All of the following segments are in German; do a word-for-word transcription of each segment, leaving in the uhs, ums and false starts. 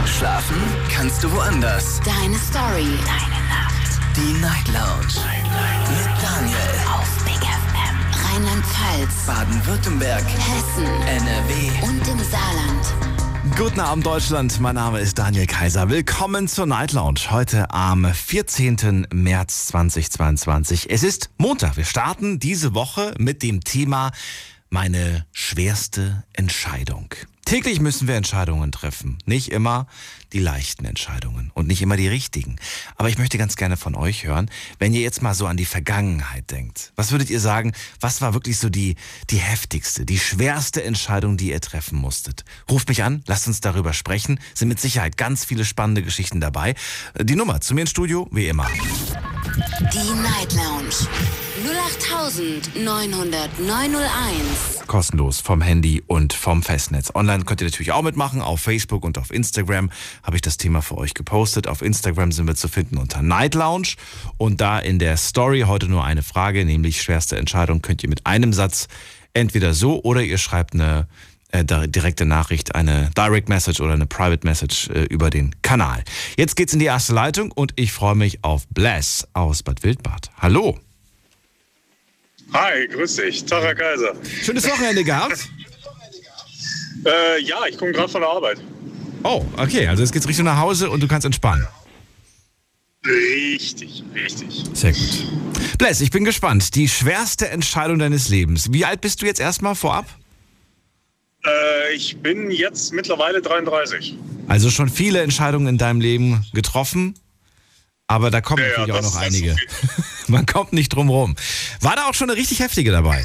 Schlafen kannst du woanders. Deine Story. Deine Nacht. Die Night Lounge. Night, Night. Mit Daniel. Auf Big F M. Rheinland-Pfalz. Baden-Württemberg. Hessen. N R W. Und im Saarland. Guten Abend, Deutschland. Mein Name ist Daniel Kaiser. Willkommen zur Night Lounge. Heute am vierzehnten März zweitausendzweiundzwanzig. Es ist Montag. Wir starten diese Woche mit dem Thema meine schwerste Entscheidung. Täglich müssen wir Entscheidungen treffen. Nicht immer die leichten Entscheidungen und nicht immer die richtigen. Aber ich möchte ganz gerne von euch hören, wenn ihr jetzt mal so an die Vergangenheit denkt. Was würdet ihr sagen, was war wirklich so die, die heftigste, die schwerste Entscheidung, die ihr treffen musstet? Ruft mich an, lasst uns darüber sprechen. Sind mit Sicherheit ganz viele spannende Geschichten dabei. Die Nummer zu mir ins Studio, wie immer. Die Night Lounge. null acht neun null null neun null eins. Kostenlos vom Handy und vom Festnetz. Online könnt ihr natürlich auch mitmachen. Auf Facebook und auf Instagram habe ich das Thema für euch gepostet. Auf Instagram sind wir zu finden unter Night Lounge. Und da in der Story heute nur eine Frage, nämlich schwerste Entscheidung, könnt ihr mit einem Satz entweder so oder ihr schreibt eine äh, direkte Nachricht, eine Direct Message oder eine Private Message äh, über den Kanal. Jetzt geht's in die erste Leitung und ich freue mich auf Bless aus Bad Wildbad. Hallo. Hi, grüß dich, Tara Kaiser. Schönes Wochenende gehabt? äh, ja, ich komme gerade von der Arbeit. Oh, okay, also jetzt geht's Richtung nach Hause und du kannst entspannen. Richtig, richtig. Sehr gut. Bless, ich bin gespannt. Die schwerste Entscheidung deines Lebens. Wie alt bist du jetzt erstmal vorab? Äh, ich bin jetzt mittlerweile dreiunddreißig. Also schon viele Entscheidungen in deinem Leben getroffen, aber da kommen Ja, natürlich ja, auch das- noch das einige. ist Man kommt nicht drum rum. War da auch schon eine richtig heftige dabei?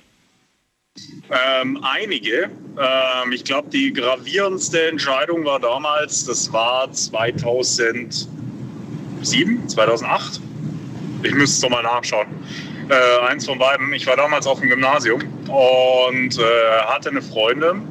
Ähm, einige. Ähm, ich glaube, die gravierendste Entscheidung war damals, das war zweitausendsieben, zweitausendacht. Ich müsste es doch mal nachschauen. Äh, eins von beiden. Ich war damals auf dem Gymnasium und äh, hatte eine Freundin.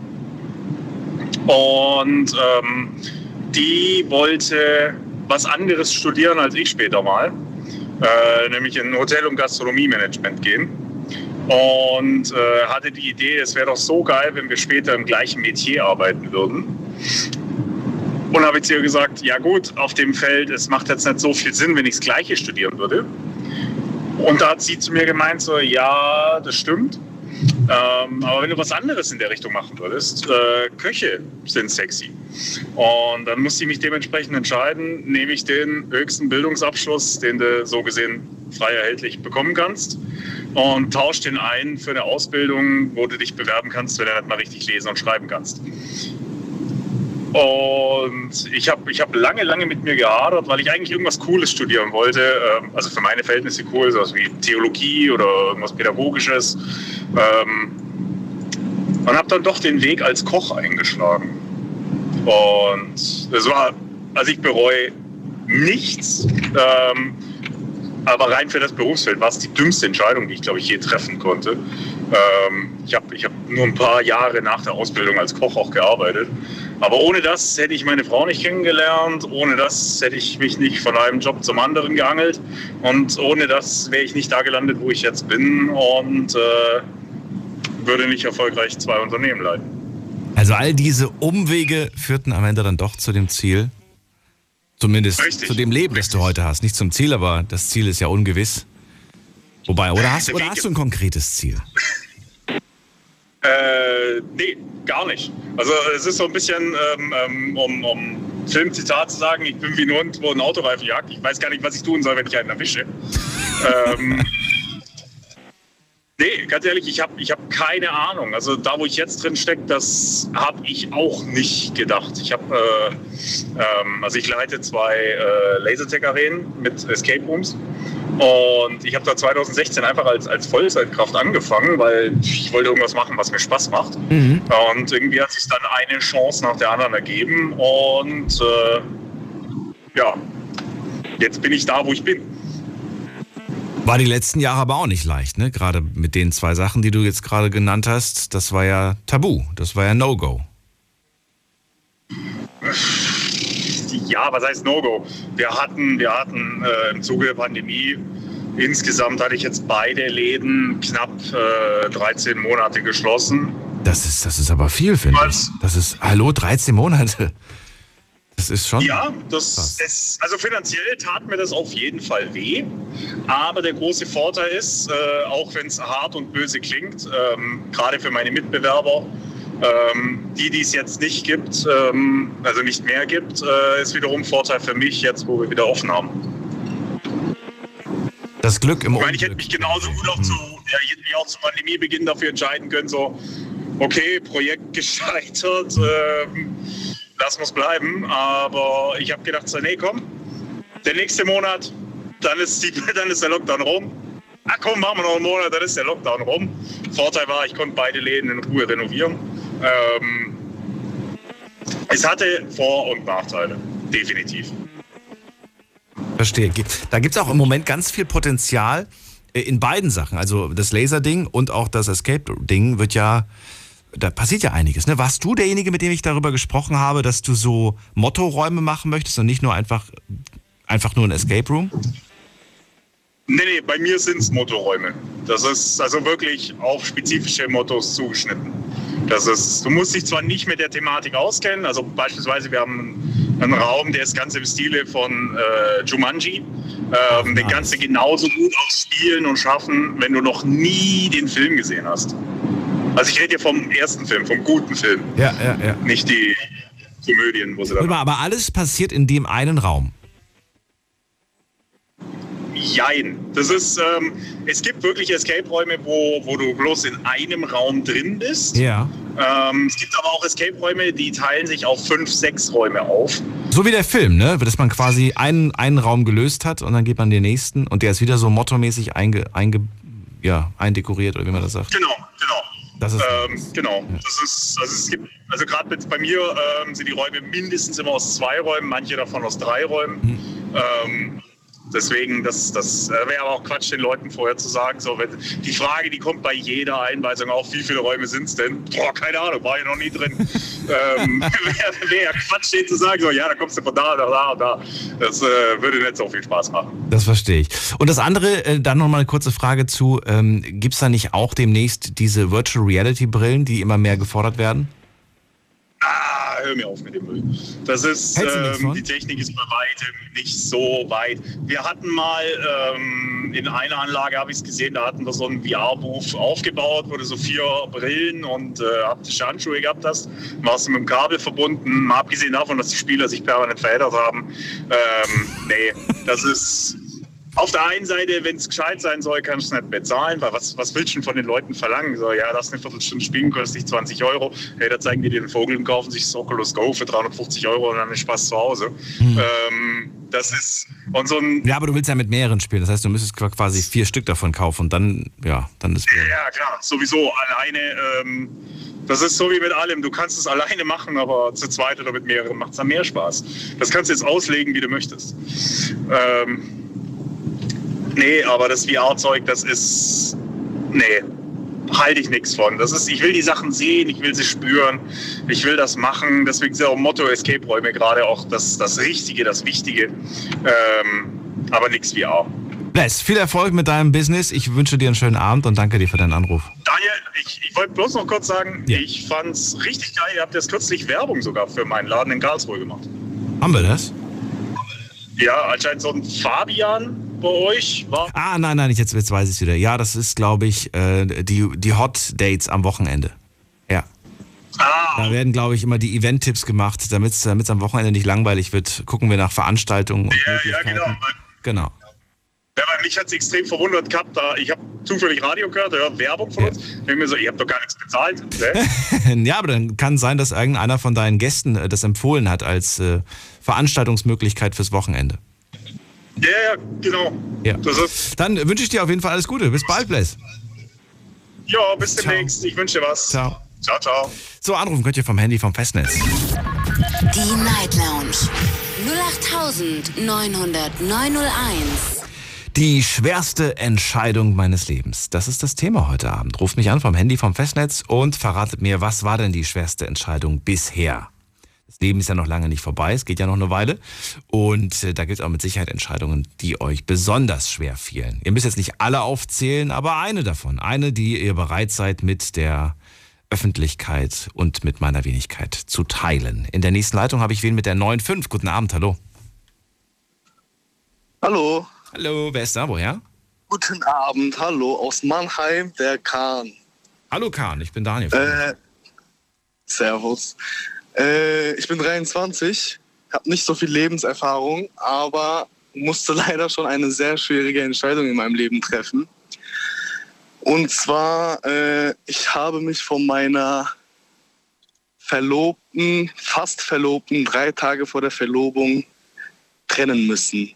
Und ähm, die wollte was anderes studieren als ich später mal. Äh, nämlich in Hotel- und Gastronomie-Management gehen. Und äh, hatte die Idee, es wäre doch so geil, wenn wir später im gleichen Metier arbeiten würden. Und habe ich zu ihr gesagt, ja gut, auf dem Feld, es macht jetzt nicht so viel Sinn, wenn ich das Gleiche studieren würde. Und da hat sie zu mir gemeint, so, ja, das stimmt. Ähm, aber wenn du was anderes in der Richtung machen würdest, äh, Köche sind sexy. Und dann musste ich mich dementsprechend entscheiden, nehme ich den höchsten Bildungsabschluss, den du so gesehen frei erhältlich bekommen kannst, und tausche den ein für eine Ausbildung, wo du dich bewerben kannst, wenn du nicht mal richtig lesen und schreiben kannst. Und ich habe ich hab lange, lange mit mir gehadert, weil ich eigentlich irgendwas Cooles studieren wollte. Ähm, also für meine Verhältnisse cool, sowas wie Theologie oder irgendwas Pädagogisches. Ähm, und habe dann doch den Weg als Koch eingeschlagen. Und es war, also ich bereue nichts. Ähm, aber rein für das Berufsfeld war es die dümmste Entscheidung, die ich, glaube ich, je treffen konnte. Ähm, ich habe ich hab nur ein paar Jahre nach der Ausbildung als Koch auch gearbeitet. Aber ohne das hätte ich meine Frau nicht kennengelernt, ohne das hätte ich mich nicht von einem Job zum anderen geangelt und ohne das wäre ich nicht da gelandet, wo ich jetzt bin, und äh, würde nicht erfolgreich zwei Unternehmen leiten. Also all diese Umwege führten am Ende dann doch zu dem Ziel, zumindest Richtig. zu dem Leben, das du heute hast. Nicht zum Ziel, aber das Ziel ist ja ungewiss. Wobei, oder hast, oder hast du ein konkretes Ziel? Äh, nee, gar nicht. Also es ist so ein bisschen, ähm, ähm, um, um Filmzitat zu sagen, ich bin wie ein Hund, wo ein Autoreifen jagt. Ich weiß gar nicht, was ich tun soll, wenn ich einen erwische. ähm, nee, ganz ehrlich, ich habe ich hab keine Ahnung. Also da, wo ich jetzt drin stecke, das habe ich auch nicht gedacht. Ich habe, äh, ähm, also ich leite zwei äh, Lasertag-Arenen mit Escape Rooms. Und ich habe da zweitausendsechzehn einfach als, als Vollzeitkraft angefangen, weil ich wollte irgendwas machen, was mir Spaß macht. Mhm. Und irgendwie hat sich dann eine Chance nach der anderen ergeben. Und äh, ja, jetzt bin ich da, wo ich bin. War die letzten Jahre aber auch nicht leicht, ne? Gerade mit den zwei Sachen, die du jetzt gerade genannt hast, das war ja tabu, das war ja No-Go. Ja, was heißt No-Go? Wir hatten, wir hatten äh, im Zuge der Pandemie, insgesamt hatte ich jetzt beide Läden knapp äh, dreizehn Monate geschlossen. Das ist, das ist aber viel, finde ich. Das ist, hallo, dreizehn Monate. Das ist schon... Ja, das ist, also finanziell tat mir das auf jeden Fall weh. Aber der große Vorteil ist, äh, auch wenn es hart und böse klingt, ähm, gerade für meine Mitbewerber, ähm, die, die es jetzt nicht gibt, ähm, also nicht mehr gibt, äh, ist wiederum ein Vorteil für mich, jetzt wo wir wieder offen haben. Das Glück im Ich meine, ich hätte mich genauso gut auch zu, ja, ich hätte mich auch zum Pandemiebeginn dafür entscheiden können, so, okay, Projekt gescheitert, ähm, lassen wir es bleiben. Aber ich habe gedacht, so, nee, komm, der nächste Monat, dann ist, die, dann ist der Lockdown rum. Ah komm, machen wir noch einen Monat, dann ist der Lockdown rum. Vorteil war, ich konnte beide Läden in Ruhe renovieren. Ähm, es hatte Vor- und Nachteile, definitiv. Verstehe. Da gibt es auch im Moment ganz viel Potenzial in beiden Sachen. Also das Laser-Ding und auch das Escape-Ding wird ja, da passiert ja einiges. Ne? Warst du derjenige, mit dem ich darüber gesprochen habe, dass du so Mottoräume machen möchtest und nicht nur einfach, einfach nur ein Escape-Room? Nee, nee, bei mir sind es Mottoräume. Das ist also wirklich auf spezifische Mottos zugeschnitten. Das ist, du musst dich zwar nicht mit der Thematik auskennen, also beispielsweise wir haben einen Raum, der ist ganz im Stile von äh, Jumanji. Ähm, den kannst du genauso gut auch spielen und schaffen, wenn du noch nie den Film gesehen hast. Also ich rede hier vom ersten Film, vom guten Film. Ja, ja, ja. Nicht die Komödien, wo sie da... Aber alles passiert in dem einen Raum. Jein. Das ist, ähm, es gibt wirklich Escape-Räume, wo, wo du bloß in einem Raum drin bist. Ja. Ähm, es gibt aber auch Escape-Räume, die teilen sich auf fünf, sechs Räume auf. So wie der Film, ne? Dass man quasi einen, einen Raum gelöst hat und dann geht man den nächsten und der ist wieder so mottomäßig einge, einge, ja, eindekoriert oder wie man das sagt. Genau, genau. Das ist ähm, genau. Ja. Das ist, also es gibt, also gerade bei mir ähm, sind die Räume mindestens immer aus zwei Räumen, manche davon aus drei Räumen. Hm. Ähm, Deswegen, das, das wäre aber auch Quatsch, den Leuten vorher zu sagen. So, wenn, die Frage, die kommt bei jeder Einweisung auf, wie viele Räume sind es denn? Boah, keine Ahnung, war ich noch nie drin. ähm, wäre wär ja Quatsch, den zu sagen, so, ja, da kommst du von da, da, da, da. Das äh, würde nicht so viel Spaß machen. Das verstehe ich. Und das andere, äh, dann nochmal eine kurze Frage zu, ähm, gibt es da nicht auch demnächst diese Virtual Reality Brillen, die immer mehr gefordert werden? Ah, hör mir auf mit dem Müll. Das ist, ähm, die Technik ist bei weitem nicht so weit. Wir hatten mal ähm, in einer Anlage, habe ich es gesehen, da hatten wir so einen V R-Booth aufgebaut, wo du so vier Brillen und äh, haptische Handschuhe gehabt hast. Warst du mit dem Kabel verbunden. Mal abgesehen davon, dass die Spieler sich permanent verändert haben. Ähm, nee, das ist... Auf der einen Seite, wenn es gescheit sein soll, kannst du es nicht bezahlen, weil was, was willst du denn von den Leuten verlangen? So, ja, das eine Viertelstunde spielen, kostet dich zwanzig Euro. Hey, da zeigen die dir den Vogel und kaufen sich das Oculus Go für dreihundertfünfzig Euro und dann ist Spaß zu Hause. Hm. Ähm, das ist, und so ein... Ja, aber du willst ja mit mehreren spielen, das heißt, du müsstest quasi vier Stück davon kaufen und dann, ja, dann ist... Ja, klar, sowieso, alleine, ähm, das ist so wie mit allem, du kannst es alleine machen, aber zu zweit oder mit mehreren macht es dann mehr Spaß. Das kannst du jetzt auslegen, wie du möchtest. Ähm... Nee, aber das V R-Zeug, das ist, nee, halte ich nichts von. Das ist, ich will die Sachen sehen, ich will sie spüren, ich will das machen. Deswegen ist ja auch Motto Escape-Räume gerade auch das, das Richtige, das Wichtige, ähm, aber nichts V R. Bless, viel Erfolg mit deinem Business. Ich wünsche dir einen schönen Abend und danke dir für deinen Anruf. Daniel, ich, ich wollte bloß noch kurz sagen, ja. Ich fand's richtig geil. Ihr habt jetzt kürzlich Werbung sogar für meinen Laden in Karlsruhe gemacht. Haben wir das? Ja, anscheinend so ein Fabian bei euch war. Ah, nein, nein, jetzt, jetzt weiß ich es wieder. Ja, das ist, glaube ich, äh, die, die Hot Dates am Wochenende. Ja. Ah. Da werden, glaube ich, immer die Event-Tipps gemacht, damit es am Wochenende nicht langweilig wird. Gucken wir nach Veranstaltungen und ja, Möglichkeiten. Ja, genau. Genau. Ja, weil mich hat es extrem verwundert gehabt, da ich habe zufällig Radio gehört, da Werbung von ja. uns. Ich denke mir so, ihr habt doch gar nichts bezahlt. Ja, aber dann kann sein, dass irgendeiner von deinen Gästen das empfohlen hat als äh, Veranstaltungsmöglichkeit fürs Wochenende. Ja, ja, genau. Ja. Das ist Dann wünsche ich dir auf jeden Fall alles Gute. Bis bald, Bless. Ja, bis demnächst. Ich wünsche dir was. Ciao. Ciao, ciao. So, anrufen könnt ihr vom Handy vom Festnetz. Die Night Lounge null acht neun null null neun null eins. Die schwerste Entscheidung meines Lebens. Das ist das Thema heute Abend. Ruft mich an vom Handy vom Festnetz und verratet mir, was war denn die schwerste Entscheidung bisher? Das Leben ist ja noch lange nicht vorbei, es geht ja noch eine Weile. Und äh, da gibt es auch mit Sicherheit Entscheidungen, die euch besonders schwer fielen. Ihr müsst jetzt nicht alle aufzählen, aber eine davon. Eine, die ihr bereit seid, mit der Öffentlichkeit und mit meiner Wenigkeit zu teilen. In der nächsten Leitung habe ich wen mit der neun fünf. Guten Abend, hallo. Hallo. Hallo, wer ist da, woher? Guten Abend, hallo, aus Mannheim, der Kahn. Hallo Kahn, ich bin Daniel. Äh, servus. Äh, ich bin dreiundzwanzig, habe nicht so viel Lebenserfahrung, aber musste leider schon eine sehr schwierige Entscheidung in meinem Leben treffen. Und zwar, äh, ich habe mich von meiner Verlobten, fast Verlobten, drei Tage vor der Verlobung trennen müssen.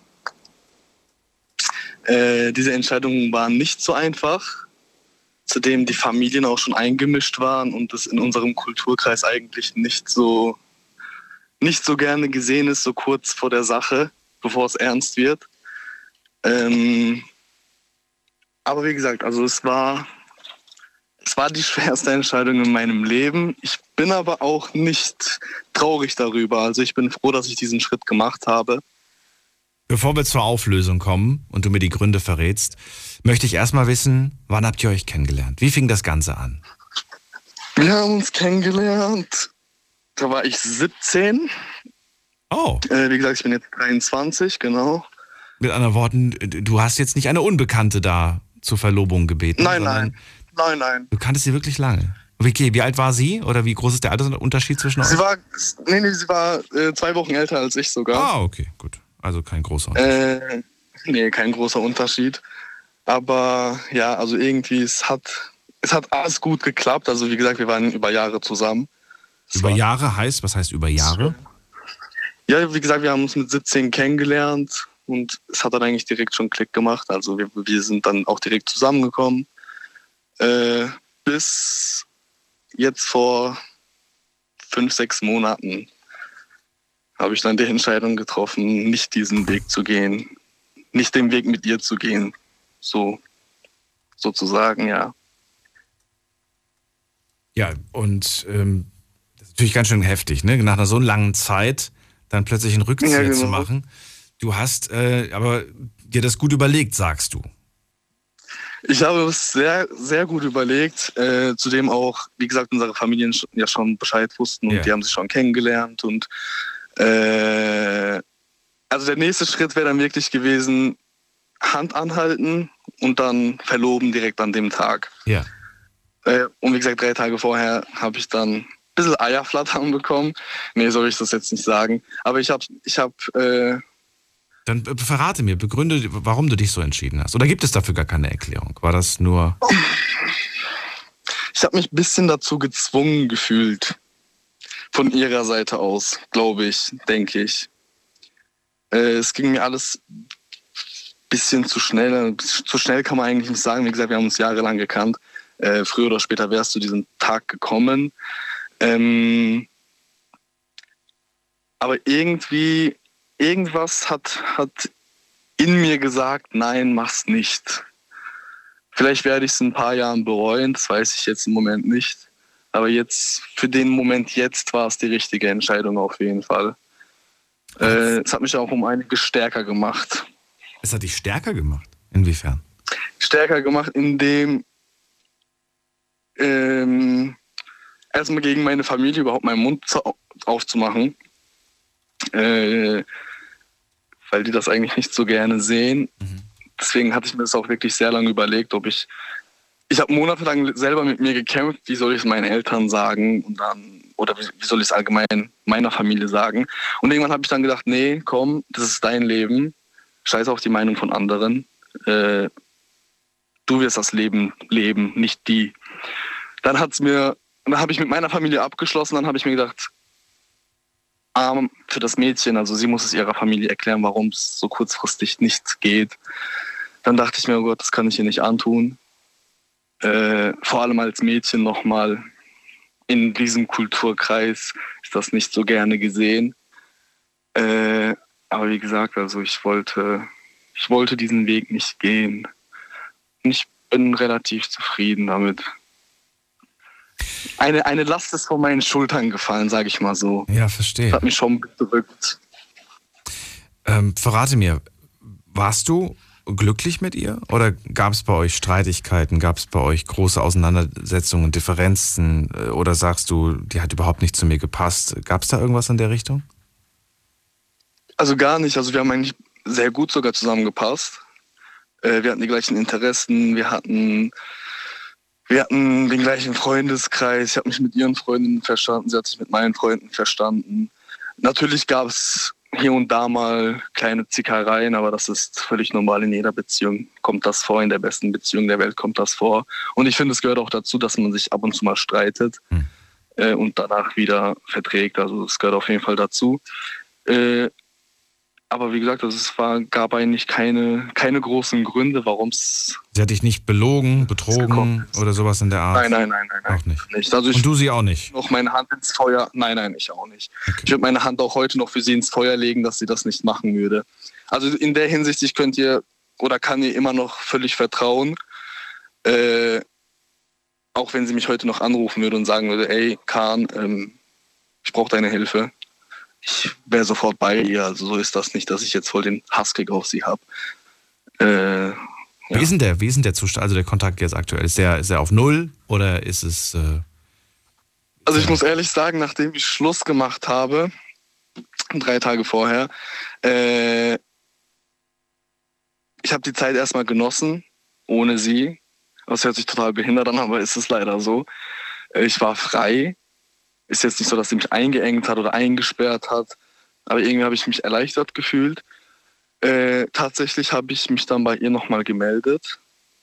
Äh, diese Entscheidungen waren nicht so einfach, zudem die Familien auch schon eingemischt waren und es in unserem Kulturkreis eigentlich nicht so, nicht so gerne gesehen ist, so kurz vor der Sache, bevor es ernst wird. Ähm, aber wie gesagt, also es war, es war die schwerste Entscheidung in meinem Leben. Ich bin aber auch nicht traurig darüber. Also ich bin froh, dass ich diesen Schritt gemacht habe. Bevor wir zur Auflösung kommen und du mir die Gründe verrätst, möchte ich erstmal wissen, wann habt ihr euch kennengelernt? Wie fing das Ganze an? Wir haben uns kennengelernt, da war ich siebzehn. Oh. Äh, wie gesagt, ich bin jetzt dreiundzwanzig, genau. Mit anderen Worten, du hast jetzt nicht eine Unbekannte da zur Verlobung gebeten. Nein, nein, nein, nein. Du kanntest sie wirklich lange. Okay, wie alt war sie oder wie groß ist der Altersunterschied zwischen euch? Sie war, nee, nee, sie war äh, zwei Wochen älter als ich sogar. Ah, okay, gut. Also kein großer Unterschied. Äh, nee, kein großer Unterschied. Aber ja, also irgendwie, es hat, es hat alles gut geklappt. Also wie gesagt, wir waren über Jahre zusammen. Es über war, Jahre heißt, was heißt über Jahre? Ja, wie gesagt, wir haben uns mit siebzehn kennengelernt und es hat dann eigentlich direkt schon Klick gemacht. Also wir, wir sind dann auch direkt zusammengekommen. Äh, bis jetzt vor fünf, sechs Monaten habe ich dann die Entscheidung getroffen, nicht diesen Weg zu gehen, nicht den Weg mit ihr zu gehen, so sozusagen, ja. Ja, und ähm, das ist natürlich ganz schön heftig, ne? Nach einer so langen Zeit dann plötzlich einen Rückzieher ja, genau. zu machen. Du hast äh, aber dir das gut überlegt, sagst du. Ich habe es sehr, sehr gut überlegt. Äh, zudem auch, wie gesagt, unsere Familien ja schon Bescheid wussten und ja. die haben sich schon kennengelernt und Äh, also der nächste Schritt wäre dann wirklich gewesen, Hand anhalten und dann verloben direkt an dem Tag. Ja. Äh, und wie gesagt, drei Tage vorher habe ich dann ein bisschen Eierflattern bekommen. Nee, soll ich das jetzt nicht sagen. Aber ich habe... Ich hab, äh, dann verrate mir, begründe, warum du dich so entschieden hast. Oder gibt es dafür gar keine Erklärung? War das nur... Ich habe mich ein bisschen dazu gezwungen gefühlt. Von ihrer Seite aus, glaube ich, denke ich. Äh, es ging mir alles ein bisschen zu schnell. Zu schnell kann man eigentlich nicht sagen. Wie gesagt, wir haben uns jahrelang gekannt. Äh, früher oder später wärst du diesen Tag gekommen. Ähm, aber irgendwie, irgendwas hat, hat in mir gesagt, nein, mach's nicht. Vielleicht werde ich es in ein paar Jahren bereuen, das weiß ich jetzt im Moment nicht. Aber jetzt, für den Moment jetzt war es die richtige Entscheidung auf jeden Fall. Äh, es hat mich auch um einiges stärker gemacht. Es hat dich stärker gemacht? Inwiefern? Stärker gemacht, indem ähm, erstmal gegen meine Familie überhaupt meinen Mund aufzumachen. Äh, weil die das eigentlich nicht so gerne sehen. Mhm. Deswegen hatte ich mir das auch wirklich sehr lange überlegt, ob ich Ich habe monatelang selber mit mir gekämpft, wie soll ich es meinen Eltern sagen und dann oder wie, wie soll ich es allgemein meiner Familie sagen. Und irgendwann habe ich dann gedacht, nee, komm, das ist dein Leben, scheiß auf die Meinung von anderen. Äh, du wirst das Leben leben, nicht die. Dann hat's mir, dann habe ich mit meiner Familie abgeschlossen, dann habe ich mir gedacht, arm für das Mädchen, also sie muss es ihrer Familie erklären, warum es so kurzfristig nicht geht. Dann dachte ich mir, oh Gott, das kann ich ihr nicht antun. Äh, vor allem als Mädchen nochmal in diesem Kulturkreis ist das nicht so gerne gesehen. Äh, aber wie gesagt, also ich wollte, ich wollte diesen Weg nicht gehen. Und ich bin relativ zufrieden damit. Eine, eine Last ist von meinen Schultern gefallen, sage ich mal so. Ja, verstehe. Das hat mich schon bedrückt. Ähm, verrate mir, warst du glücklich mit ihr? Oder gab es bei euch Streitigkeiten? Gab es bei euch große Auseinandersetzungen, Differenzen? Oder sagst du, die hat überhaupt nicht zu mir gepasst? Gab es da irgendwas in der Richtung? Also gar nicht. Also wir haben eigentlich sehr gut sogar zusammengepasst. Äh, wir hatten die gleichen Interessen, wir hatten, wir hatten den gleichen Freundeskreis. Ich habe mich mit ihren Freundinnen verstanden, sie hat sich mit meinen Freunden verstanden. Natürlich gab es hier und da mal kleine Zickereien, aber das ist völlig normal in jeder Beziehung. Kommt das vor, in der besten Beziehung der Welt kommt das vor. Und ich finde, es gehört auch dazu, dass man sich ab und zu mal streitet hm. äh, und danach wieder verträgt. Also es gehört auf jeden Fall dazu. Äh, aber wie gesagt, also es war, gab eigentlich keine, keine großen Gründe, warum es... Sie hat dich nicht belogen, betrogen oder sowas in der Art? Nein, nein, nein, nein. nein auch nicht. nicht. Also ich und du sie auch nicht? Noch meine Hand ins Feuer... Nein, nein, ich auch nicht. Okay. Ich würde meine Hand auch heute noch für sie ins Feuer legen, dass sie das nicht machen würde. Also in der Hinsicht, ich könnt ihr oder kann ihr immer noch völlig vertrauen. Äh, auch wenn sie mich heute noch anrufen würde und sagen würde, ey, Kahn, ähm, ich brauche deine Hilfe. Ich wäre sofort bei ihr. Also so ist das nicht, dass ich jetzt voll den Hasskick auf sie habe. Äh, ja. Wie ist denn der, wie ist denn der Zustand, also der Kontakt jetzt aktuell? Ist der, ist der auf Null oder ist es... Äh, also ich muss ehrlich sagen, nachdem ich Schluss gemacht habe, drei Tage vorher, äh, ich habe die Zeit erstmal genossen, ohne sie. Das hört sich total behindert an, aber ist es leider so. Ich war frei. Ist jetzt nicht so, dass sie mich eingeengt hat oder eingesperrt hat, aber irgendwie habe ich mich erleichtert gefühlt. Äh, tatsächlich habe ich mich dann bei ihr nochmal gemeldet.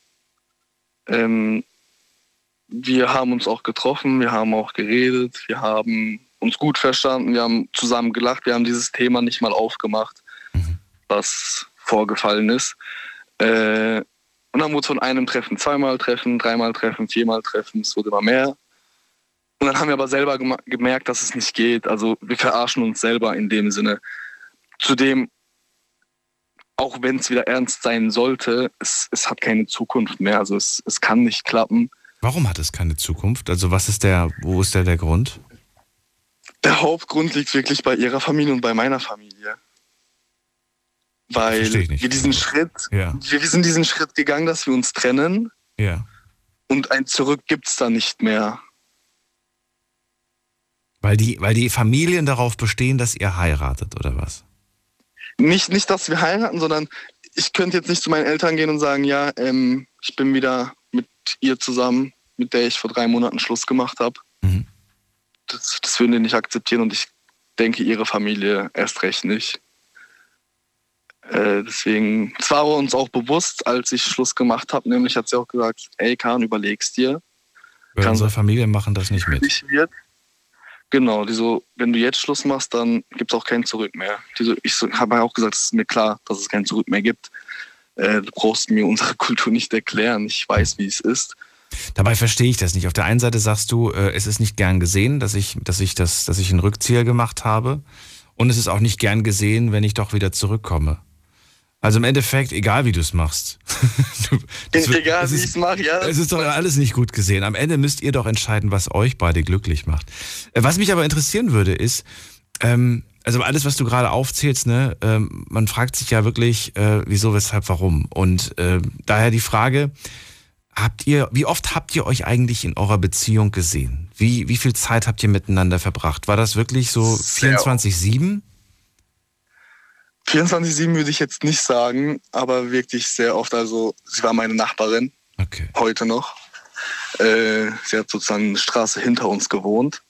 Ähm, wir haben uns auch getroffen, wir haben auch geredet, wir haben uns gut verstanden, wir haben zusammen gelacht, wir haben dieses Thema nicht mal aufgemacht, mhm. was vorgefallen ist. Äh, und dann wurde es von einem Treffen zweimal Treffen, dreimal Treffen, viermal Treffen, es wurde immer mehr. Und dann haben wir aber selber gem- gemerkt, dass es nicht geht. Also wir verarschen uns selber in dem Sinne. Zudem, auch wenn es wieder ernst sein sollte, es, es hat keine Zukunft mehr. Also es, es kann nicht klappen. Warum hat es keine Zukunft? Also was ist der, wo ist der, der Grund? Der Hauptgrund liegt wirklich bei ihrer Familie und bei meiner Familie. Weil wir diesen Schritt, ja. wir, wir sind diesen Schritt gegangen, dass wir uns trennen. Ja. Und ein Zurück gibt es da nicht mehr. Weil die, weil die Familien darauf bestehen, dass ihr heiratet, oder was? Nicht, nicht, dass wir heiraten, sondern ich könnte jetzt nicht zu meinen Eltern gehen und sagen, ja, ähm, ich bin wieder mit ihr zusammen, mit der ich vor drei Monaten Schluss gemacht habe. Mhm. Das, das würden die nicht akzeptieren und ich denke, ihre Familie erst recht nicht. Äh, deswegen, es war uns auch bewusst, als ich Schluss gemacht habe, nämlich hat sie auch gesagt, ey Kahn, überlegst dir. Weil unsere Familien machen das nicht mit. Wird. Genau, die so, wenn du jetzt Schluss machst, dann gibt es auch kein Zurück mehr. Die so, ich so, habe ja auch gesagt, es ist mir klar, dass es kein Zurück mehr gibt. Äh, du brauchst mir unsere Kultur nicht erklären. Ich weiß, wie es ist. Dabei verstehe ich das nicht. Auf der einen Seite sagst du, äh, es ist nicht gern gesehen, dass ich, dass ich das, dass ich einen Rückzieher gemacht habe. Und es ist auch nicht gern gesehen, wenn ich doch wieder zurückkomme. Also im Endeffekt, egal wie du es machst. du, das, egal wie ich es mache, ja. Es ist doch alles nicht gut gesehen. Am Ende müsst ihr doch entscheiden, was euch beide glücklich macht. Was mich aber interessieren würde, ist, ähm, also alles, was du gerade aufzählst, ne, ähm, man fragt sich ja wirklich, äh, wieso, weshalb, warum. Und äh, daher die Frage, habt ihr, wie oft habt ihr euch eigentlich in eurer Beziehung gesehen? Wie, wie viel Zeit habt ihr miteinander verbracht? War das wirklich so vierundzwanzig sieben? vierundzwanzig sieben würde ich jetzt nicht sagen, aber wirklich sehr oft. Also sie war meine Nachbarin, okay. Heute noch. Äh, sie hat sozusagen eine Straße hinter uns gewohnt.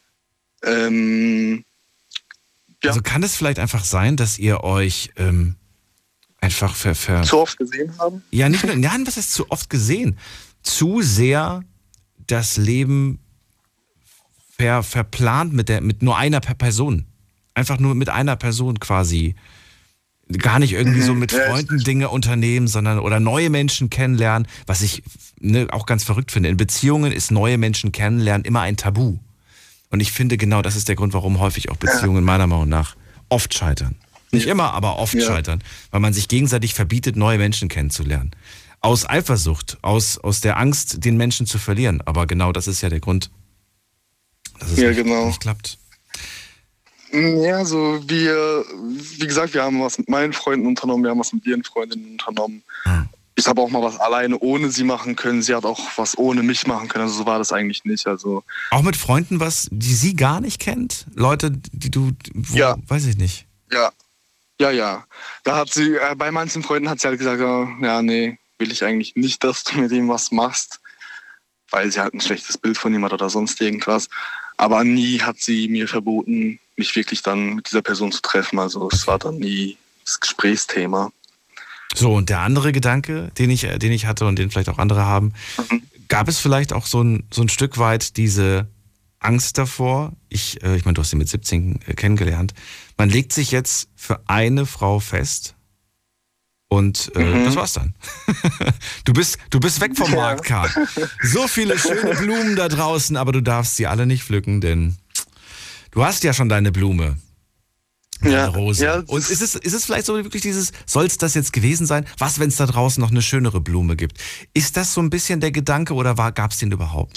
Ähm, ja. Also kann es vielleicht einfach sein, dass ihr euch ähm, einfach ver, ver... zu oft gesehen haben? Ja, nicht nur, nein, was ist zu oft gesehen? Zu sehr das Leben ver, verplant mit, der, mit nur einer Person. Einfach nur mit einer Person quasi. Gar nicht irgendwie so mit Freunden Dinge unternehmen, sondern oder neue Menschen kennenlernen, was ich ne, auch ganz verrückt finde. In Beziehungen ist neue Menschen kennenlernen immer ein Tabu. Und ich finde genau, das ist der Grund, warum häufig auch Beziehungen meiner Meinung nach oft scheitern. Nicht immer, aber oft ja. scheitern, weil man sich gegenseitig verbietet, neue Menschen kennenzulernen. Aus Eifersucht, aus, aus der Angst, den Menschen zu verlieren. Aber genau das ist ja der Grund, dass es ja, nicht, genau. nicht klappt. Ja, so wir, wie gesagt, wir haben was mit meinen Freunden unternommen, wir haben was mit ihren Freundinnen unternommen. Hm. Ich habe auch mal was alleine ohne sie machen können. Sie hat auch was ohne mich machen können. Also so war das eigentlich nicht. Also Auch mit Freunden, was, die sie gar nicht kennt? Leute, die du, wo, Ja. weiß ich nicht. ja, ja, ja. Da hat sie, äh, bei manchen Freunden hat sie halt gesagt, ja, ja, nee, will ich eigentlich nicht, dass du mit ihm was machst, weil sie halt ein schlechtes Bild von ihm hat oder sonst irgendwas. Aber nie hat sie mir verboten, mich wirklich dann mit dieser Person zu treffen. Also es war dann nie das Gesprächsthema. So, und der andere Gedanke, den ich, den ich hatte und den vielleicht auch andere haben, Mhm. gab es vielleicht auch so ein, so ein Stück weit diese Angst davor? Ich, äh, ich meine, du hast sie mit siebzehn äh, kennengelernt. Man legt sich jetzt für eine Frau fest und äh, Mhm. das war's dann. du, bist, du bist weg vom Ja. Markt, Karl. So viele schöne Blumen da draußen, aber du darfst sie alle nicht pflücken, denn du hast ja schon deine Blume. Eine Ja, Rose. ja, Und ist es, ist es vielleicht so wirklich dieses, soll es das jetzt gewesen sein? Was, wenn es da draußen noch eine schönere Blume gibt? Ist das so ein bisschen der Gedanke oder gab es den überhaupt?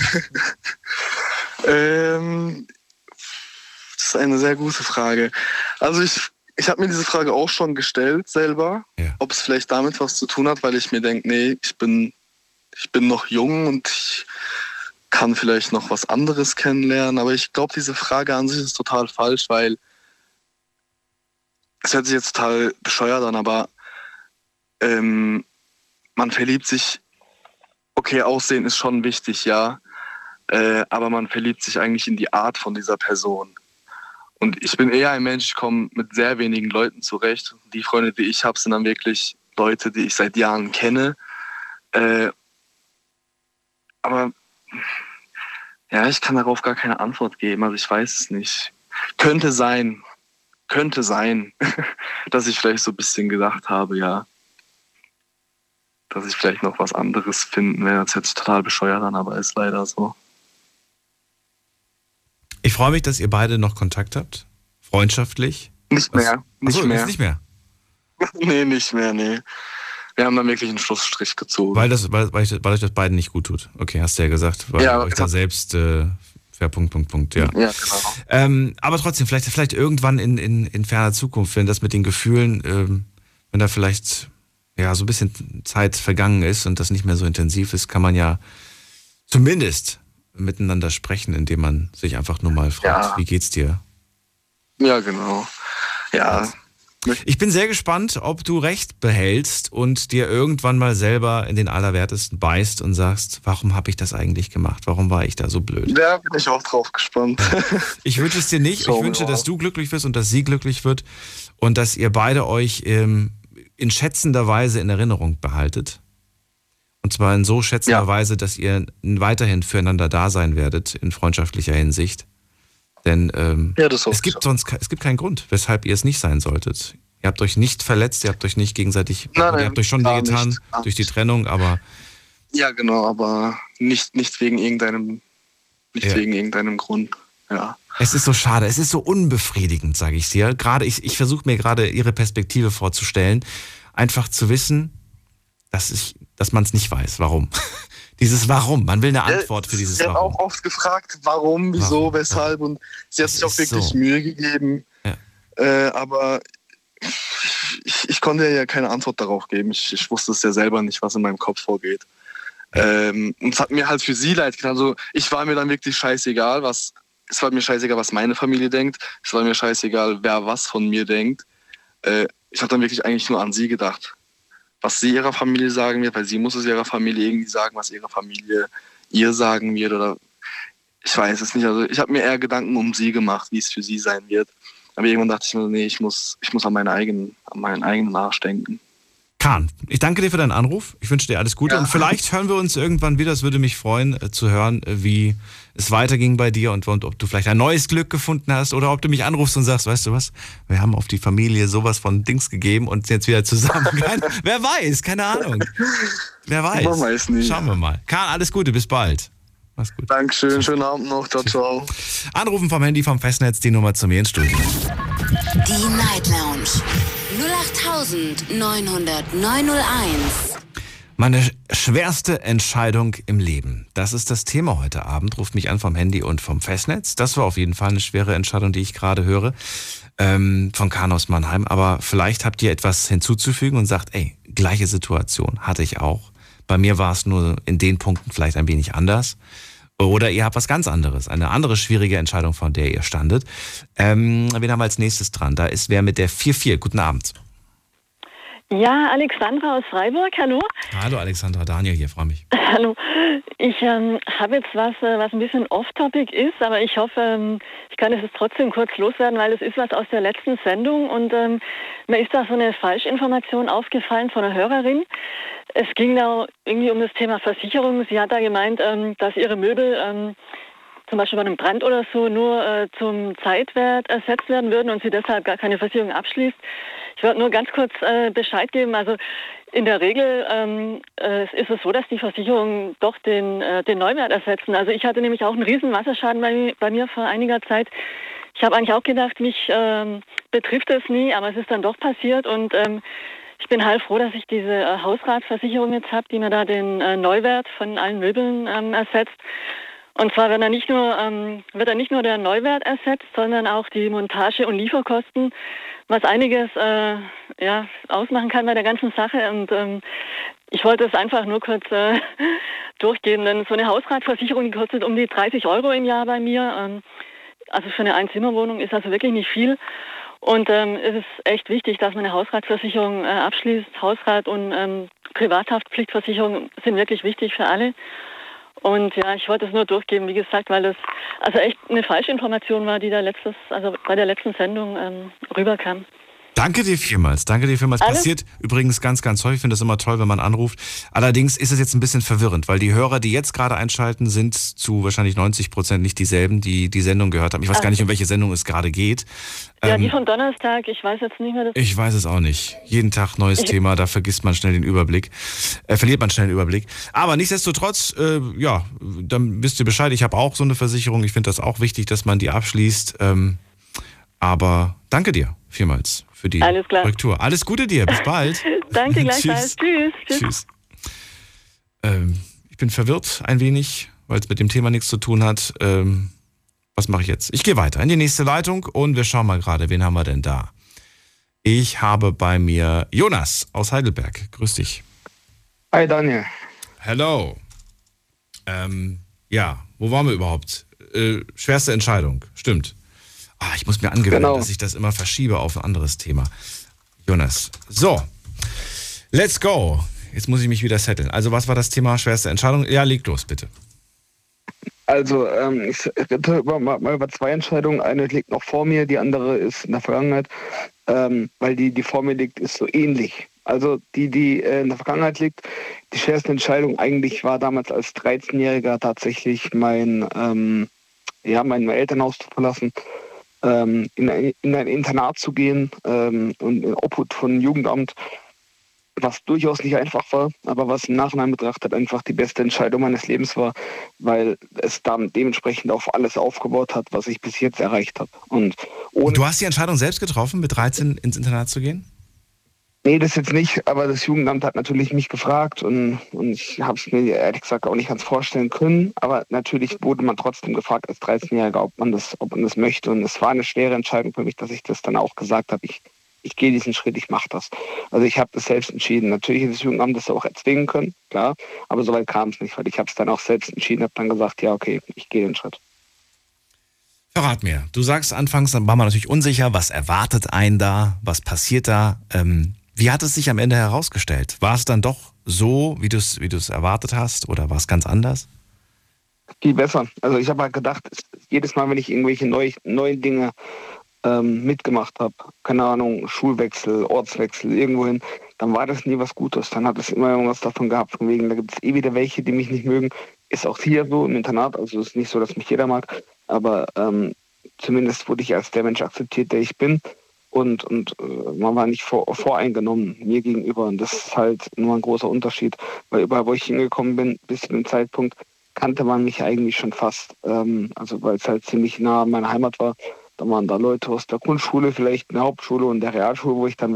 Ähm, das ist eine sehr gute Frage. Also ich, ich habe mir diese Frage auch schon gestellt selber, Ja. ob es vielleicht damit was zu tun hat, weil ich mir denke, nee, ich bin, ich bin noch jung und ich kann vielleicht noch was anderes kennenlernen. Aber ich glaube, diese Frage an sich ist total falsch, weil es hört sich jetzt total bescheuert an, aber ähm, man verliebt sich, okay, Aussehen ist schon wichtig, ja, äh, aber man verliebt sich eigentlich in die Art von dieser Person. Und ich bin eher ein Mensch, ich komme mit sehr wenigen Leuten zurecht. Die Freunde, die ich habe, sind dann wirklich Leute, die ich seit Jahren kenne. Äh, aber ja, ich kann darauf gar keine Antwort geben, also ich weiß es nicht. Könnte sein. Könnte sein, dass ich vielleicht so ein bisschen gedacht habe, ja, dass ich vielleicht noch was anderes finden werde. Das hört sich total bescheuert an, aber ist leider so. Ich freue mich, dass ihr beide noch Kontakt habt. Freundschaftlich. Nicht mehr, nicht Achso, mehr. jetzt nicht mehr. Nee, nicht mehr, nee. Wir haben dann wirklich einen Schlussstrich gezogen. Weil, das, weil, weil, ich, weil euch das beiden nicht gut tut. Okay, hast du ja gesagt. Weil Ja, euch da genau. selbst äh, Punkt, Punkt, Punkt, ja. Ja, genau. Ähm, aber trotzdem, vielleicht, vielleicht irgendwann in, in, in ferner Zukunft, wenn das mit den Gefühlen, ähm, wenn da vielleicht ja so ein bisschen Zeit vergangen ist und das nicht mehr so intensiv ist, kann man ja zumindest miteinander sprechen, indem man sich einfach nur mal fragt, Ja. wie geht's dir? Ja, genau. Ja, Ich bin sehr gespannt, ob du recht behältst und dir irgendwann mal selber in den Allerwertesten beißt und sagst, warum habe ich das eigentlich gemacht? Warum war ich da so blöd? da bin ich auch drauf gespannt. Ich wünsche es dir nicht. Ich Schauen wir wünsche, mal. dass du glücklich wirst und dass sie glücklich wird und dass ihr beide euch ähm, in schätzender Weise in Erinnerung behaltet. Und zwar in so schätzender Ja. Weise, dass ihr weiterhin füreinander da sein werdet in freundschaftlicher Hinsicht. Denn ähm, Ja, das hoffe es ich gibt auch. sonst ke- es gibt keinen Grund, weshalb ihr es nicht sein solltet. Ihr habt euch nicht verletzt, ihr habt euch nicht gegenseitig, Nein, nein, ihr habt euch schon gar wehgetan nicht, gar durch die nicht. Trennung, aber Ja, genau, aber nicht, nicht wegen irgendeinem, nicht Ja. wegen irgendeinem Grund. Ja. es ist so schade, es ist so unbefriedigend, sage ich dir. Gerade ich, ich versuche mir gerade ihre Perspektive vorzustellen, einfach zu wissen, dass ich, dass man es nicht weiß. Warum? Dieses Warum. Man will eine Antwort für dieses Sie hat Warum. auch oft gefragt, warum, wieso, Warum? weshalb. Und sie hat Es sich auch ist wirklich so. Mühe gegeben. Ja. Äh, aber ich, ich konnte ihr ja keine Antwort darauf geben. Ich, ich wusste es ja selber nicht, was in meinem Kopf vorgeht. Ähm, und es hat mir halt für sie leid getan. Also ich war mir dann wirklich scheißegal, was. Es war mir scheißegal, was meine Familie denkt. Es war mir scheißegal, wer was von mir denkt. Äh, ich habe dann wirklich eigentlich nur an sie gedacht. Was sie ihrer Familie sagen wird, weil sie muss es ihrer Familie irgendwie sagen, was ihre Familie ihr sagen wird oder ich weiß es nicht. Also ich habe mir eher Gedanken um sie gemacht, wie es für sie sein wird. Aber irgendwann dachte ich mir, nee, ich muss, ich muss an, meine eigenen, an meinen eigenen Arsch denken. Kahn, ich danke dir für deinen Anruf. Ich wünsche dir alles Gute. Ja. Und vielleicht hören wir uns irgendwann wieder. Es würde mich freuen, äh, zu hören, äh, wie es weiterging bei dir und, und ob du vielleicht ein neues Glück gefunden hast oder ob du mich anrufst und sagst, weißt du was, wir haben auf die Familie sowas von Dings gegeben und sind jetzt wieder zusammen. Kein, wer weiß, keine Ahnung. Wer weiß. Man weiß nie. Schauen wir mal. Kahn, alles Gute, bis bald. Mach's gut. Dankeschön, schönen Abend noch. Ciao, ciao. Anrufen vom Handy vom Festnetz, die Nummer zu mir ins Studio. Die Night Lounge null acht neun null null neun null eins. Meine schwerste Entscheidung im Leben. Das ist das Thema heute Abend. Ruft mich an vom Handy und vom Festnetz. Das war auf jeden Fall eine schwere Entscheidung, die ich gerade höre, ähm, von Kahn aus Mannheim. Aber vielleicht habt ihr etwas hinzuzufügen und sagt, ey, gleiche Situation hatte ich auch. Bei mir war es nur in den Punkten vielleicht ein wenig anders. Oder ihr habt was ganz anderes, eine andere schwierige Entscheidung, von der ihr standet. Ähm, wen haben wir als nächstes dran? Da ist wer mit der vier vier. Guten Abend. Ja, Alexandra aus Freiburg, hallo. Hallo Alexandra, Daniel hier, freue mich. Hallo. Ich ähm, habe jetzt was, äh, was ein bisschen off-topic ist, aber ich hoffe, ähm, ich kann es jetzt trotzdem kurz loswerden, weil es ist was aus der letzten Sendung und ähm, mir ist da so eine Falschinformation aufgefallen von einer Hörerin. Es ging da irgendwie um das Thema Versicherung. Sie hat da gemeint, ähm, dass ihre Möbel ähm, zum Beispiel bei einem Brand oder so nur äh, zum Zeitwert ersetzt werden würden und sie deshalb gar keine Versicherung abschließt. Ich wollte nur ganz kurz äh, Bescheid geben. Also in der Regel ähm, äh, ist es so, dass die Versicherungen doch den, äh, den Neuwert ersetzen. Also ich hatte nämlich auch einen riesen Wasserschaden bei, bei mir vor einiger Zeit. Ich habe eigentlich auch gedacht, mich ähm, betrifft es nie, aber es ist dann doch passiert und ähm, ich bin heilfroh, dass ich diese äh, Hausratversicherung jetzt habe, die mir da den äh, Neuwert von allen Möbeln ähm, ersetzt. Und zwar wird er nicht nur ähm, wird er nicht nur der Neuwert ersetzt, sondern auch die Montage- und Lieferkosten, was einiges äh, ja, ausmachen kann bei der ganzen Sache. Und ähm, ich wollte es einfach nur kurz äh, durchgeben, denn so eine Hausratversicherung, die kostet um die dreißig Euro im Jahr bei mir. Ähm, also für eine Einzimmerwohnung ist also wirklich nicht viel. Und ähm, es ist echt wichtig, dass man eine Hausratversicherung äh, abschließt. Hausrat- und ähm, Privathaftpflichtversicherung sind wirklich wichtig für alle. Und ja, ich wollte es nur durchgeben, wie gesagt, weil das also echt eine Falschinformation war, die da letztes, also bei der letzten Sendung ähm, rüberkam. Danke dir vielmals, danke dir vielmals. Alles? Passiert übrigens ganz, ganz häufig. Ich finde das immer toll, wenn man anruft. Allerdings ist es jetzt ein bisschen verwirrend, weil die Hörer, die jetzt gerade einschalten, sind zu wahrscheinlich neunzig Prozent nicht dieselben, die die Sendung gehört haben. Ich weiß Ach. gar nicht, um welche Sendung es gerade geht. Ja, Ähm, die von Donnerstag, ich weiß jetzt nicht mehr. Das Ich weiß es auch nicht. Jeden Tag neues Thema, da vergisst man schnell den Überblick. Äh, verliert man schnell den Überblick. Aber nichtsdestotrotz, äh, ja, dann wisst ihr Bescheid. Ich habe auch so eine Versicherung. Ich finde das auch wichtig, dass man die abschließt. Ähm, aber danke dir vielmals für die Alles klar. Korrektur. Alles Gute dir. Bis bald. Danke gleichfalls. Tschüss. Tschüss. Tschüss. Ähm, ich bin verwirrt ein wenig, weil es mit dem Thema nichts zu tun hat. Ähm, was mache ich jetzt? Ich gehe weiter in die nächste Leitung und wir schauen mal gerade, wen haben wir denn da? Ich habe bei mir Jonas aus Heidelberg. Grüß dich. Hi Daniel. Hello. Ähm, ja, wo waren wir überhaupt? Äh, schwerste Entscheidung, stimmt. Ah, ich muss mir angewöhnen, Genau. dass ich das immer verschiebe auf ein anderes Thema. Jonas. So, let's go. Jetzt muss ich mich wieder setteln. Also was war das Thema schwerste Entscheidung? Ja, leg los, bitte. Also ähm, ich rede über, mal über zwei Entscheidungen. Eine liegt noch vor mir, die andere ist in der Vergangenheit. Ähm, weil die, die vor mir liegt, ist so ähnlich. Also die, die äh, in der Vergangenheit liegt, die schwerste Entscheidung eigentlich war damals als dreizehnjähriger tatsächlich mein, ähm, ja, mein Elternhaus zu verlassen, ähm, in, ein, in ein Internat zu gehen ähm, und in Obhut von Jugendamt, was durchaus nicht einfach war, aber was im Nachhinein betrachtet einfach die beste Entscheidung meines Lebens war, weil es dann dementsprechend auf alles aufgebaut hat, was ich bis jetzt erreicht habe. Und ohne Du hast die Entscheidung selbst getroffen, mit dreizehn ins Internat zu gehen? Nee, das jetzt nicht, aber das Jugendamt hat natürlich mich gefragt und, und ich habe es mir ehrlich gesagt auch nicht ganz vorstellen können, aber natürlich wurde man trotzdem gefragt als dreizehnjähriger, ob man das, ob man das möchte, und es war eine schwere Entscheidung für mich, dass ich das dann auch gesagt habe, ich, ich gehe diesen Schritt, ich mache das. Also ich habe das selbst entschieden. Natürlich hätte das Jugendamt das auch erzwingen können, klar, aber soweit kam es nicht, weil ich habe es dann auch selbst entschieden, habe dann gesagt, ja okay, ich gehe den Schritt. Verrat mir. Du sagst anfangs, dann war man natürlich unsicher, was erwartet einen da, was passiert da. Ähm, wie hat es sich am Ende herausgestellt? War es dann doch so, wie du es wie du es erwartet hast, oder war es ganz anders? Viel besser. Also ich habe halt gedacht, jedes Mal, wenn ich irgendwelche neu, neuen Dinge ähm, mitgemacht habe, keine Ahnung, Schulwechsel, Ortswechsel, irgendwohin, dann war das nie was Gutes. Dann hat es immer irgendwas davon gehabt, von wegen, da gibt es eh wieder welche, die mich nicht mögen. Ist auch hier so im Internat, also es ist nicht so, dass mich jeder mag, aber ähm, zumindest wurde ich als der Mensch akzeptiert, der ich bin. Und, und äh, man war nicht vor, voreingenommen mir gegenüber. Und das ist halt nur ein großer Unterschied. Weil überall, wo ich hingekommen bin, bis zu dem Zeitpunkt, kannte man mich eigentlich schon fast. Ähm, also weil es halt ziemlich nah an meiner Heimat war. Da waren da Leute aus der Grundschule, vielleicht in der Hauptschule und der Realschule, wo ich dann war.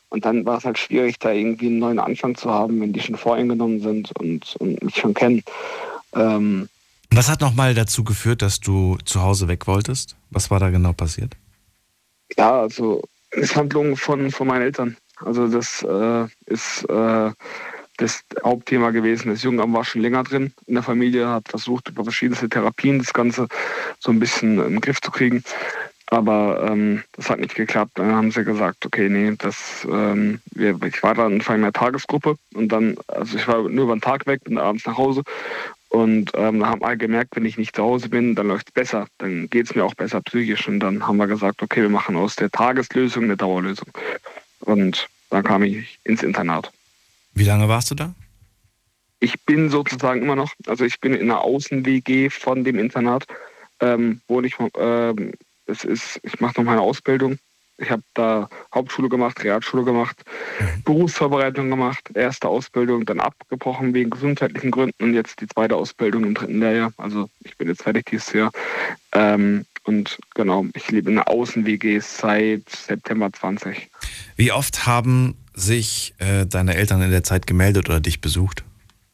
Und dann war es halt schwierig, da irgendwie einen neuen Anfang zu haben, wenn die schon voreingenommen sind und, und mich schon kennen. Ähm, Was hat nochmal dazu geführt, dass du zu Hause weg wolltest? Was war da genau passiert? ja, also Misshandlungen von, von meinen Eltern. Also das äh, ist äh, das Hauptthema gewesen. Das Jugendamt war schon länger drin in der Familie, hat versucht, über verschiedene Therapien das Ganze so ein bisschen in den Griff zu kriegen. Aber ähm, das hat nicht geklappt. Dann haben sie gesagt, okay, nee, das, ähm, wir, ich war dann in einer Tagesgruppe und dann, also ich war nur über den Tag weg, bin abends nach Hause und ähm, da haben alle gemerkt, wenn ich nicht zu Hause bin, dann läuft es besser, dann geht es mir auch besser psychisch und dann haben wir gesagt, okay, wir machen aus der Tageslösung eine Dauerlösung. Und dann kam ich ins Internat. Wie lange warst du da? Ich bin sozusagen immer noch, also ich bin in einer Außen-W G von dem Internat, ähm, wo ich, ähm, es ist, ich mache noch meine Ausbildung. Ich habe da Hauptschule gemacht, Realschule gemacht, Berufsvorbereitung gemacht, erste Ausbildung, dann abgebrochen wegen gesundheitlichen Gründen und jetzt die zweite Ausbildung im dritten Lehrjahr. Also ich bin jetzt fertig dieses Jahr. Ähm, und genau, ich lebe in einer Außen-W G seit September zwanzig. Wie oft haben sich äh, deine Eltern in der Zeit gemeldet oder dich besucht?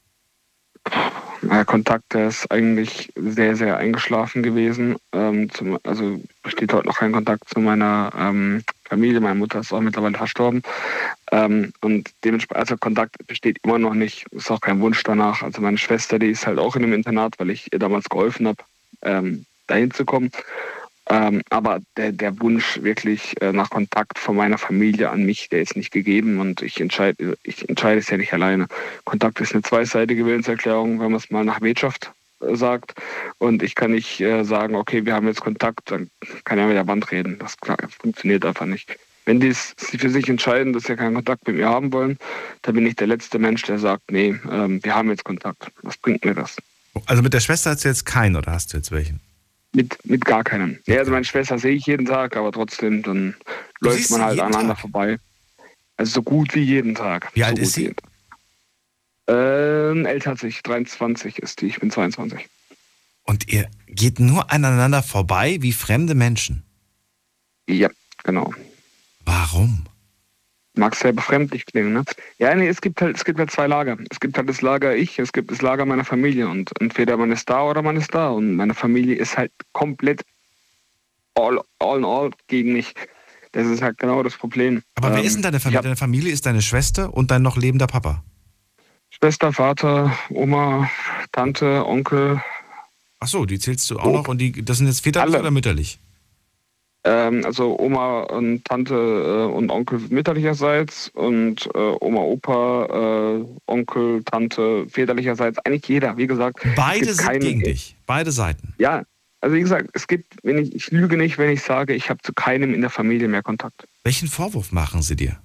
Der Kontakt, der ist eigentlich sehr, sehr eingeschlafen gewesen. Ähm, zum, also besteht heute noch kein Kontakt zu meiner ähm, Familie. Meine Mutter ist auch mittlerweile verstorben. Ähm, und dementsprechend, also Kontakt besteht immer noch nicht. Ist auch kein Wunsch danach. Also meine Schwester, die ist halt auch in dem Internat, weil ich ihr damals geholfen habe, ähm, dahin zu kommen. Ähm, aber der, der Wunsch wirklich äh, nach Kontakt von meiner Familie an mich, der ist nicht gegeben und ich entscheide, ich entscheide es ja nicht alleine. Kontakt ist eine zweiseitige Willenserklärung, wenn man es mal nach Wirtschaft äh, sagt. Und ich kann nicht äh, sagen, okay, wir haben jetzt Kontakt, dann kann er mit der Wand reden. Das klar, funktioniert einfach nicht. Wenn die sie für sich entscheiden, dass sie keinen Kontakt mit mir haben wollen, dann bin ich der letzte Mensch, der sagt, nee, ähm, wir haben jetzt Kontakt. Was bringt mir das? Also mit der Schwester hast du jetzt keinen oder hast du jetzt welchen? Mit, mit gar keinem. Ja, also meine Schwester sehe ich jeden Tag, aber trotzdem, dann Du läuft siehst man sie halt jeden aneinander Tag? vorbei. Also so gut wie jeden Tag. Wie so alt gut ist sie? wie jeden Tag. Ähm, älter als ich, dreiundzwanzig ist die, ich bin zweiundzwanzig. Und ihr geht nur aneinander vorbei wie fremde Menschen. Ja, genau. Warum? Mag sehr befremdlich klingen, ne? Ja, nee, es gibt halt, es gibt halt zwei Lager. Es gibt halt das Lager ich, es gibt das Lager meiner Familie und entweder man ist da oder man ist da und meine Familie ist halt komplett all, all in all gegen mich. Das ist halt genau das Problem. Aber wer Ähm, ist denn deine ich Familie? hab Deine Familie ist deine Schwester und dein noch lebender Papa. Schwester, Vater, Oma, Tante, Onkel, Ach so, die zählst du auch Oh. noch und die, das sind jetzt väterlich Alle. oder mütterlich? ähm, also Oma und Tante äh, und Onkel mütterlicherseits und äh, Oma, Opa, äh, Onkel, Tante väterlicherseits. Eigentlich jeder, wie gesagt. es Beide gibt sind keinen- gegen dich. Beide Seiten. Ja, also wie gesagt, es gibt, wenn ich, ich lüge nicht, wenn ich sage, ich habe zu keinem in der Familie mehr Kontakt. Welchen Vorwurf machen sie dir?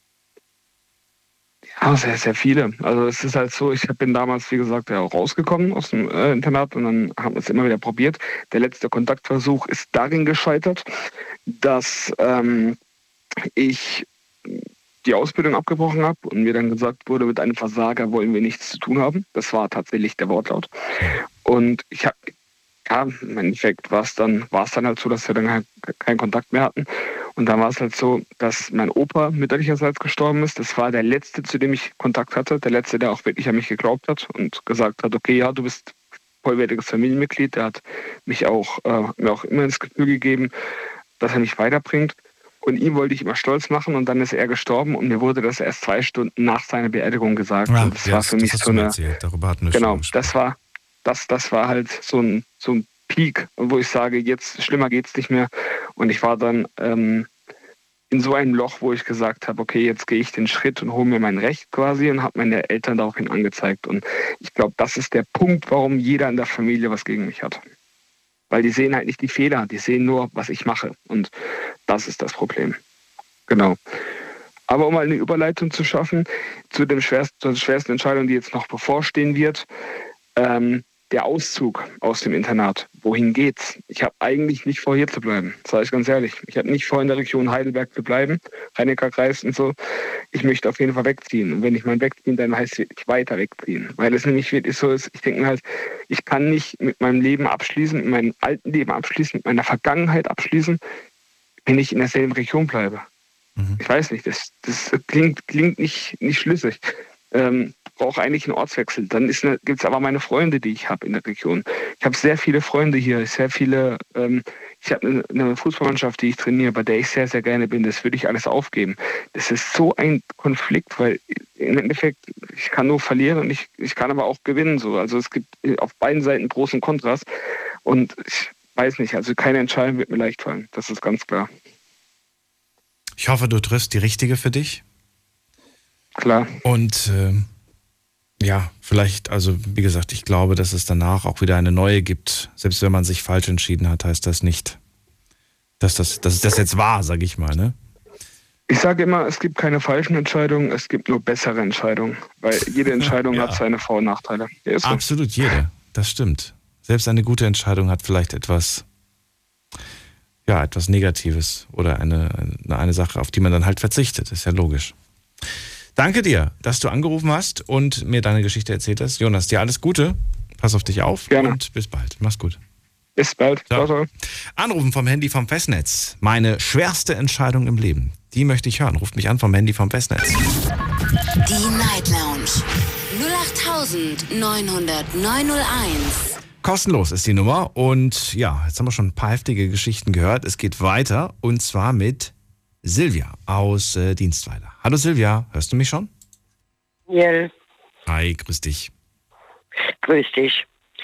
Ja, sehr, sehr viele. Also es ist halt so, ich bin damals, wie gesagt, ja auch rausgekommen aus dem äh, Internat und dann haben wir es immer wieder probiert. Der letzte Kontaktversuch ist darin gescheitert, dass ähm, ich die Ausbildung abgebrochen habe und mir dann gesagt wurde, mit einem Versager wollen wir nichts zu tun haben. Das war tatsächlich der Wortlaut. Und ich habe, ja, im Endeffekt war es dann, war es dann halt so, dass wir dann halt keinen Kontakt mehr hatten. Und dann war es halt so, dass mein Opa mütterlicherseits gestorben ist. Das war der Letzte, zu dem ich Kontakt hatte. Der Letzte, der auch wirklich an mich geglaubt hat und gesagt hat, okay, ja, du bist vollwertiges Familienmitglied. Der hat mich auch, äh, mir auch immer ins Gefühl gegeben, dass er mich weiterbringt. Und ihm wollte ich immer stolz machen und dann ist er gestorben und mir wurde das erst zwei Stunden nach seiner Beerdigung gesagt. Ja, und das ja, war für mich das hast so du mir eine, erzählt. Darüber hatten wir genau, schon gesprochen. das war, das, das war halt so ein, so ein Peak, wo ich sage, jetzt schlimmer geht's nicht mehr. Und ich war dann ähm, in so einem Loch, wo ich gesagt habe, okay, jetzt gehe ich den Schritt und hole mir mein Recht quasi und habe meine Eltern daraufhin angezeigt. Und ich glaube, das ist der Punkt, warum jeder in der Familie was gegen mich hat. Weil die sehen halt nicht die Fehler, die sehen nur, was ich mache. Und das ist das Problem. Genau. Aber um mal eine Überleitung zu schaffen zu, dem schwersten, zur schwersten Entscheidung, die jetzt noch bevorstehen wird, ähm, der Auszug aus dem Internat. Wohin geht's? Ich habe eigentlich nicht vor, hier zu bleiben, sage ich ganz ehrlich. Ich habe nicht vor, in der Region Heidelberg zu bleiben, Rhein-Neckar-Kreis und so. Ich möchte auf jeden Fall wegziehen. Und wenn ich mal wegziehen, dann heißt es wirklich weiter wegziehen. Weil es nämlich wirklich so ist, ich denke mir halt, ich kann nicht mit meinem Leben abschließen, mit meinem alten Leben abschließen, mit meiner Vergangenheit abschließen, wenn ich in derselben Region bleibe. Mhm. Ich weiß nicht, das, das klingt, klingt nicht, nicht schlüssig. Ähm, brauche eigentlich einen Ortswechsel. Dann gibt es aber meine Freunde, die ich habe in der Region. Ich habe sehr viele Freunde hier, sehr viele, ähm, ich habe eine, eine Fußballmannschaft, die ich trainiere, bei der ich sehr, sehr gerne bin. Das würde ich alles aufgeben. Das ist so ein Konflikt, weil im Endeffekt, ich kann nur verlieren und ich, ich kann aber auch gewinnen. So. Also es gibt auf beiden Seiten großen Kontrast und ich weiß nicht, also keine Entscheidung wird mir leicht fallen. Das ist ganz klar. Ich hoffe, du triffst die richtige für dich. Klar. Und äh, ja, vielleicht, also wie gesagt, ich glaube, dass es danach auch wieder eine neue gibt. Selbst wenn man sich falsch entschieden hat, heißt das nicht, dass das, dass das jetzt war, sage ich mal, ne? Ich sage immer, es gibt keine falschen Entscheidungen, es gibt nur bessere Entscheidungen. Weil jede Entscheidung ja. hat seine Vor- und Nachteile. Ja, so. Absolut jede, das stimmt. Selbst eine gute Entscheidung hat vielleicht etwas, ja, etwas Negatives oder eine, eine Sache, auf die man dann halt verzichtet. Ist ja logisch. Danke dir, dass du angerufen hast und mir deine Geschichte erzählt hast. Jonas, dir alles Gute. Pass auf dich auf. Gerne. Und bis bald. Mach's gut. Bis bald. Ciao. Ciao. Anrufen vom Handy vom Festnetz. Meine schwerste Entscheidung im Leben. Die möchte ich hören. Ruft mich an vom Handy vom Festnetz. Die Night Lounge. null acht neun null null neun null eins. Kostenlos ist die Nummer. Und ja, jetzt haben wir schon ein paar heftige Geschichten gehört. Es geht weiter und zwar mit Silvia aus äh, Dienstweiler. Hallo Silvia, hörst du mich schon? Ja. Hi, grüß dich. Grüß dich.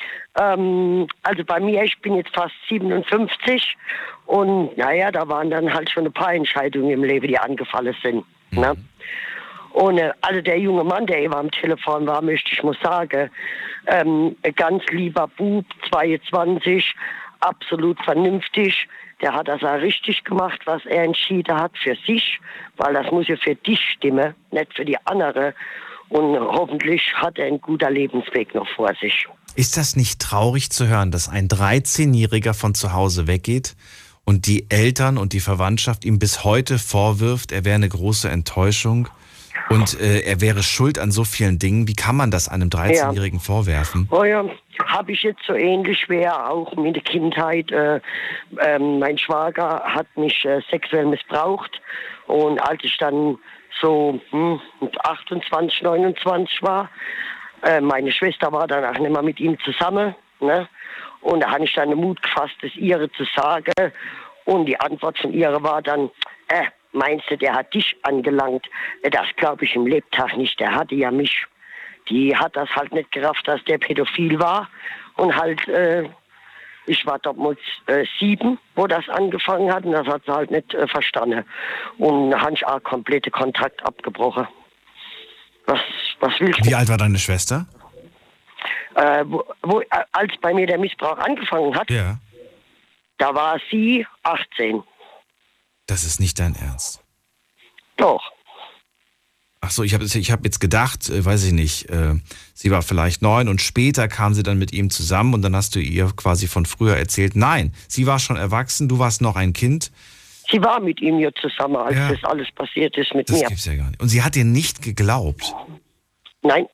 Ähm, also bei mir, ich bin jetzt fast siebenundfünfzig und naja, da waren dann halt schon ein paar Entscheidungen im Leben, die angefallen sind. Mhm. Ne? Und äh, also der junge Mann, der eben am Telefon war, möchte ich mal sagen, ähm, ein ganz lieber Bub, zweiundzwanzig, absolut vernünftig. Der hat das auch richtig gemacht, was er entschieden hat für sich, weil das muss ja für dich stimmen, nicht für die andere. Und hoffentlich hat er einen guten Lebensweg noch vor sich. Ist das nicht traurig zu hören, dass ein dreizehnjähriger von zu Hause weggeht und die Eltern und die Verwandtschaft ihm bis heute vorwirft, er wäre eine große Enttäuschung und äh, er wäre schuld an so vielen Dingen? Wie kann man das einem dreizehnjährigen ja. vorwerfen? Oh ja, habe ich jetzt so ähnlich wie er auch in der Kindheit. Äh, äh, mein Schwager hat mich äh, sexuell missbraucht und als ich dann so hm, achtundzwanzig, neunundzwanzig war, äh, meine Schwester war danach nicht mehr mit ihm zusammen, ne? Und da habe ich dann den Mut gefasst, das ihre zu sagen und die Antwort von ihrer war dann, äh, meinst du, der hat dich angelangt? Das glaube ich im Lebtag nicht, der hatte ja mich. Die hat das halt nicht gerafft, dass der pädophil war und halt, äh, ich war damals äh, sieben, wo das angefangen hat und das hat sie halt nicht äh, verstanden. Und da habe ich auch komplette Kontakt abgebrochen. Was, was willst du? Wie alt war deine Schwester? Äh, wo, wo, als bei mir der Missbrauch angefangen hat, ja. Da war sie achtzehn. Das ist nicht dein Ernst. Doch. Ach so, ich habe ich hab jetzt gedacht, äh, weiß ich nicht, äh, sie war vielleicht neun und später kam sie dann mit ihm zusammen und dann hast du ihr quasi von früher erzählt. Nein, sie war schon erwachsen, du warst noch ein Kind. Sie war mit ihm ja zusammen, als ja. das alles passiert ist mit das mir. Das gibt's ja gar nicht. Und sie hat dir nicht geglaubt? Nein.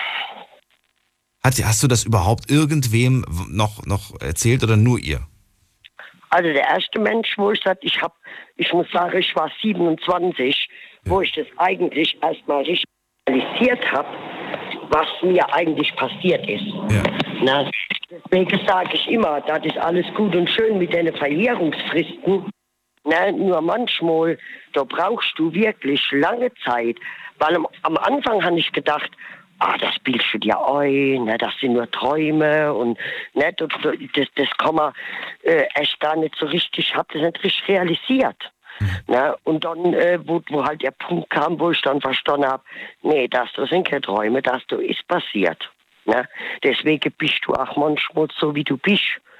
Hat, hast du das überhaupt irgendwem noch, noch erzählt oder nur ihr? Also der erste Mensch, wo ich sagte, ich habe, ich muss sagen, ich war siebenundzwanzig, ja. wo ich das eigentlich erstmal richtig realisiert habe, was mir eigentlich passiert ist. Ja. Na, deswegen sage ich immer, das ist alles gut und schön mit den Verjährungsfristen. Na, nur manchmal, da brauchst du wirklich lange Zeit, weil am, am Anfang habe ich gedacht, ah, das bildest du dir ein, ne, das sind nur Träume und ne, das, das, das kann man äh, echt gar nicht so richtig, ich habe das nicht richtig realisiert. Mhm. Ne, und dann, äh, wo, wo halt der Punkt kam, wo ich dann verstanden habe, nee, das, das sind keine Träume, das das ist passiert. Ne? Deswegen bist du auch manchmal so, wie du bist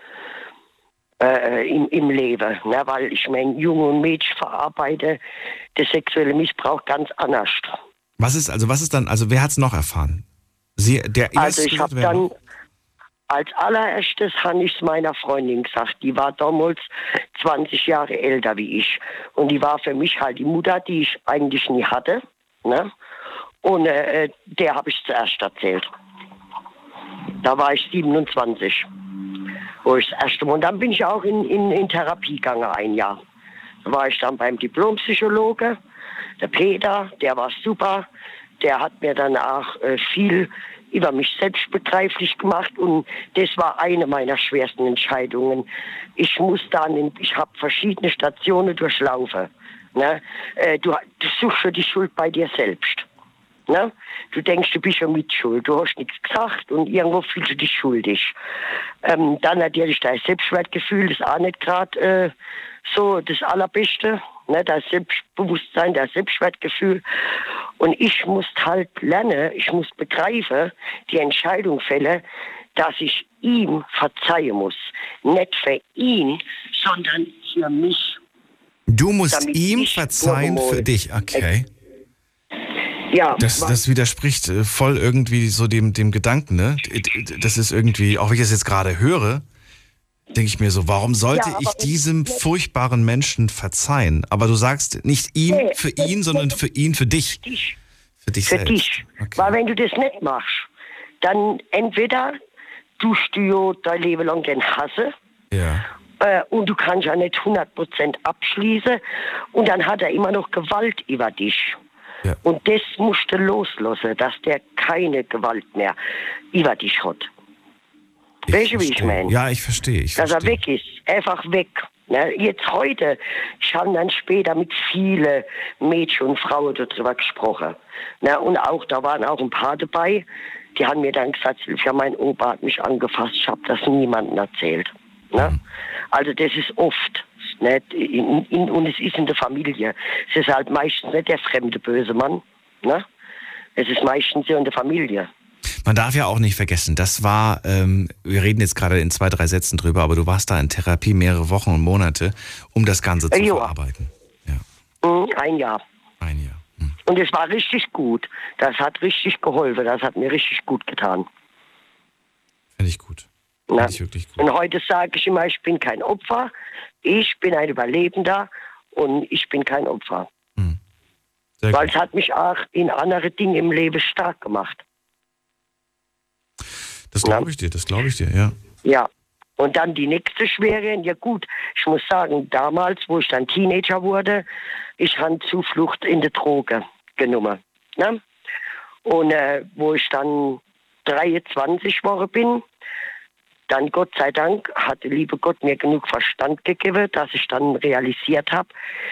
äh, im, im Leben. Ne? Weil ich meine, Junge und Mädchen verarbeiten den sexuellen Missbrauch ganz anders. Was ist, also was ist dann, also wer hat es noch erfahren? Sie, der also ich habe dann, als allererstes habe ich es meiner Freundin gesagt, die war damals zwanzig Jahre älter wie ich. Und die war für mich halt die Mutter, die ich eigentlich nie hatte. Ne? Und äh, der habe ich zuerst erzählt. Da war ich siebenundzwanzig. Wo ich das erste Mal, und dann bin ich auch in, in, in Therapie gegangen, ein Jahr. Da war ich dann beim Diplompsychologe. der Peter, der war super. Der hat mir dann auch äh, viel über mich selbst begreiflich gemacht und das war eine meiner schwersten Entscheidungen. Ich muss dann, ich habe verschiedene Stationen durchlaufen. Ne? Äh, du, du suchst für die Schuld bei dir selbst. Ne? Du denkst, du bist ja mitschuld, du hast nichts gesagt und irgendwo fühlst du dich schuldig. Ähm, dann natürlich dein Selbstwertgefühl, das ist auch nicht gerade äh, so das Allerbeste. Ne, das Selbstbewusstsein, das Selbstwertgefühl. Und ich muss halt lernen, ich muss begreifen, die Entscheidung fällen, dass ich ihm verzeihen muss. Nicht für ihn, sondern für mich. Du musst ihm verzeihen für dich, okay. Ja. Das, das widerspricht voll irgendwie so dem, dem Gedanken, ne? Das ist irgendwie, auch wenn ich das jetzt gerade höre, denke ich mir so, warum sollte ja, ich diesem furchtbaren Menschen verzeihen? Aber du sagst nicht ihm nee, für ihn, sondern für ihn für dich. Für dich, für dich für selbst. Dich. Okay. Weil wenn du das nicht machst, dann entweder tust du ja dein Leben lang den hassen ja. äh, und du kannst ja nicht hundert Prozent abschließen und dann hat er immer noch Gewalt über dich. Ja. Und das musst du loslassen, dass der keine Gewalt mehr über dich hat. Weißt du, wie ich meine? Ja, ich verstehe. Ich Dass verstehe. er weg ist, einfach weg. Ne? Jetzt heute, ich habe dann später mit vielen Mädchen und Frauen darüber gesprochen. Ne? Und auch, da waren auch ein paar dabei, die haben mir dann gesagt, ja, mein Opa hat mich angefasst, ich habe das niemandem erzählt. Ne? Mhm. Also das ist oft. Nicht? In, in, und es ist in der Familie. Es ist halt meistens nicht der fremde böse Mann. Ne? Es ist meistens ja in der Familie. Man darf ja auch nicht vergessen, das war, ähm, wir reden jetzt gerade in zwei, drei Sätzen drüber, aber du warst da in Therapie mehrere Wochen und Monate, um das Ganze zu ja. verarbeiten. Ja. Ein Jahr. Ein Jahr. Hm. Und es war richtig gut. Das hat richtig geholfen, das hat mir richtig gut getan. Finde ich gut. Finde ich wirklich gut. Und heute sage ich immer, ich bin kein Opfer, ich bin ein Überlebender und ich bin kein Opfer. Hm. Weil es hat mich auch in andere Dinge im Leben stark gemacht. Das glaube ich dir, das glaube ich dir, ja. Ja, und dann die nächste Schwere, ja gut, ich muss sagen, damals, wo ich dann Teenager wurde, ich habe Zuflucht in die Droge genommen. Ne? Und äh, wo ich dann dreiundzwanzig Wochen bin, dann Gott sei Dank hat der liebe Gott mir genug Verstand gegeben, dass ich dann realisiert habe,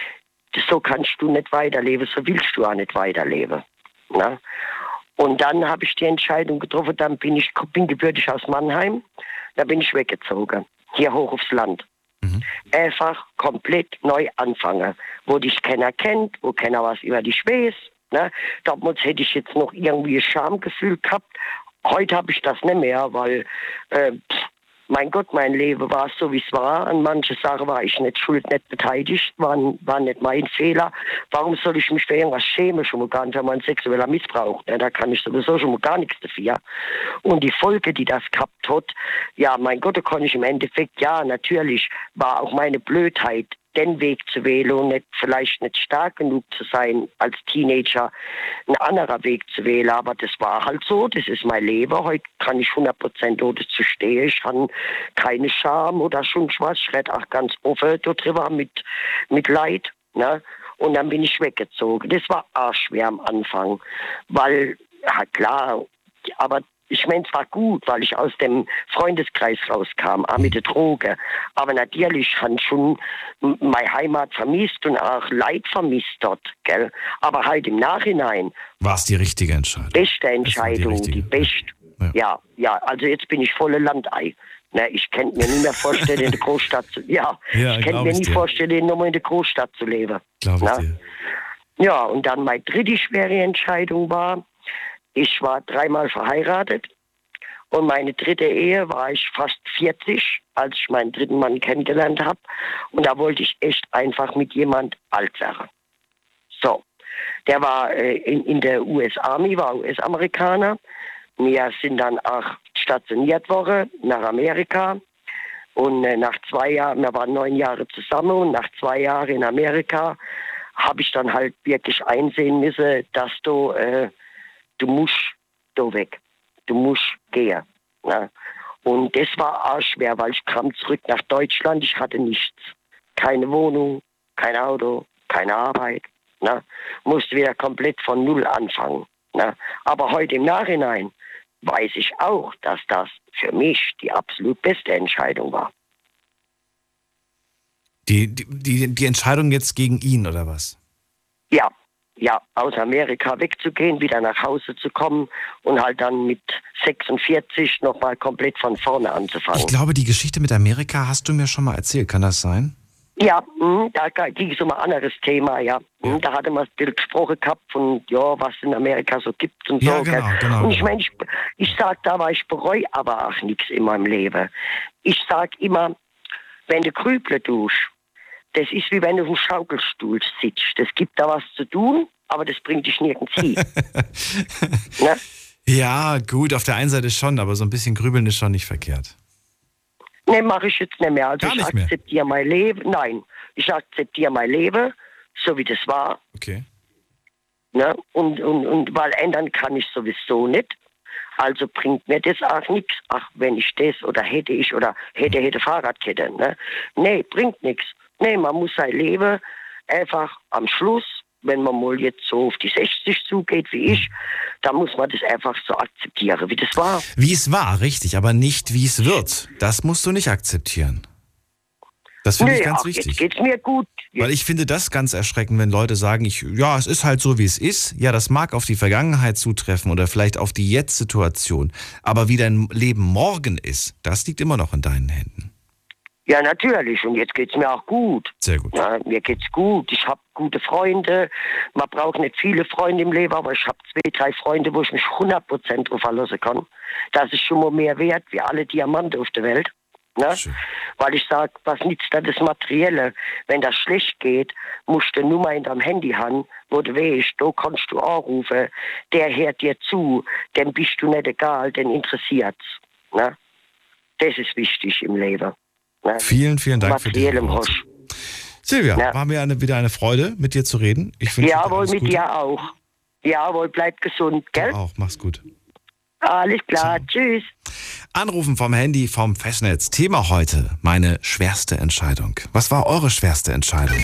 so kannst du nicht weiterleben, so willst du auch nicht weiterleben. Ne? Und dann habe ich die Entscheidung getroffen, dann bin ich bin gebürtig aus Mannheim, da bin ich weggezogen, hier hoch aufs Land. Mhm. Einfach komplett neu anfangen, wo dich keiner kennt, wo keiner was über dich weiß. Ne? Damals hätte ich jetzt noch irgendwie ein Schamgefühl gehabt. Heute habe ich das nicht mehr, weil, äh, mein Gott, mein Leben war so, wie es war. An manche Sachen war ich nicht schuld, nicht beteiligt, war, war nicht mein Fehler. Warum soll ich mich für irgendwas schämen? Schon mal gar nicht, wenn man sexueller Missbrauch. Ja, da kann ich sowieso schon mal gar nichts dafür. Und die Folge, die das gehabt hat, ja, mein Gott, da kann ich im Endeffekt, ja, natürlich war auch meine Blödheit, den Weg zu wählen und nicht, vielleicht nicht stark genug zu sein, als Teenager ein anderer Weg zu wählen. Aber das war halt so, das ist mein Leben. Heute kann ich hundert Prozent dazu stehen. Ich habe keine Scham oder schon was. Ich rede auch ganz offen darüber mit, mit Leid. Ne? Und dann bin ich weggezogen. Das war auch schwer am Anfang, weil, ja klar, aber ich meine, es war gut, weil ich aus dem Freundeskreis rauskam, auch mit der Droge. Aber natürlich habe ich schon meine Heimat vermisst und auch Leid vermisst dort. Gell? Aber halt im Nachhinein. War es die richtige Entscheidung? Beste Entscheidung, die, die beste. Ja. ja, ja, also jetzt bin ich volle Landei. Ne, ich kann mir nie mehr vorstellen, in der Großstadt zu ja, ja, ich kann mir nie dir. vorstellen, nochmal in der Großstadt zu leben. Glaube ich dir. Ja, und dann meine dritte schwere Entscheidung war, ich war dreimal verheiratet und meine dritte Ehe war ich fast vierzig, als ich meinen dritten Mann kennengelernt habe. Und da wollte ich echt einfach mit jemand alt werden. So, der war äh, in, in der U S Army, war U S-Amerikaner. Wir sind dann auch stationiert worden nach Amerika. Und äh, nach zwei Jahren, wir waren neun Jahre zusammen und nach zwei Jahren in Amerika habe ich dann halt wirklich einsehen müssen, dass du... Äh, Du musst da weg. Du musst gehen. Ne? Und das war auch schwer, weil ich kam zurück nach Deutschland. Ich hatte nichts. Keine Wohnung, kein Auto, keine Arbeit. Ne? Musste wieder komplett von Null anfangen. Ne? Aber heute im Nachhinein weiß ich auch, dass das für mich die absolut beste Entscheidung war. Die, die, die, die Entscheidung jetzt gegen ihn, oder was? Ja, ja, aus Amerika wegzugehen, wieder nach Hause zu kommen und halt dann mit sechsundvierzig nochmal komplett von vorne anzufangen. Ich glaube, die Geschichte mit Amerika hast du mir schon mal erzählt, kann das sein? Ja, mh, da ging es um ein anderes Thema, ja. ja. Da hatte man viel gesprochen gehabt von, ja, was in Amerika so gibt und ja, so. Genau, genau, und ich genau. meine, ich, ich sag da, aber ich bereue aber auch nichts in meinem Leben. Ich sag immer, wenn du grübeln tust, das ist wie wenn du auf dem Schaukelstuhl sitzt. Es gibt da was zu tun, aber das bringt dich nirgends hin. Ne? Ja, gut, auf der einen Seite schon, aber so ein bisschen grübeln ist schon nicht verkehrt. Ne, mache ich jetzt nicht mehr. Also Gar nicht ich mehr? akzeptiere mein Leben. Nein, ich akzeptiere mein Leben, so wie das war. Okay. Ne? Und, und, und weil ändern kann ich sowieso nicht. Also bringt mir das auch nichts. Ach, wenn ich das oder hätte ich oder hätte, hätte Fahrradkette. Ne? Nee, bringt nichts. Nee, man muss sein Leben einfach am Schluss, wenn man mal jetzt so auf die sechzig zugeht wie ich, da muss man das einfach so akzeptieren, wie das war. Wie es war, richtig, aber nicht wie es wird. Das musst du nicht akzeptieren. Das finde nee, ich ganz ach, wichtig. Jetzt geht's mir gut. Weil ich finde das ganz erschreckend, wenn Leute sagen, ich, ja, es ist halt so, wie es ist. Ja, das mag auf die Vergangenheit zutreffen oder vielleicht auf die Jetzt-Situation. Aber wie dein Leben morgen ist, das liegt immer noch in deinen Händen. Ja, natürlich. Und jetzt geht's mir auch gut. Sehr gut. Ja, mir geht's gut. Ich habe gute Freunde. Man braucht nicht viele Freunde im Leben, aber ich habe zwei, drei Freunde, wo ich mich hundert Prozent drauf verlassen kann. Das ist schon mal mehr wert wie alle Diamanten auf der Welt. Ne? Weil ich sage, was nützt da das Materielle? Wenn das schlecht geht, musst du nur mal in deinem Handy haben, wo du weißt, da kannst du anrufen, der hört dir zu, dem bist du nicht egal, den interessiert's. Ne? Das ist wichtig im Leben. Ne? Vielen, vielen Dank für die Worte. Silvia, Ja. war mir eine, wieder eine Freude, mit dir zu reden. Ich wünsche dir Jawohl, alles mit Gute. dir auch. Jawohl, bleib gesund, gell? Du auch, mach's gut. Alles klar, Ciao. tschüss. Anrufen vom Handy, vom Festnetz. Thema heute, meine schwerste Entscheidung. Was war eure schwerste Entscheidung?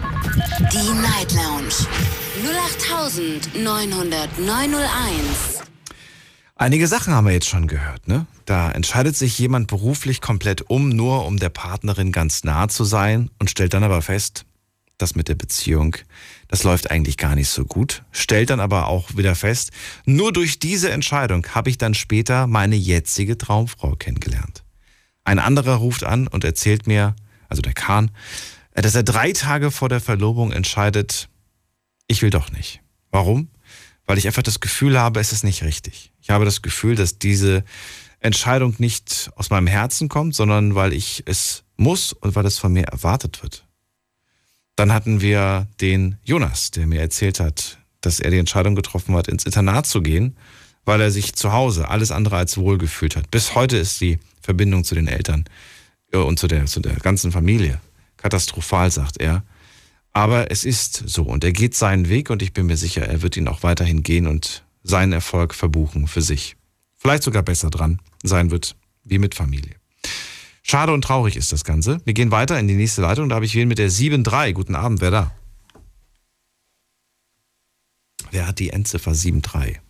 Die Night Lounge null acht neun null null neun null eins. Einige Sachen haben wir jetzt schon gehört, ne? Da entscheidet sich jemand beruflich komplett um, nur um der Partnerin ganz nah zu sein und stellt dann aber fest, das mit der Beziehung, das läuft eigentlich gar nicht so gut. Stellt dann aber auch wieder fest, nur durch diese Entscheidung habe ich dann später meine jetzige Traumfrau kennengelernt. Ein anderer ruft an und erzählt mir, also der Kahn, dass er drei Tage vor der Verlobung entscheidet, ich will doch nicht. Warum? Weil ich einfach das Gefühl habe, es ist nicht richtig. Ich habe das Gefühl, dass diese Entscheidung nicht aus meinem Herzen kommt, sondern weil ich es muss und weil es von mir erwartet wird. Dann hatten wir den Jonas, der mir erzählt hat, dass er die Entscheidung getroffen hat, ins Internat zu gehen, weil er sich zu Hause alles andere als wohl gefühlt hat. Bis heute ist die Verbindung zu den Eltern und zu der, zu der ganzen Familie katastrophal, sagt er. Aber es ist so und er geht seinen Weg und ich bin mir sicher, er wird ihn auch weiterhin gehen und seinen Erfolg verbuchen für sich. Vielleicht sogar besser dran sein wird, wie mit Familie. Schade und traurig ist das Ganze. Wir gehen weiter in die nächste Leitung. Da habe ich wen mit der sieben drei. Guten Abend, wer da? Wer hat die Endziffer sieben drei?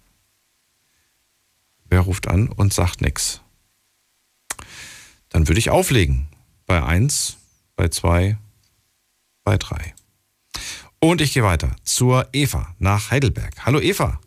Wer ruft an und sagt nichts? Dann würde ich auflegen. Bei eins, bei zwei, bei drei. Und ich gehe weiter zur Eva nach Heidelberg. Hallo Eva.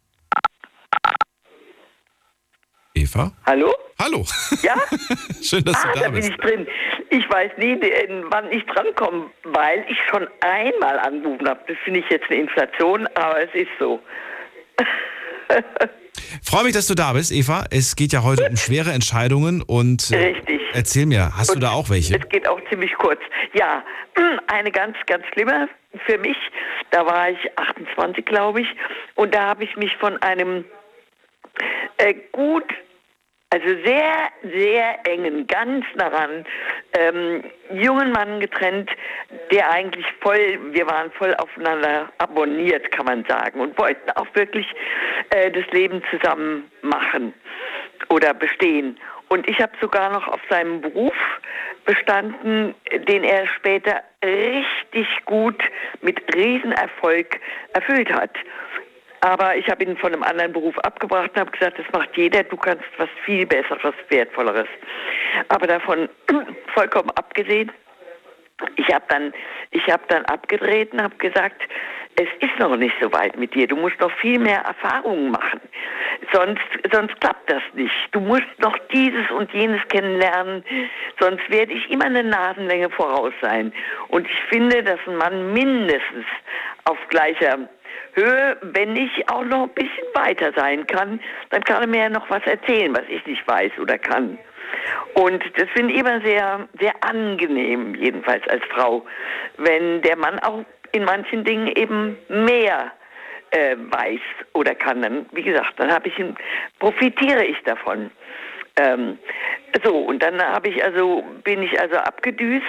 Eva? Hallo? Hallo. Ja? Schön, dass ah, du da, da bist. bin ich drin. Ich weiß nie, wann ich drankomme, weil ich schon einmal angerufen habe. Das finde ich jetzt eine Inflation, aber es ist so. Freue mich, dass du da bist, Eva. Es geht ja heute um schwere Entscheidungen und äh, Richtig. erzähl mir, hast Und du da auch welche? Es geht auch ziemlich kurz. Ja, eine ganz, ganz schlimme für mich. Da war ich achtundzwanzig, glaube ich. Und da habe ich mich von einem äh, gut, also sehr, sehr engen, ganz nah ran, ähm, jungen Mann getrennt, der eigentlich voll, wir waren voll aufeinander abonniert, kann man sagen, und wollten auch wirklich äh, das Leben zusammen machen oder bestehen. Und ich habe sogar noch auf seinem Beruf bestanden, den er später richtig gut mit Riesenerfolg erfüllt hat. Aber ich habe ihn von einem anderen Beruf abgebracht und habe gesagt, das macht jeder, du kannst was viel Besseres, Wertvolleres. Aber davon vollkommen abgesehen, ich habe dann, ich habe dann abgedreht und habe gesagt, es ist noch nicht so weit mit dir. Du musst noch viel mehr Erfahrungen machen. Sonst, sonst klappt das nicht. Du musst noch dieses und jenes kennenlernen. Sonst werde ich immer eine Nasenlänge voraus sein. Und ich finde, dass ein Mann mindestens auf gleicher Höhe, wenn nicht auch noch ein bisschen weiter sein kann, dann kann er mir ja noch was erzählen, was ich nicht weiß oder kann. Und das finde ich immer sehr, sehr angenehm, jedenfalls als Frau, wenn der Mann auch in manchen Dingen eben mehr äh, weiß oder kann. Dann, wie gesagt, dann habe ich ihn, profitiere ich davon. Ähm, so, und dann habe ich also, bin ich also abgedüst,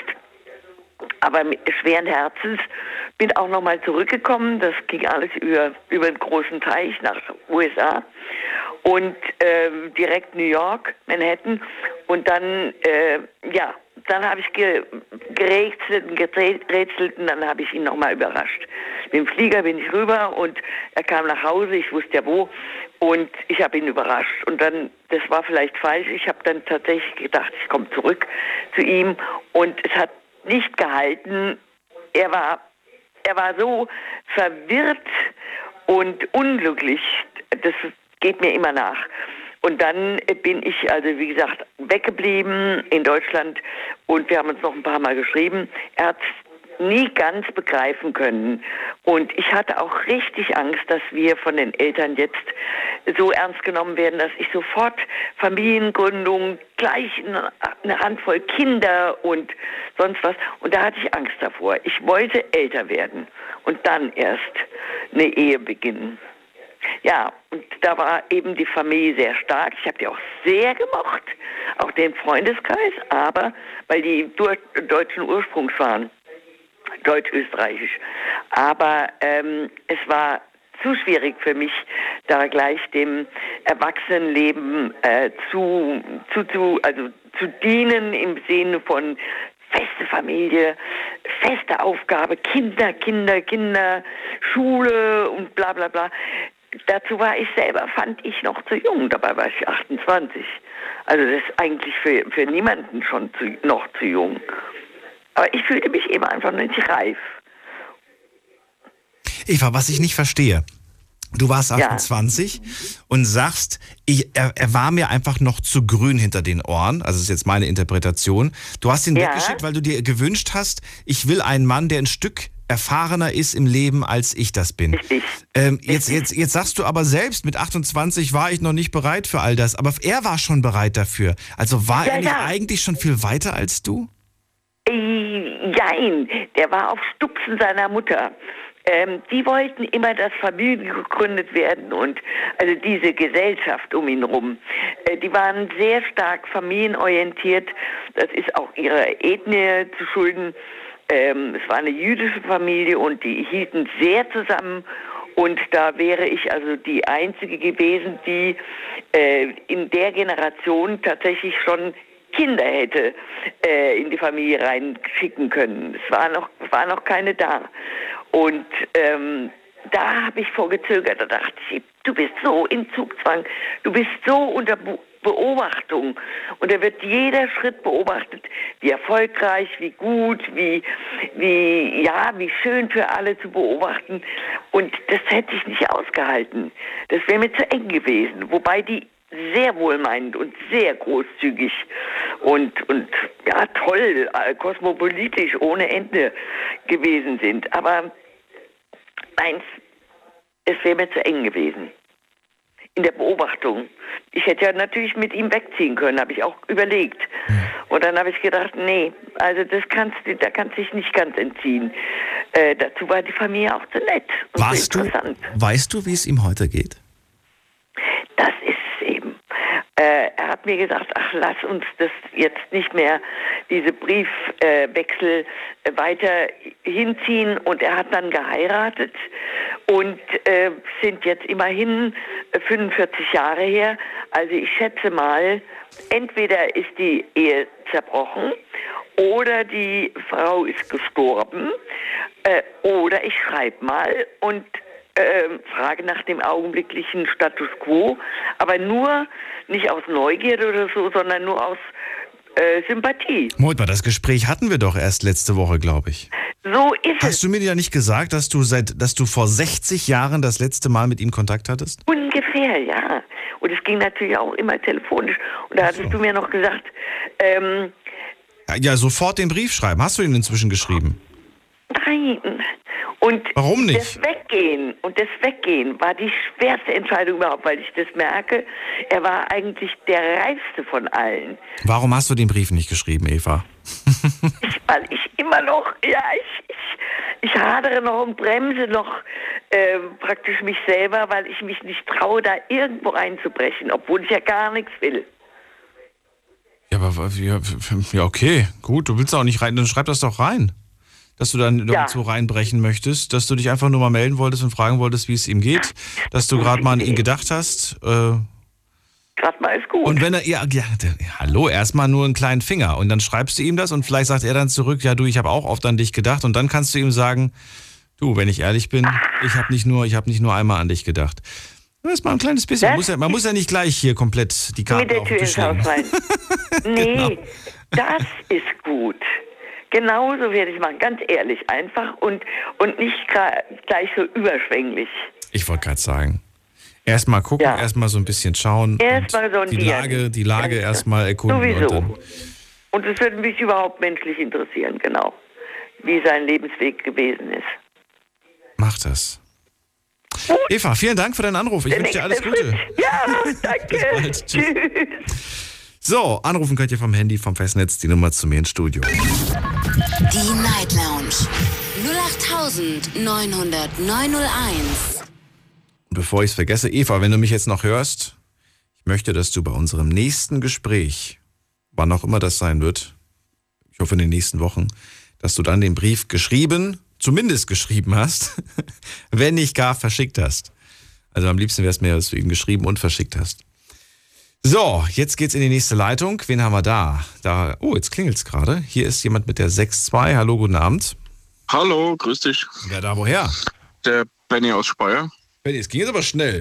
aber mit schweren Herzens bin auch nochmal zurückgekommen. Das ging alles über, über einen großen Teich nach U S A und äh, direkt New York, Manhattan. Und dann, äh, ja, dann habe ich ge, gerätselt und gerätselt und dann habe ich ihn nochmal überrascht. Mit dem Flieger bin ich rüber und er kam nach Hause, ich wusste ja wo, und ich habe ihn überrascht. Und dann, das war vielleicht falsch, ich habe dann tatsächlich gedacht, ich komme zurück zu ihm und es hat nicht gehalten. Er war, er war so verwirrt und unglücklich, das geht mir immer nach. Und dann bin ich, also wie gesagt, weggeblieben in Deutschland und wir haben uns noch ein paar Mal geschrieben. Er hat es nie ganz begreifen können. Und ich hatte auch richtig Angst, dass wir von den Eltern jetzt so ernst genommen werden, dass ich sofort Familiengründung, gleich eine Handvoll Kinder und sonst was. Und da hatte ich Angst davor. Ich wollte älter werden und dann erst eine Ehe beginnen. Ja, und da war eben die Familie sehr stark. Ich habe die auch sehr gemocht, auch den Freundeskreis, aber weil die deutschen Ursprungs waren, deutsch-österreichisch. Aber ähm, es war zu schwierig für mich, da gleich dem Erwachsenenleben äh, zu, zu, zu, also zu dienen im Sinne von feste Familie, feste Aufgabe, Kinder, Kinder, Kinder, Schule und bla bla bla. Dazu war ich selber, fand ich, noch zu jung. Dabei war ich achtundzwanzig. Also das ist eigentlich für, für niemanden schon zu, noch zu jung. Aber ich fühlte mich eben einfach nicht reif. Eva, was ich nicht verstehe, du warst achtundzwanzig ja. und sagst, ich, er, er war mir einfach noch zu grün hinter den Ohren. Also das ist jetzt meine Interpretation. Du hast ihn ja. weggeschickt, weil du dir gewünscht hast, ich will einen Mann, der ein Stück erfahrener ist im Leben, als ich das bin. Richtig. Ähm, jetzt, jetzt, jetzt sagst du aber selbst, mit achtundzwanzig war ich noch nicht bereit für all das. Aber er war schon bereit dafür. Also war ja, er nicht ja. eigentlich schon viel weiter als du? Nein, der war auf Stupsen seiner Mutter. Ähm, die wollten immer, dass Familien gegründet werden und also diese Gesellschaft um ihn rum. Äh, die waren sehr stark familienorientiert. Das ist auch ihrer Ethnie zu schulden. Ähm, es war eine jüdische Familie und die hielten sehr zusammen. Und da wäre ich also die Einzige gewesen, die äh, in der Generation tatsächlich schon Kinder hätte äh, in die Familie reinschicken können. Es war noch, war noch keine da. Und ähm, da habe ich vorgezögert, da dachte ich, du bist so in Zugzwang, du bist so unter Be- Beobachtung. Und da wird jeder Schritt beobachtet, wie erfolgreich, wie gut, wie, wie, ja, wie schön für alle zu beobachten. Und das hätte ich nicht ausgehalten. Das wäre mir zu eng gewesen. Wobei die sehr wohlmeinend und sehr großzügig und, und ja, toll, kosmopolitisch ohne Ende gewesen sind. Aber eins, es wäre mir zu eng gewesen. In der Beobachtung. Ich hätte ja natürlich mit ihm wegziehen können, habe ich auch überlegt. Und dann habe ich gedacht, nee, also das kannst du, da kannst du dich nicht ganz entziehen. Äh, dazu war die Familie auch zu nett und Warst so interessant. Du, weißt du, wie es ihm heute geht? Das ist es eben. Äh, er hat mir gesagt, ach, lass uns das jetzt nicht mehr, diese Briefwechsel äh, weiter hinziehen. Und er hat dann geheiratet und äh, sind jetzt immerhin fünfundvierzig Jahre her. Also ich schätze mal, entweder ist die Ehe zerbrochen oder die Frau ist gestorben, äh, oder ich schreibe mal und äh, frage nach dem augenblicklichen Status quo, aber nur nicht aus Neugierde oder so, sondern nur aus äh, Sympathie. Moment mal, das Gespräch hatten wir doch erst letzte Woche, glaube ich. So ist es. Hast du mir ja nicht gesagt, dass du seit, dass du vor sechzig Jahren das letzte Mal mit ihm Kontakt hattest? Ungefähr, ja. Und es ging natürlich auch immer telefonisch. Und da hattest so. du mir noch gesagt, ähm, ja, sofort den Brief schreiben. Hast du ihn inzwischen geschrieben? nein. Und Warum nicht? das Weggehen und das Weggehen war die schwerste Entscheidung überhaupt, weil ich das merke, er war eigentlich der reifste von allen. Warum hast du den Brief nicht geschrieben, Eva? Ich, weil ich immer noch, ja, ich, ich, ich hadere noch und bremse noch äh, praktisch mich selber, weil ich mich nicht traue, da irgendwo reinzubrechen, obwohl ich ja gar nichts will. Ja, aber ja, ja, okay, gut, du willst auch nicht rein, dann schreib das doch rein. Dass du dann Ja. irgendwo reinbrechen möchtest, dass du dich einfach nur mal melden wolltest und fragen wolltest, wie es ihm geht, dass du gerade mal an ihn gedacht hast. Äh, Gerade mal ist gut. und wenn er, ja, ja, hallo, erstmal nur einen kleinen Finger und dann schreibst du ihm das und vielleicht sagt er dann zurück, ja du, ich habe auch oft an dich gedacht und dann kannst du ihm sagen, du, wenn ich ehrlich bin, ich habe nicht nur, ich habe nicht nur einmal an dich gedacht. Erstmal ein kleines bisschen. Man muss, ja, man muss ja nicht gleich hier komplett die Karten Mit der auf Tür den ins Tisch Haus legen. rein. Nee, Genau. das ist gut. Genauso werde ich machen, ganz ehrlich, einfach und, und nicht gra- gleich so überschwänglich. Ich wollte gerade sagen. Erstmal gucken, Ja. erstmal so ein bisschen schauen. Erstmal und sondieren. die Lage, die Lage Ja. erstmal erkunden. Sowieso. Und dann, Und es würde mich überhaupt menschlich interessieren, genau, wie sein Lebensweg gewesen ist. mach das. Eva, vielen Dank für deinen Anruf. Ich Der wünsche dir alles nächste Gute. Schritt. Ja, danke. Bis bald. Tschüss. Tschüss. So, anrufen könnt ihr vom Handy, vom Festnetz, die Nummer zu mir ins Studio. Die Night Lounge null acht neun null null neun null eins. Und bevor ich es vergesse, Eva, wenn du mich jetzt noch hörst, ich möchte, dass du bei unserem nächsten Gespräch, wann auch immer das sein wird, ich hoffe in den nächsten Wochen, dass du dann den Brief geschrieben, zumindest geschrieben hast, wenn nicht gar verschickt hast. Also am liebsten wäre es mir, dass du ihn geschrieben und verschickt hast. So, jetzt geht's in die nächste Leitung. Wen haben wir da? Da, oh, jetzt klingelt's gerade. Hier ist jemand mit der sechs zwei. Hallo, guten Abend. Hallo, grüß dich. Wer da woher? Der Benny aus Speyer. Benni, es ging jetzt aber schnell.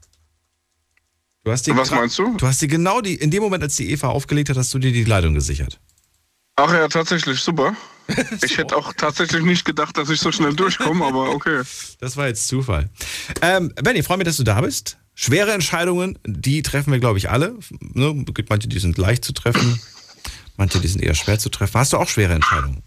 Du hast dir Was gra- meinst du? Du hast dir genau die, in dem Moment, als die Eva aufgelegt hat, hast du dir die Leitung gesichert. Ach ja, tatsächlich, super. Ich hätte auch tatsächlich nicht gedacht, dass ich so schnell durchkomme, aber okay. Das war jetzt Zufall. Ähm, Benni, freue mich, dass du da bist. Schwere Entscheidungen, die treffen wir, glaube ich, alle. Ne? Es gibt manche, die sind leicht zu treffen, manche, die sind eher schwer zu treffen. Hast du auch schwere Entscheidungen?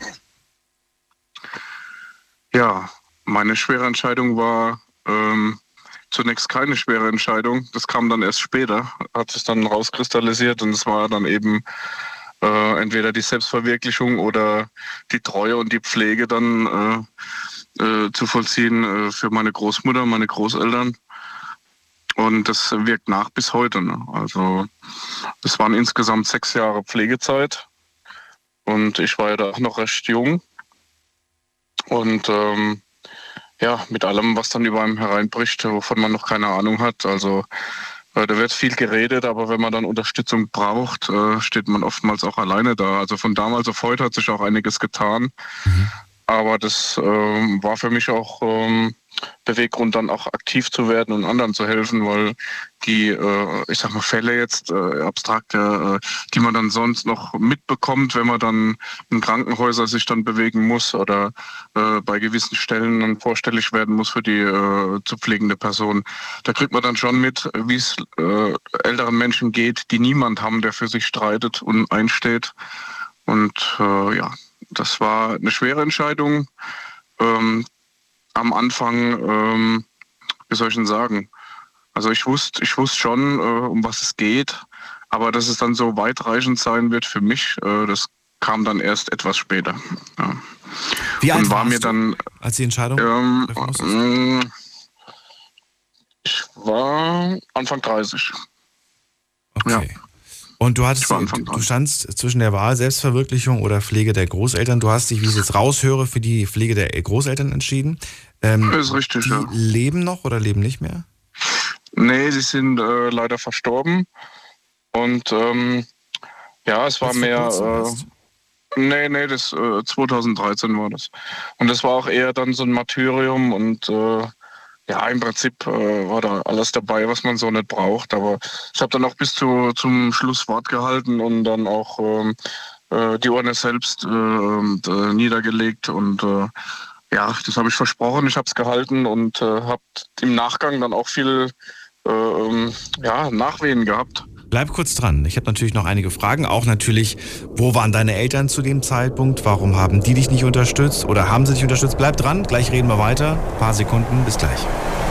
Ja, meine schwere Entscheidung war ähm, zunächst keine schwere Entscheidung. Das kam dann erst später, hat sich dann rauskristallisiert und es war dann eben äh, entweder die Selbstverwirklichung oder die Treue und die Pflege dann äh, äh, zu vollziehen äh, für meine Großmutter, meine Großeltern. Und das wirkt nach bis heute. Ne? Also es waren insgesamt sechs Jahre Pflegezeit und ich war ja da auch noch recht jung. Und ähm, ja, mit allem, was dann über einem hereinbricht, wovon man noch keine Ahnung hat. Also äh, da wird viel geredet, aber wenn man dann Unterstützung braucht, äh, steht man oftmals auch alleine da. Also von damals auf heute hat sich auch einiges getan. Mhm. Aber das ähm, war für mich auch ähm, Beweggrund, dann auch aktiv zu werden und anderen zu helfen, weil die, äh, ich sag mal, Fälle jetzt, äh, abstrakte, äh, die man dann sonst noch mitbekommt, wenn man dann in Krankenhäusern sich dann bewegen muss oder äh, bei gewissen Stellen dann vorstellig werden muss für die äh, zu pflegende Person. Da kriegt man dann schon mit, wie es äh, älteren Menschen geht, die niemand haben, der für sich streitet und einsteht. Und äh, ja, das war eine schwere Entscheidung. Ähm, am Anfang, ähm, wie soll ich denn sagen? Also ich wusste, ich wusste schon, äh, um was es geht, aber dass es dann so weitreichend sein wird für mich, äh, das kam dann erst etwas später. Ja. Wie alt und war warst mir du, dann, als die Entscheidung ähm, treffen musstest? äh, ich war Anfang dreißig. Okay. Ja. Und du hattest, du, du standst zwischen der Wahl Selbstverwirklichung oder Pflege der Großeltern. Du hast dich, wie ich jetzt raushöre, für die Pflege der Großeltern entschieden. Ähm, das ist richtig, die ja. leben noch oder leben nicht mehr? Nee, sie sind äh, leider verstorben. Und ähm, ja, es war mehr... Nee, nee, das äh, zweitausenddreizehn war das. Und das war auch eher dann so ein Martyrium und äh, ja, im Prinzip äh, war da alles dabei, was man so nicht braucht. Aber ich habe dann auch bis zu, zum Schluss Wort gehalten und dann auch ähm, äh, die Urne selbst äh, äh, niedergelegt. Und äh, ja, das habe ich versprochen, ich habe es gehalten und äh, habe im Nachgang dann auch viel äh, ähm, ja, Nachwehen gehabt. Bleib kurz dran. Ich habe natürlich noch einige Fragen. Auch natürlich, wo waren deine Eltern zu dem Zeitpunkt? Warum haben die dich nicht unterstützt? Oder haben sie dich unterstützt? Bleib dran. Gleich reden wir weiter. Ein paar Sekunden. Bis gleich.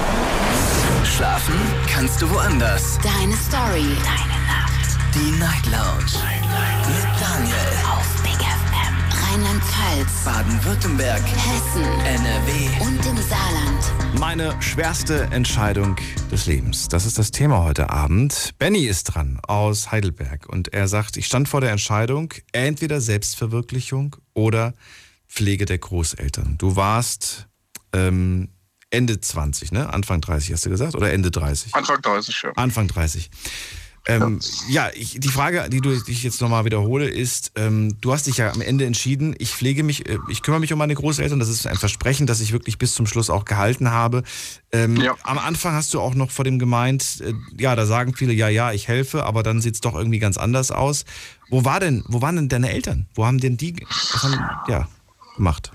Schlafen kannst du woanders. Deine Story. Deine Nacht. Die Night Lounge. Night, Night. Mit Daniel. Auf Big F M. Rheinland-Pfalz. Baden-Württemberg. Hessen. N R W. Und im Saarland. Meine schwerste Entscheidung des Lebens. Das ist das Thema heute Abend. Benny ist dran aus Heidelberg und er sagt, ich stand vor der Entscheidung, entweder Selbstverwirklichung oder Pflege der Großeltern. Du warst ähm, Ende zwanzig, ne? Anfang dreißig hast du gesagt oder Ende dreißig? Anfang dreißig, ja. Anfang dreißig. Ähm, ja, ja ich, die Frage, die, du, die ich jetzt nochmal wiederhole, ist, ähm, du hast dich ja am Ende entschieden, ich pflege mich, äh, ich kümmere mich um meine Großeltern, das ist ein Versprechen, das ich wirklich bis zum Schluss auch gehalten habe. Ähm, ja. Am Anfang hast du auch noch vor dem gemeint, äh, ja, da sagen viele, ja, ja, ich helfe, aber dann sieht es doch irgendwie ganz anders aus. Wo war denn, wo waren denn deine Eltern? Wo haben denn die was haben, ja, gemacht?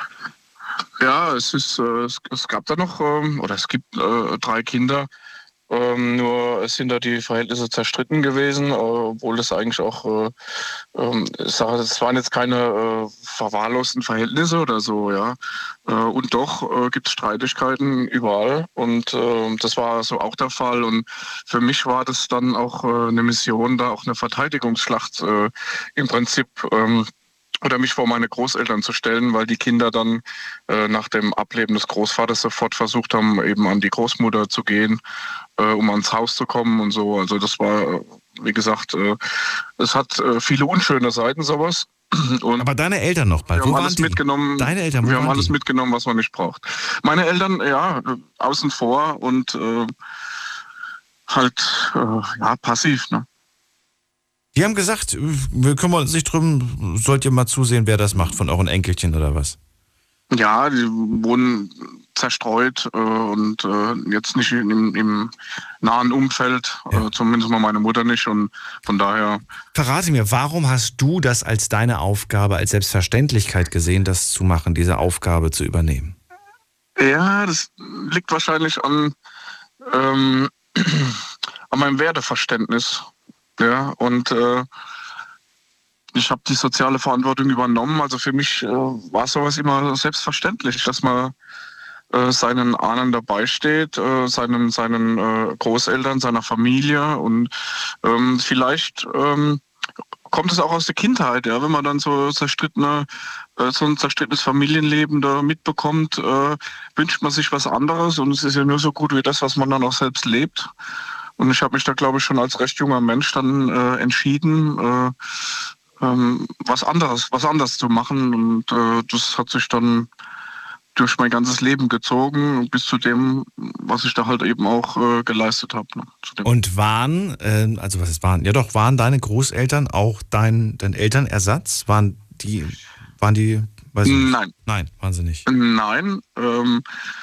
Ja, es ist, äh, es, es gab da noch, ähm, oder es gibt äh, drei Kinder. Ähm, nur es sind da die Verhältnisse zerstritten gewesen, äh, obwohl das eigentlich auch, äh, ähm, es waren jetzt keine äh, verwahrlosten Verhältnisse oder so, ja. Äh, und doch äh, gibt es Streitigkeiten überall und äh, das war so auch der Fall. Und für mich war das dann auch äh, eine Mission, da auch eine Verteidigungsschlacht äh, im Prinzip ähm, oder mich vor meine Großeltern zu stellen, weil die Kinder dann äh, nach dem Ableben des Großvaters sofort versucht haben, eben an die Großmutter zu gehen, äh, um ans Haus zu kommen und so. Also das war, wie gesagt, äh, es hat äh, viele unschöne Seiten, sowas. Und aber deine Eltern noch bald, wir wo haben waren alles die? mitgenommen. Deine Eltern, wo wir haben waren alles die? mitgenommen, was man nicht braucht. Meine Eltern, ja, außen vor und äh, halt, äh, ja, passiv, ne? Die haben gesagt, wir kümmern uns nicht drum, sollt ihr mal zusehen, wer das macht von euren Enkelchen oder was? Ja, die wohnen zerstreut äh, und äh, jetzt nicht im, im nahen Umfeld, ja. äh, zumindest mal meine Mutter nicht und von daher... Verrate mir, warum hast du das als deine Aufgabe, als Selbstverständlichkeit gesehen, das zu machen, diese Aufgabe zu übernehmen? Ja, das liegt wahrscheinlich an, ähm, an meinem Werteverständnis. Ja, und äh, ich habe die soziale Verantwortung übernommen. Also für mich äh, war sowas immer selbstverständlich, dass man äh, seinen Ahnen dabei steht, äh, seinen, seinen äh, Großeltern, seiner Familie. Und ähm, vielleicht ähm, kommt es auch aus der Kindheit, ja, wenn man dann so zerstrittene, äh, so ein zerstrittenes Familienleben da mitbekommt, äh, wünscht man sich was anderes. Und es ist ja nur so gut wie das, was man dann auch selbst lebt. Und ich habe mich da, glaube ich, schon als recht junger Mensch dann äh, entschieden, äh, ähm, was anderes, was anderes zu machen. Und äh, das hat sich dann durch mein ganzes Leben gezogen, bis zu dem, was ich da halt eben auch äh, geleistet habe. Ne, und waren, äh, also was es waren, ja doch, waren deine Großeltern auch dein, dein Elternersatz? Waren die, waren die, weiß ich nicht. Nein. Nein, waren sie nicht. Nein, ähm,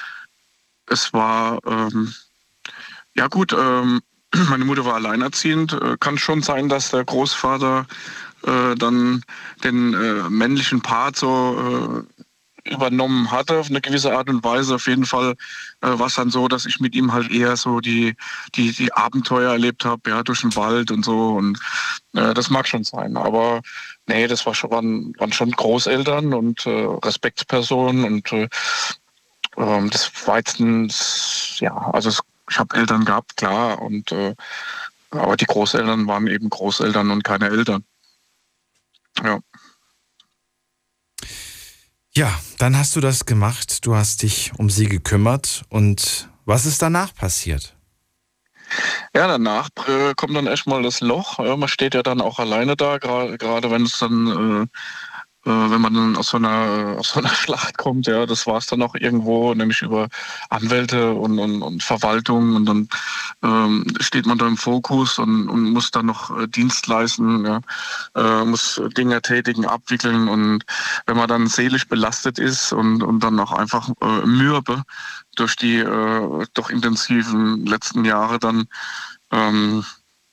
es war... Ähm, Ja gut, ähm, meine Mutter war alleinerziehend. Äh, kann schon sein, dass der Großvater äh, dann den äh, männlichen Part so äh, übernommen hatte auf eine gewisse Art und Weise. Auf jeden Fall äh, war es dann so, dass ich mit ihm halt eher so die, die, die Abenteuer erlebt habe, ja, durch den Wald und so. Und äh, das mag schon sein. Aber nee, das war schon, waren, waren schon Großeltern und äh, Respektspersonen und äh, äh, das war jetzt ein, ja, also es ich habe Eltern gehabt, klar, und äh, aber die Großeltern waren eben Großeltern und keine Eltern. Ja. Ja, dann hast du das gemacht, du hast dich um sie gekümmert und was ist danach passiert? Ja, danach äh, kommt dann erstmal das Loch. Ja, man steht ja dann auch alleine da, gerade wenn es dann äh, wenn man dann aus so einer, aus so einer Schlacht kommt, ja, das war es dann auch irgendwo, nämlich über Anwälte und, und, und Verwaltung und dann ähm, steht man da im Fokus und, und muss dann noch äh, Dienst leisten, ja, äh, muss Dinge tätigen, abwickeln und wenn man dann seelisch belastet ist und, und dann auch einfach äh, mürbe durch die äh, doch intensiven letzten Jahre dann ähm,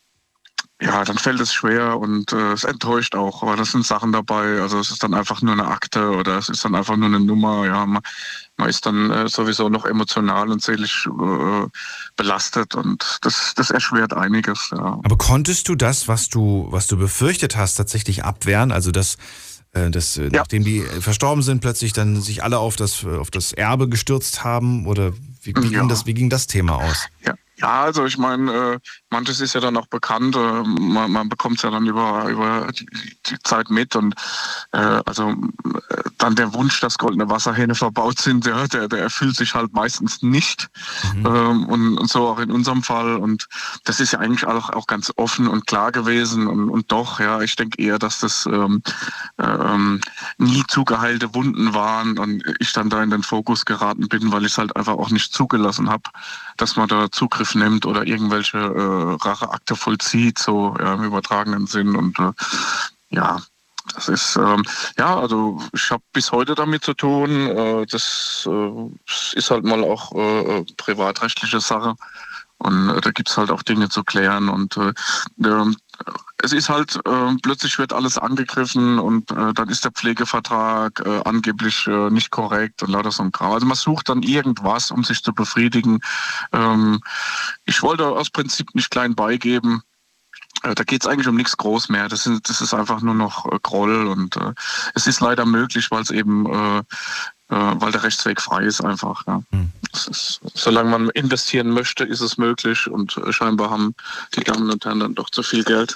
ja, dann fällt es schwer und äh, es enttäuscht auch. Aber das sind Sachen dabei. Also es ist dann einfach nur eine Akte oder es ist dann einfach nur eine Nummer. Ja, man, man ist dann äh, sowieso noch emotional und seelisch äh, belastet und das, das erschwert einiges. Ja. Aber konntest du das, was du, was du befürchtet hast, tatsächlich abwehren? Also dass, äh, dass äh, ja. nachdem die verstorben sind, plötzlich dann sich alle auf das, auf das Erbe gestürzt haben? Oder wie, wie, ja. ging, das, wie ging das Thema aus? Ja. Ja, also ich meine, äh, manches ist ja dann auch bekannt, äh, man, man bekommt es ja dann über, über die, die Zeit mit und äh, also äh, dann der Wunsch, dass goldene Wasserhähne verbaut sind, ja, der, der erfüllt sich halt meistens nicht mhm. ähm, und, und so auch in unserem Fall und das ist ja eigentlich auch, auch ganz offen und klar gewesen und, und doch, ja, ich denke eher, dass das ähm, ähm, nie zugeheilte Wunden waren und ich dann da in den Fokus geraten bin, weil ich es halt einfach auch nicht zugelassen habe, dass man da Zugriff nimmt oder irgendwelche äh, Racheakte vollzieht, so ja, im übertragenen Sinn. Und äh, ja, das ist, ähm, ja, also ich habe bis heute damit zu tun. Äh, das äh, ist halt mal auch äh, privatrechtliche Sache. Und äh, da gibt's halt auch Dinge zu klären. Und äh, äh, es ist halt, äh, plötzlich wird alles angegriffen und äh, dann ist der Pflegevertrag äh, angeblich äh, nicht korrekt und lauter so ein Kram. Also man sucht dann irgendwas, um sich zu befriedigen. Ähm, ich wollte aus Prinzip nicht klein beigeben. Äh, da geht's eigentlich um nichts groß mehr. Das, sind, das ist einfach nur noch äh, Groll und äh, es ist leider möglich, weil es eben, äh, äh, weil der Rechtsweg frei ist einfach. Ja. Hm. Das ist, solange man investieren möchte, ist es möglich und äh, scheinbar haben die Damen und Herren dann doch zu viel Geld.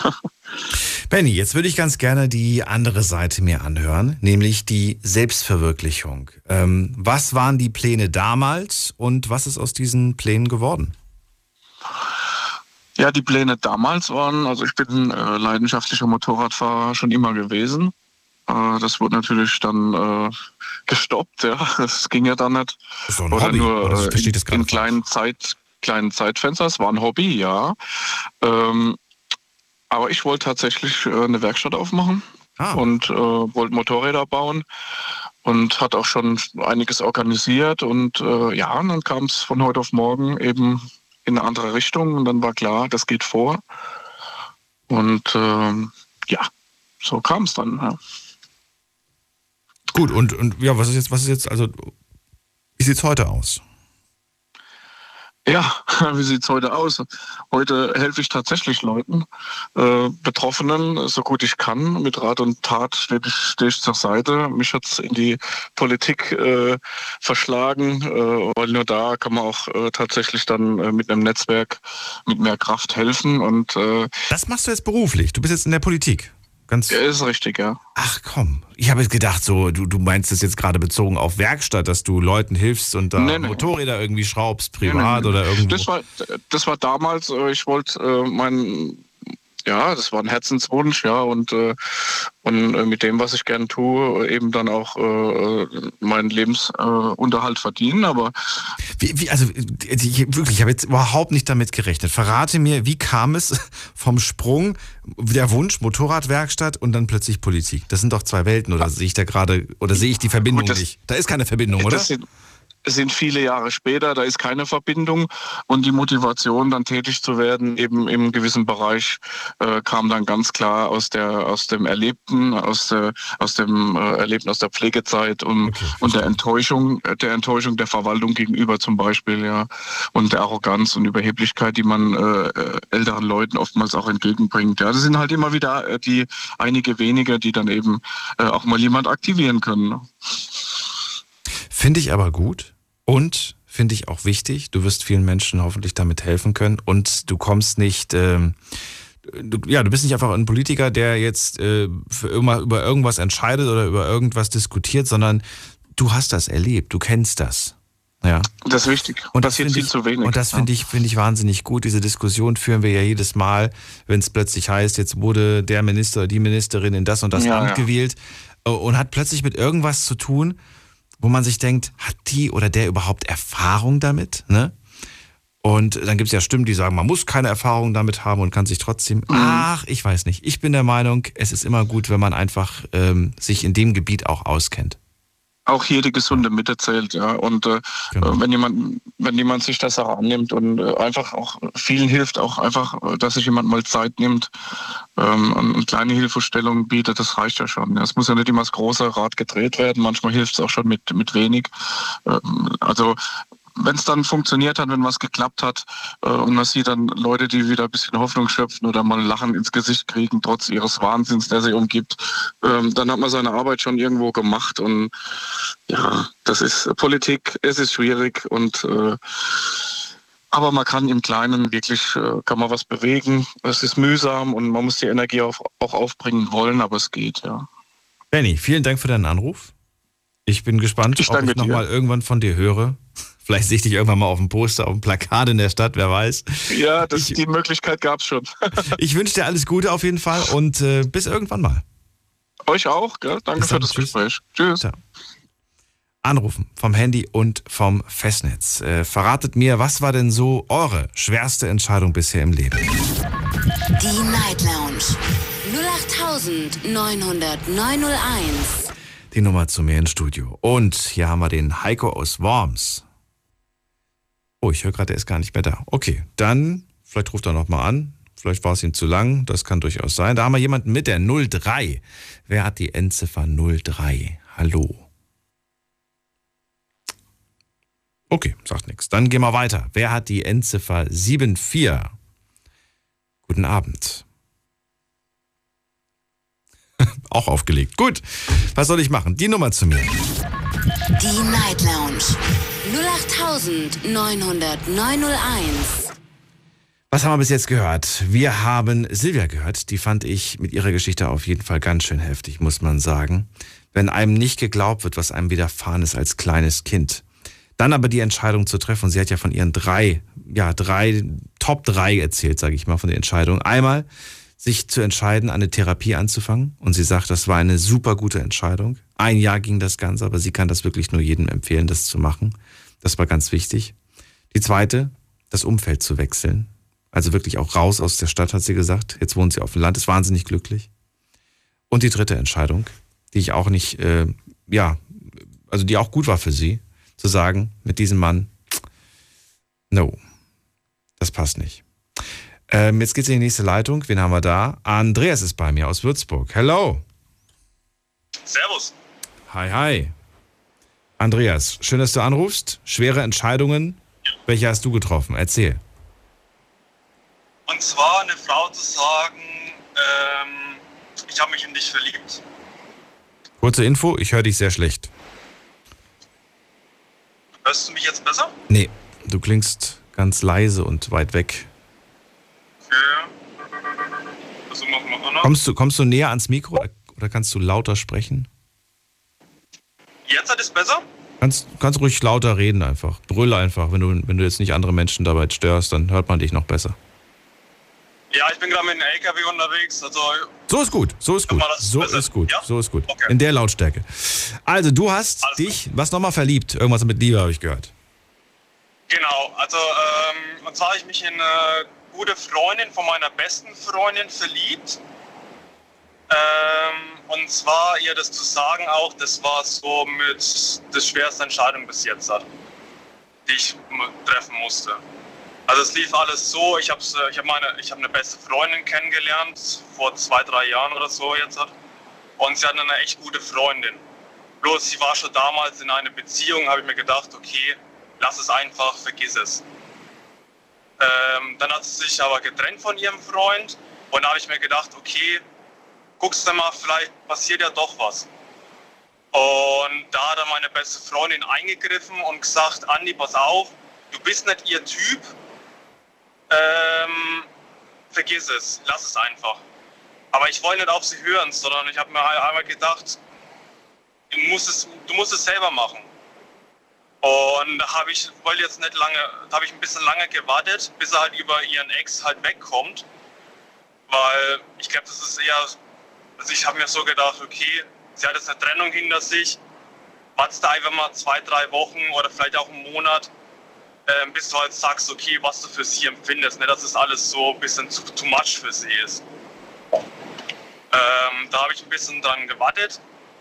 Benny, jetzt würde ich ganz gerne die andere Seite mir anhören, nämlich die Selbstverwirklichung. Ähm, was waren die Pläne damals und was ist aus diesen Plänen geworden? Ja, die Pläne damals waren, also ich bin äh, leidenschaftlicher Motorradfahrer schon immer gewesen. Äh, das wurde natürlich dann äh, gestoppt, ja. Das ging ja dann nicht. Das ist doch ein Oder Hobby. nur Oder äh, in, in kleinen, Zeit, kleinen Zeitfenstern. Es war ein Hobby, ja. Ähm, aber ich wollte tatsächlich äh, eine Werkstatt aufmachen ah. und äh, wollte Motorräder bauen und hat auch schon einiges organisiert. Und äh, ja, und dann kam es von heute auf morgen eben in eine andere Richtung und dann war klar, das geht vor. Und ähm, ja, so kam es dann. Ja. Gut, und, und ja, was ist jetzt, was ist jetzt, also wie sieht es heute aus? Ja, wie sieht's heute aus? Heute helfe ich tatsächlich Leuten, äh, Betroffenen, so gut ich kann. Mit Rat und Tat stehe ich, steh ich zur Seite. Mich hat's in die Politik äh, verschlagen, äh, weil nur da kann man auch äh, tatsächlich dann äh, mit einem Netzwerk mit mehr Kraft helfen. Und äh, das machst du jetzt beruflich? Du bist jetzt in der Politik? Ganz ja, ist richtig, ja. Ach komm, ich habe jetzt gedacht, so du, du meinst das jetzt gerade bezogen auf Werkstatt, dass du Leuten hilfst und da nee, nee. Motorräder irgendwie schraubst, privat nee, nee, nee. oder irgendwo. Das war, das war damals, ich wollte äh, mein, ja, das war ein Herzenswunsch, ja, und, äh, und äh, mit dem, was ich gern tue, eben dann auch äh, meinen Lebensunterhalt äh, verdienen, aber... Wie, wie, also ich, wirklich, ich habe jetzt überhaupt nicht damit gerechnet. Verrate mir, wie kam es vom Sprung, der Wunsch, Motorradwerkstatt und dann plötzlich Politik? Das sind doch zwei Welten, oder sehe ich da gerade, oder sehe ich die Verbindung das, nicht? Da ist keine Verbindung, oder? Das sind, Es sind viele Jahre später, da ist keine Verbindung und die Motivation, dann tätig zu werden, eben im gewissen Bereich, äh, kam dann ganz klar aus der aus dem Erlebten, aus der aus dem äh, Erlebten aus der Pflegezeit und, okay, und der Enttäuschung, der Enttäuschung der Verwaltung gegenüber zum Beispiel, ja, und der Arroganz und Überheblichkeit, die man äh, älteren Leuten oftmals auch entgegenbringt. Ja, das sind halt immer wieder die einige wenige, die dann eben äh, auch mal jemand aktivieren können. Finde ich aber gut. Und finde ich auch wichtig, du wirst vielen Menschen hoffentlich damit helfen können und du kommst nicht, ähm, du, ja, du bist nicht einfach ein Politiker, der jetzt äh, für immer, über irgendwas entscheidet oder über irgendwas diskutiert, sondern du hast das erlebt, du kennst das. Ja. Das ist wichtig. Und das finde ich, zu wenig. Und das ja. finde ich, finde ich wahnsinnig gut. Diese Diskussion führen wir ja jedes Mal, wenn es plötzlich heißt, jetzt wurde der Minister oder die Ministerin in das und das ja, Amt ja. gewählt. und hat plötzlich mit irgendwas zu tun, wo man sich denkt, hat die oder der überhaupt Erfahrung damit? Ne? Und dann gibt es ja Stimmen, die sagen, man muss keine Erfahrung damit haben und kann sich trotzdem, mhm. ach, ich weiß nicht. Ich bin der Meinung, es ist immer gut, wenn man einfach ähm, sich in dem Gebiet auch auskennt. Auch jede gesunde Mitte zählt, ja. Und äh, genau. wenn jemand, wenn jemand sich das auch annimmt und äh, einfach auch vielen hilft, auch einfach, dass sich jemand mal Zeit nimmt ähm, und kleine Hilfestellungen bietet, das reicht ja schon. Ja. Es muss ja nicht immer das große Rad gedreht werden. Manchmal hilft es auch schon mit mit wenig. Ähm, also wenn es dann funktioniert hat, wenn was geklappt hat äh, und man sieht dann Leute, die wieder ein bisschen Hoffnung schöpfen oder mal ein Lachen ins Gesicht kriegen, trotz ihres Wahnsinns, der sie umgibt, ähm, dann hat man seine Arbeit schon irgendwo gemacht. Und ja, das ist Politik, es ist schwierig und äh, aber man kann im Kleinen wirklich, äh, kann man was bewegen. Es ist mühsam und man muss die Energie auf, auch aufbringen wollen, aber es geht, ja. Benny, vielen Dank für deinen Anruf. Ich bin gespannt, ich ob ich nochmal irgendwann von dir höre. Vielleicht sehe ich dich irgendwann mal auf dem Poster, auf dem Plakat in der Stadt, wer weiß. Ja, das, ich, die Möglichkeit gab es schon. Ich wünsche dir alles Gute auf jeden Fall und äh, bis irgendwann mal. Euch auch, gell? Danke bis für dann. das Tschüss. Gespräch. Tschüss. Ciao. Anrufen vom Handy und vom Festnetz. Äh, verratet mir, was war denn so eure schwerste Entscheidung bisher im Leben? Die Night Lounge null acht neun null null neun null eins. Die Nummer zu mir ins Studio. Und hier haben wir den Heiko aus Worms. Oh, ich höre gerade, er ist gar nicht mehr da. Okay, dann, vielleicht ruft er nochmal an. Vielleicht war es ihm zu lang, das kann durchaus sein. Da haben wir jemanden mit der null drei. Wer hat die Endziffer null drei? Hallo. Okay, sagt nichts. Dann gehen wir weiter. Wer hat die Endziffer sieben vier? Guten Abend. Auch aufgelegt. Gut, was soll ich machen? Die Nummer zu mir. Die Night Lounge null acht neun null null neun null eins. Was haben wir bis jetzt gehört? Wir haben Silvia gehört. Die fand ich mit ihrer Geschichte auf jeden Fall ganz schön heftig, muss man sagen. Wenn einem nicht geglaubt wird, was einem widerfahren ist als kleines Kind. Dann aber die Entscheidung zu treffen. Und sie hat ja von ihren drei, ja, drei, Top drei erzählt, sage ich mal, von der Entscheidung. Einmal sich zu entscheiden, eine Therapie anzufangen. Und sie sagt, das war eine super gute Entscheidung. Ein Jahr ging das Ganze, aber sie kann das wirklich nur jedem empfehlen, das zu machen. Das war ganz wichtig. Die zweite, das Umfeld zu wechseln. Also wirklich auch raus aus der Stadt, hat sie gesagt. Jetzt wohnt sie auf dem Land, ist wahnsinnig glücklich. Und die dritte Entscheidung, die ich auch nicht, äh, ja, also die auch gut war für sie, zu sagen, mit diesem Mann, no, das passt nicht. Ähm, jetzt geht's in die nächste Leitung. Wen haben wir da? Andreas ist bei mir aus Würzburg. Hello. Servus. Hi, hi. Andreas, schön, dass du anrufst. Schwere Entscheidungen. Ja. Welche hast du getroffen? Erzähl. Und zwar eine Frau zu sagen, ähm, ich habe mich in dich verliebt. Kurze Info, ich höre dich sehr schlecht. Hörst du mich jetzt besser? Nee, du klingst ganz leise und weit weg. Okay. Also machen wir auch noch. Kommst du, kommst du näher ans Mikro oder kannst du lauter sprechen? Jetzt hat es besser? Kannst, kannst ruhig lauter reden einfach. Brüll einfach. Wenn du, wenn du jetzt nicht andere Menschen dabei störst, dann hört man dich noch besser. Ja, ich bin gerade mit einem L K W unterwegs. Also so ist gut, so ist gut, so besser. ist gut, ja? so ist gut. Okay. In der Lautstärke. Also du hast Alles dich, gut. was nochmal verliebt? Irgendwas mit Liebe habe ich gehört. Genau, also ähm, und zwar habe ich mich in eine gute Freundin von meiner besten Freundin verliebt. Ähm, und zwar ihr das zu sagen auch, das war so mit das schwerste Entscheidung bis jetzt, die ich treffen musste. Also es lief alles so, ich habe ich hab meine, ich habe eine beste Freundin kennengelernt, vor zwei, drei Jahren oder so jetzt. Und sie hatte eine echt gute Freundin. Bloß sie war schon damals in einer Beziehung, habe ich mir gedacht, okay, lass es einfach, vergiss es. Ähm, dann hat sie sich aber getrennt von ihrem Freund und da habe ich mir gedacht, okay, guckst du mal, vielleicht passiert ja doch was. Und da hat dann meine beste Freundin eingegriffen und gesagt, Andi, pass auf, du bist nicht ihr Typ, ähm, vergiss es, lass es einfach. Aber ich wollte nicht auf sie hören, sondern ich habe mir einmal gedacht, du musst es, du musst es selber machen. Und da habe ich, wollte jetzt nicht lange, da habe ich ein bisschen lange gewartet, bis er halt über ihren Ex halt wegkommt. Weil ich glaube, das ist eher, also ich habe mir so gedacht, okay, sie hat jetzt eine Trennung hinter sich, wartest da einfach mal zwei, drei Wochen oder vielleicht auch einen Monat, ähm, bis du halt sagst, okay, was du für sie empfindest, ne, dass es alles so ein bisschen zu, too much für sie ist. Ähm, da habe ich ein bisschen dran gewartet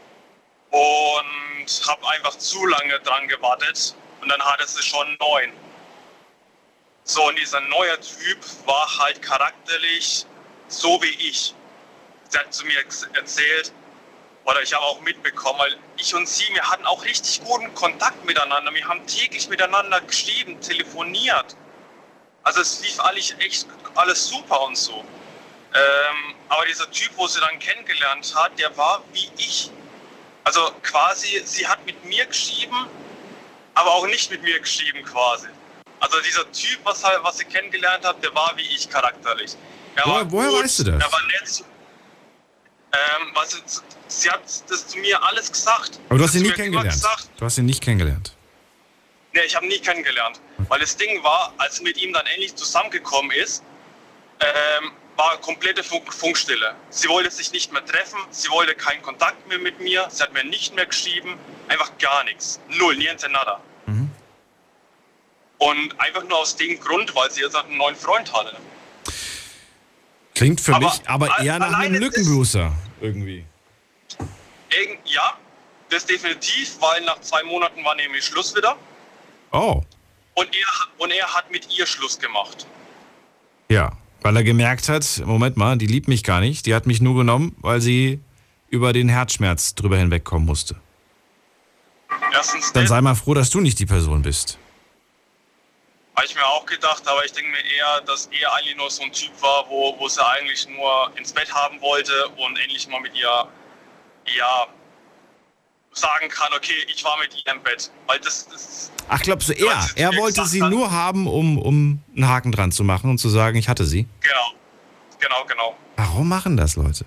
und habe einfach zu lange dran gewartet und dann hatte sie schon neun. So, und dieser neue Typ war halt charakterlich so wie ich. Sie hat zu mir erzählt, oder ich habe auch mitbekommen, weil ich und sie, wir hatten auch richtig guten Kontakt miteinander. Wir haben täglich miteinander geschrieben, telefoniert. Also es lief alles echt alles super und so. Ähm, aber dieser Typ, wo sie dann kennengelernt hat, der war wie ich. Also quasi, sie hat mit mir geschrieben, aber auch nicht mit mir geschrieben quasi. Also dieser Typ, was, halt, was sie kennengelernt hat, der war wie ich charakterlich. Er Woher, war woher gut, weißt du das? Er war nett. Ähm, was, sie hat das zu mir alles gesagt. Aber du hast sie ihn nie mir kennengelernt. Gesagt, Du hast ihn nicht kennengelernt. nee, ich habe ihn nie kennengelernt. Weil das Ding war, als sie mit ihm dann endlich zusammengekommen ist, ähm, war komplette Funk Funkstille. Sie wollte sich nicht mehr treffen, sie wollte keinen Kontakt mehr mit mir, sie hat mir nicht mehr geschrieben, einfach gar nichts. Null, niente nada. Mhm. Und einfach nur aus dem Grund, weil sie jetzt einen neuen Freund hatte. Klingt für Aber mich aber eher nach einem alleine Lückenbooster irgendwie. Irgend, ja, das definitiv, weil nach zwei Monaten war nämlich Schluss wieder. Oh, Und er, und er hat mit ihr Schluss gemacht. ja. Weil er gemerkt hat, Moment mal, die liebt mich gar nicht. Die hat mich nur genommen, weil sie über den Herzschmerz drüber hinwegkommen musste. Erstens, Dann das sei mal froh, dass du nicht die Person bist. habe ich mir auch gedacht, aber ich denke mir eher, dass er eigentlich nur so ein Typ war, wo, wo sie eigentlich nur ins Bett haben wollte und endlich mal mit ihr, ja, sagen kann, okay, ich war mit ihr im Bett. Weil das, das Ach, glaubst du, er? Er wollte sie nur haben, um, um einen Haken dran zu machen und zu sagen, ich hatte sie? Genau, genau, genau. Warum machen das Leute?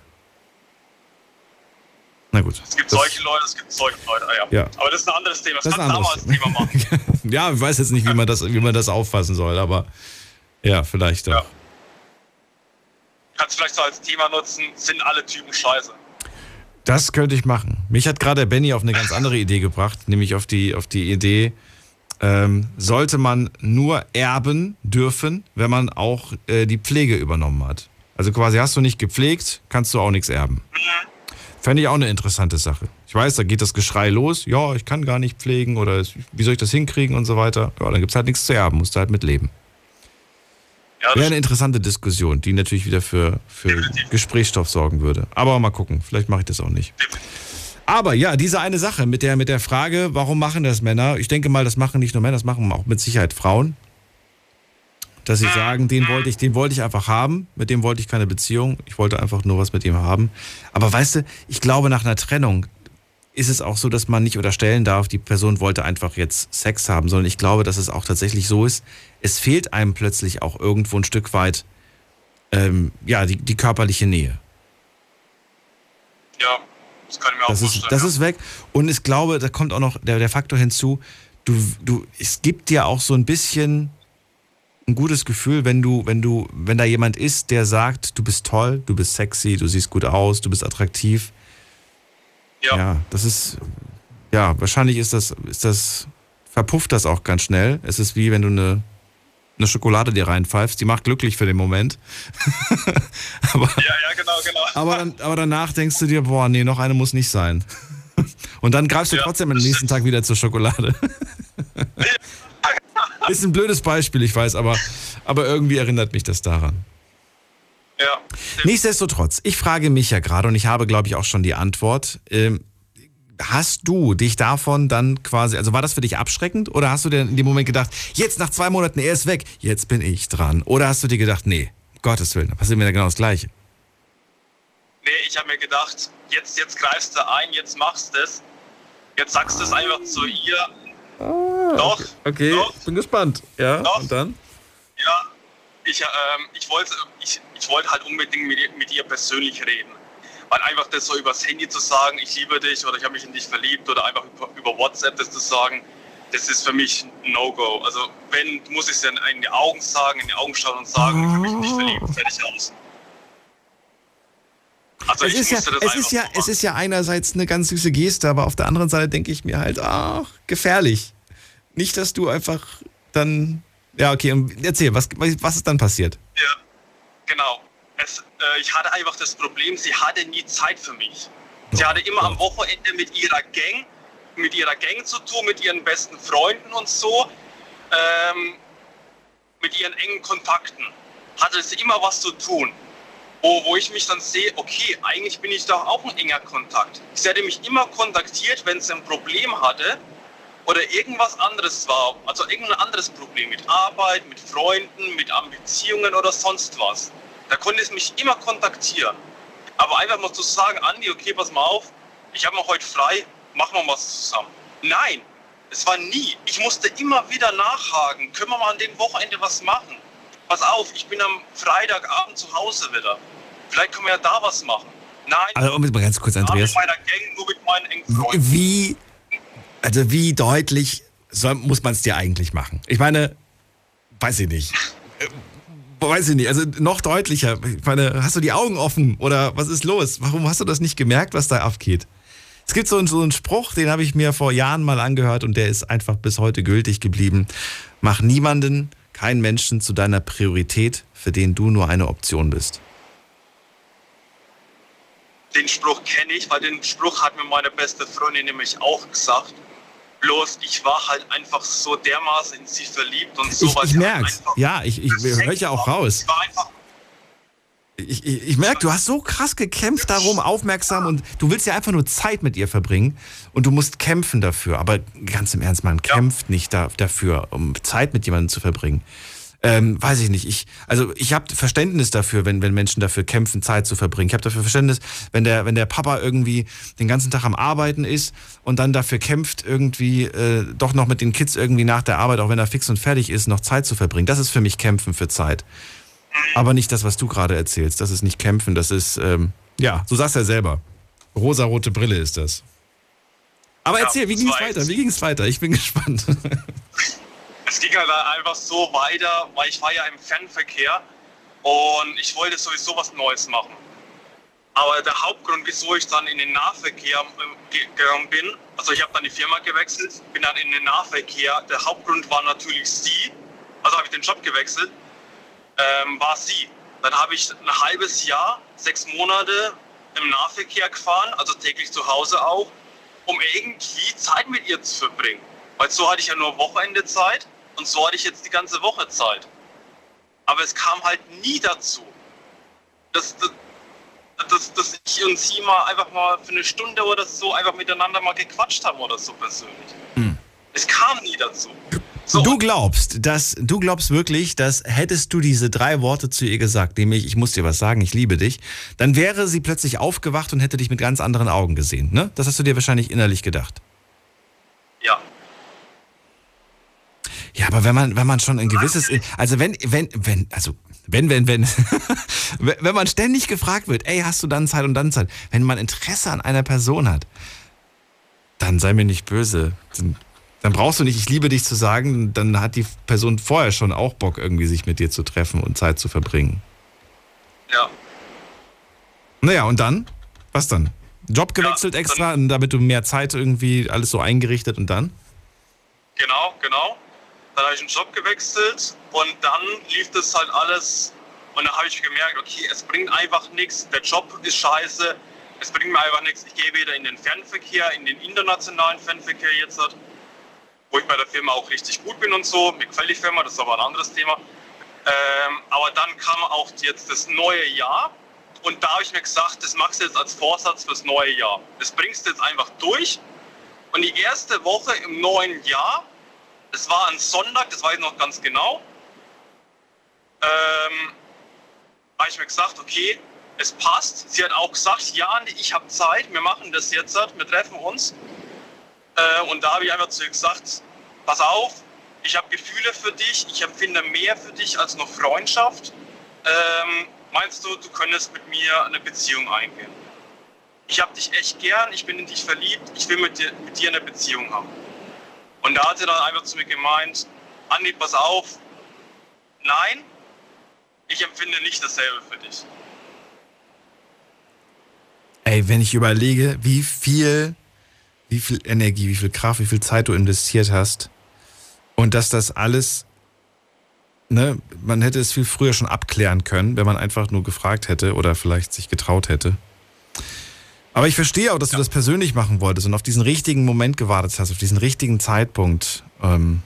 Na gut. Es gibt das, solche Leute, es gibt solche Leute, ah, ja. Ja. Aber das ist ein anderes Thema, das, Das ist kann ein damals anderes Thema machen. Ja, ich weiß jetzt nicht, wie man das, wie man das auffassen soll, aber ja, vielleicht doch. Ja. Kannst du vielleicht so als Thema nutzen, sind alle Typen scheiße. Das könnte ich machen. Mich hat gerade der Benny auf eine ganz andere Idee gebracht, nämlich auf die, auf die Idee, ähm, sollte man nur erben dürfen, wenn man auch äh, die Pflege übernommen hat. Also quasi hast du nicht gepflegt, kannst du auch nichts erben. Fände ich auch eine interessante Sache. Ich weiß, da geht das Geschrei los, ja, ich kann gar nicht pflegen oder wie soll ich das hinkriegen und so weiter. Ja, dann gibt es halt nichts zu erben, musst du halt mitleben. Ja, Wäre eine interessante Diskussion, die natürlich wieder für, für Gesprächsstoff sorgen würde. Aber mal gucken, vielleicht mache ich das auch nicht. Aber ja, diese eine Sache mit der, mit der Frage, warum machen das Männer? Ich denke mal, das machen nicht nur Männer, das machen auch mit Sicherheit Frauen. Dass sie sagen, den wollte ich, den wollte ich einfach haben, mit dem wollte ich keine Beziehung, ich wollte einfach nur was mit ihm haben. Aber weißt du, ich glaube, nach einer Trennung ist es auch so, dass man nicht unterstellen darf, die Person wollte einfach jetzt Sex haben, sondern ich glaube, dass es auch tatsächlich so ist, es fehlt einem plötzlich auch irgendwo ein Stück weit ähm, ja, die, die körperliche Nähe. Ja, das kann ich mir auch Das ist, vorstellen. das ja. ist weg. Und ich glaube, da kommt auch noch der, der Faktor hinzu, du, du, es gibt dir auch so ein bisschen ein gutes Gefühl, wenn du, wenn du, wenn da jemand ist, der sagt, du bist toll, du bist sexy, du siehst gut aus, du bist attraktiv. Ja. Ja, das ist, ja, wahrscheinlich ist das, ist das, verpufft das auch ganz schnell. Es ist wie wenn du eine, eine Schokolade dir reinpfeifst, die macht glücklich für den Moment. aber, ja, ja, genau, genau. aber, dann, aber danach denkst du dir, boah, nee, noch eine muss nicht sein. Und dann greifst du Ja, trotzdem am das nächsten stimmt. Tag wieder zur Schokolade. Ist ein blödes Beispiel, ich weiß, aber, aber irgendwie erinnert mich das daran. Ja. Nichtsdestotrotz, ich frage mich ja gerade und ich habe, glaube ich, auch schon die Antwort. Ähm, hast du dich davon dann quasi, also war das für dich abschreckend oder hast du dir in dem Moment gedacht, jetzt nach zwei Monaten, er ist weg, jetzt bin ich dran? Oder hast du dir gedacht, nee, um Gottes Willen, da passiert mir da genau das Gleiche? Nee, ich habe mir gedacht, jetzt, jetzt greifst du ein, jetzt machst du es. Jetzt sagst du es einfach zu ihr. Doch. Okay, doch, bin gespannt. Ja, Doch. und dann? Ja, ich, ähm, ich wollte ich, ich wollte halt unbedingt mit, ihr- mit ihr persönlich reden. Weil einfach das so übers Handy zu sagen, ich liebe dich oder ich habe mich in dich verliebt oder einfach über, über WhatsApp das zu sagen, das ist für mich ein No-Go. Also wenn, muss ich es dann in die Augen sagen, in die Augen schauen und sagen, ich habe mich in dich verliebt, fertig aus. Also es ist ja, es ist ja, es ist ja einerseits eine ganz süße Geste, aber auf der anderen Seite denke ich mir halt, ach, gefährlich. Nicht, dass du einfach dann, ja okay, erzähl, was, was ist dann passiert? Ja, genau. Es, äh, ich hatte einfach das Problem, sie hatte nie Zeit für mich. Sie hatte immer am Wochenende mit ihrer Gang, mit ihrer Gang zu tun, mit ihren besten Freunden und so, ähm, mit ihren engen Kontakten. Hatte sie immer was zu tun. Wo, wo ich mich dann sehe, okay, eigentlich bin ich doch auch ein enger Kontakt. Sie hatte mich immer kontaktiert, wenn sie ein Problem hatte oder irgendwas anderes war, also irgendein anderes Problem mit Arbeit, mit Freunden, mit Beziehungen oder sonst was. Da konnte sie mich immer kontaktieren. Aber einfach mal zu sagen, Andi, okay, pass mal auf, ich habe mal heute frei, machen wir was zusammen. Nein, es war nie. Ich musste immer wieder nachhaken, können wir mal an dem Wochenende was machen? Pass auf, ich bin am Freitagabend zu Hause wieder. Vielleicht können wir ja da was machen. Nein. Also um mal ganz kurz, Andreas. Mit meiner Gang, nur mit meinen engen Freunden. Wie, also wie deutlich soll, muss man es dir eigentlich machen? Ich meine, weiß ich nicht. Weiß ich nicht, also noch deutlicher. Ich meine, hast du die Augen offen oder was ist los? Warum hast du das nicht gemerkt, was da abgeht? Es gibt so einen, so einen Spruch, den habe ich mir vor Jahren mal angehört und der ist einfach bis heute gültig geblieben. Mach niemanden, keinen Menschen zu deiner Priorität, für den du nur eine Option bist. Den Spruch kenne ich, weil den Spruch hat mir meine beste Freundin nämlich auch gesagt. Bloß ich war halt einfach so dermaßen in sie verliebt und so. Ich, ich merk's. Ja, ich, ich höre ja auch raus. Ich war einfach Ich, ich, ich merke, du hast so krass gekämpft darum, aufmerksam und du willst ja einfach nur Zeit mit ihr verbringen und du musst kämpfen dafür. Aber ganz im Ernst, man kämpft nicht da, dafür, um Zeit mit jemandem zu verbringen. Ähm, weiß ich nicht. Ich, also ich habe Verständnis dafür, wenn, wenn Menschen dafür kämpfen, Zeit zu verbringen. Ich habe dafür Verständnis, wenn der, wenn der Papa irgendwie den ganzen Tag am Arbeiten ist und dann dafür kämpft, irgendwie äh, doch noch mit den Kids irgendwie nach der Arbeit, auch wenn er fix und fertig ist, noch Zeit zu verbringen. Das ist für mich Kämpfen für Zeit. Aber nicht das, was du gerade erzählst. Das ist nicht Kämpfen, das ist, ähm, ja, du sagst ja selber. Rosarote Brille ist das. Aber erzähl, ja, wie ging es weiter? Wie ging es weiter? Ich bin gespannt. Es ging halt einfach so weiter, weil ich war ja im Fernverkehr und ich wollte sowieso was Neues machen. Aber der Hauptgrund, wieso ich dann in den Nahverkehr gegangen bin, also ich habe dann die Firma gewechselt, bin dann in den Nahverkehr. Der Hauptgrund war natürlich sie, also habe ich den Job gewechselt. Ähm, war sie. Dann habe ich ein halbes Jahr, sechs Monate im Nahverkehr gefahren, also täglich zu Hause auch, um irgendwie Zeit mit ihr zu verbringen. Weil so hatte ich ja nur Wochenende Zeit und so hatte ich jetzt die ganze Woche Zeit. Aber es kam halt nie dazu, dass, dass, dass, dass ich und sie mal einfach mal für eine Stunde oder so einfach miteinander mal gequatscht haben oder so persönlich. Hm. Es kam nie dazu. So. Du glaubst, dass du glaubst wirklich, dass hättest du diese drei Worte zu ihr gesagt, nämlich ich muss dir was sagen, ich liebe dich, dann wäre sie plötzlich aufgewacht und hätte dich mit ganz anderen Augen gesehen, ne? Das hast du dir wahrscheinlich innerlich gedacht. Ja. Ja, aber wenn man wenn man schon ein gewisses, also wenn wenn wenn also wenn wenn wenn wenn man ständig gefragt wird, ey, hast du dann Zeit und dann Zeit, wenn man Interesse an einer Person hat, dann sei mir nicht böse. Dann brauchst du nicht, ich liebe dich zu sagen, dann hat die Person vorher schon auch Bock, irgendwie sich mit dir zu treffen und Zeit zu verbringen. Ja. Naja, und dann? Was dann? Job gewechselt ja, extra, damit du mehr Zeit irgendwie, alles so eingerichtet und dann? Genau, genau. Dann habe ich einen Job gewechselt und dann lief das halt alles und dann habe ich gemerkt, okay, es bringt einfach nichts, der Job ist scheiße, es bringt mir einfach nichts, ich gehe wieder in den Fernverkehr, in den internationalen Fernverkehr jetzt, wo ich bei der Firma auch richtig gut bin und so. Mir gefällt die Firma, das ist aber ein anderes Thema. Ähm, aber dann kam auch jetzt das neue Jahr und da habe ich mir gesagt, das machst du jetzt als Vorsatz fürs neue Jahr. Das bringst du jetzt einfach durch und die erste Woche im neuen Jahr, das war ein Sonntag, das weiß ich noch ganz genau, ähm, habe ich mir gesagt, okay, es passt. Sie hat auch gesagt, ja, ich habe Zeit, wir machen das jetzt, wir treffen uns. Und da habe ich einfach zu ihr gesagt, pass auf, ich habe Gefühle für dich, ich empfinde mehr für dich als nur Freundschaft. Ähm, meinst du, du könntest mit mir eine Beziehung eingehen? Ich habe dich echt gern, ich bin in dich verliebt, ich will mit dir, mit dir eine Beziehung haben. Und da hat sie dann einfach zu mir gemeint, Andi, pass auf, nein, ich empfinde nicht dasselbe für dich. Ey, wenn ich überlege, wie viel, wie viel Energie, wie viel Kraft, wie viel Zeit du investiert hast und dass das alles, ne, man hätte es viel früher schon abklären können, wenn man einfach nur gefragt hätte oder vielleicht sich getraut hätte. Aber ich verstehe auch, dass du das persönlich machen wolltest und auf diesen richtigen Moment gewartet hast, auf diesen richtigen Zeitpunkt. Ähm,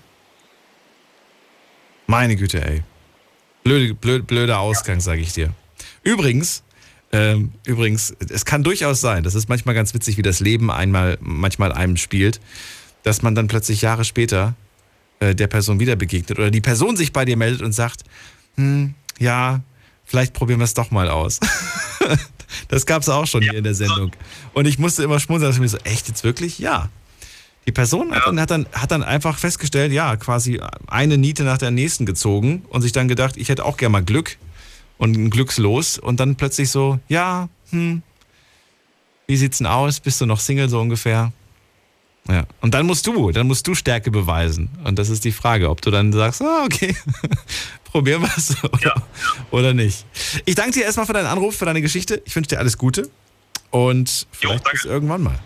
meine Güte, ey. Blöde, blöd, blöder Ausgang, sage ich dir. Übrigens, ähm, übrigens, es kann durchaus sein, das ist manchmal ganz witzig, wie das Leben einmal, manchmal einem spielt, dass man dann plötzlich Jahre später äh, der Person wieder begegnet oder die Person sich bei dir meldet und sagt, hm, ja, vielleicht probieren wir es doch mal aus. Das gab es auch schon hier in der Sendung. Und ich musste immer schmunzeln, dass ich mir so, echt jetzt wirklich? Ja. Die Person hat dann, hat, dann, hat dann einfach festgestellt, ja, quasi eine Niete nach der nächsten gezogen und sich dann gedacht, ich hätte auch gerne mal Glück und ein Glückslos. Und dann plötzlich so, ja, hm, wie sieht's denn aus? Bist du noch Single so ungefähr? Ja. Und dann musst du, dann musst du Stärke beweisen. Und das ist die Frage, ob du dann sagst, ah, okay, probieren wir es oder, ja. oder nicht. Ich danke dir erstmal für deinen Anruf, für deine Geschichte. Ich wünsche dir alles Gute und vielleicht jo, bis irgendwann mal.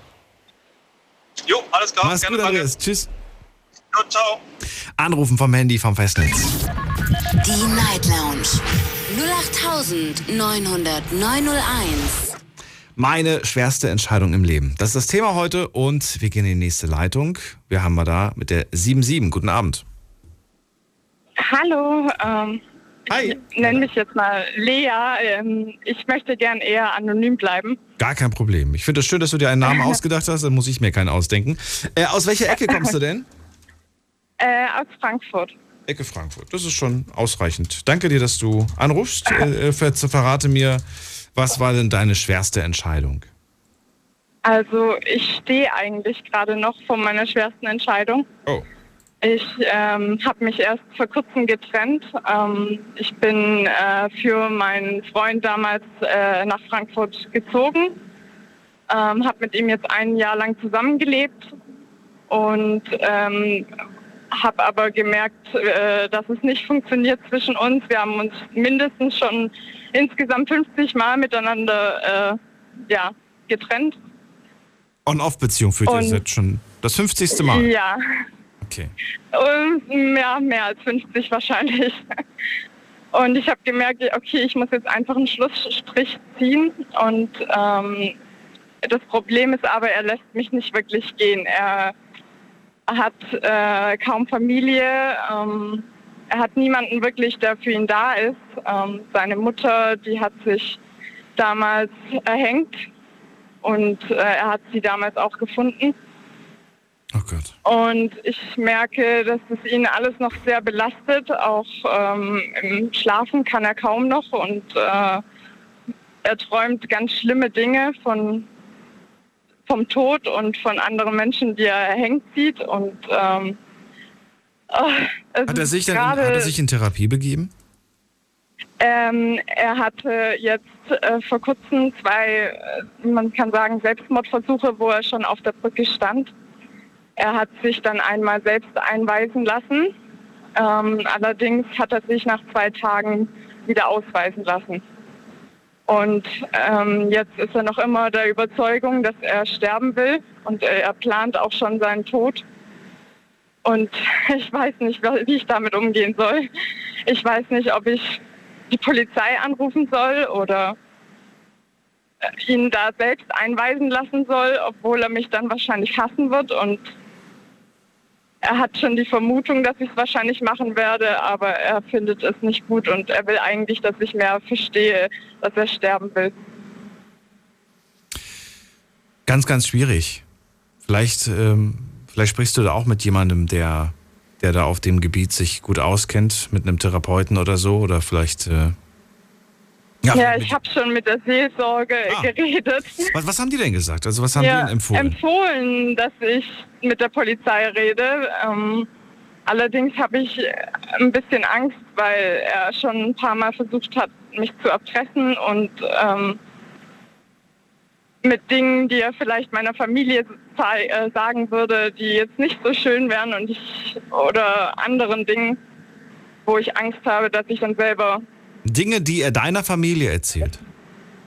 Jo, alles klar. Mach's gut, Andreas. Tschüss. Jo, ciao. Anrufen vom Handy, vom Festnetz. Die Night Lounge null acht neun null neun null eins. Meine schwerste Entscheidung im Leben. Das ist das Thema heute und wir gehen in die nächste Leitung. Wir haben wir da mit der sieben sieben. Guten Abend. Hallo, ähm, Hi. Ich nenne mich jetzt mal Lea. Ähm, ich möchte gern eher anonym bleiben. Gar kein Problem. Ich finde es schön, dass du dir einen Namen ausgedacht hast, dann muss ich mir keinen ausdenken. Äh, aus welcher Ecke kommst du denn? Äh, aus Frankfurt. Ecke Frankfurt. Das ist schon ausreichend. Danke dir, dass du anrufst. Äh, ver- verrate mir, was war denn deine schwerste Entscheidung? Also ich stehe eigentlich gerade noch vor meiner schwersten Entscheidung. Oh. Ich ähm, habe mich erst vor kurzem getrennt. Ähm, ich bin äh, für meinen Freund damals äh, nach Frankfurt gezogen, ähm, habe mit ihm jetzt ein Jahr lang zusammengelebt und ähm, habe aber gemerkt, äh, dass es nicht funktioniert zwischen uns. Wir haben uns mindestens schon insgesamt fünfzig Mal miteinander äh, ja, getrennt. On-Off-Beziehung führt ihr jetzt schon das fünfzigste Mal? Ja. Okay. Und ja, mehr als fünfzig wahrscheinlich. Und ich habe gemerkt, okay, ich muss jetzt einfach einen Schlussstrich ziehen. Und ähm, das Problem ist aber, er lässt mich nicht wirklich gehen. Er hat äh, kaum Familie. Ähm, er hat niemanden wirklich, der für ihn da ist. Ähm, seine Mutter, die hat sich damals erhängt. Und äh, er hat sie damals auch gefunden. Oh Gott. Und ich merke, dass es ihn alles noch sehr belastet. Auch ähm, im Schlafen kann er kaum noch. Und äh, er träumt ganz schlimme Dinge von, vom Tod und von anderen Menschen, die er erhängt sieht. Und ähm, oh, es hat, er sich ist denn, grade, hat er sich in Therapie begeben? Ähm, er hatte jetzt äh, vor kurzem zwei, äh, man kann sagen, Selbstmordversuche, wo er schon auf der Brücke stand. Er hat sich dann einmal selbst einweisen lassen. Ähm, allerdings hat er sich nach zwei Tagen wieder ausweisen lassen. Und ähm, jetzt ist er noch immer der Überzeugung, dass er sterben will. Und er plant auch schon seinen Tod. Und ich weiß nicht, wie ich damit umgehen soll. Ich weiß nicht, ob ich die Polizei anrufen soll oder ihn da selbst einweisen lassen soll, obwohl er mich dann wahrscheinlich hassen wird. Und er hat schon die Vermutung, dass ich es wahrscheinlich machen werde, aber er findet es nicht gut und er will eigentlich, dass ich mehr verstehe, dass er sterben will. Ganz, ganz schwierig. Vielleicht, ähm, vielleicht sprichst du da auch mit jemandem, der, der da auf dem Gebiet sich gut auskennt, mit einem Therapeuten oder so, oder vielleicht... Äh Ja, ja, ich habe schon mit der Seelsorge ah. geredet. Was, was haben die denn gesagt? Also was haben ja, die denn empfohlen? empfohlen, dass ich mit der Polizei rede. Ähm, allerdings habe ich ein bisschen Angst, weil er schon ein paar Mal versucht hat, mich zu erpressen und ähm, mit Dingen, die er vielleicht meiner Familie äh, sagen würde, die jetzt nicht so schön wären und ich oder anderen Dingen, wo ich Angst habe, dass ich dann selber Dinge, die er deiner Familie erzählt?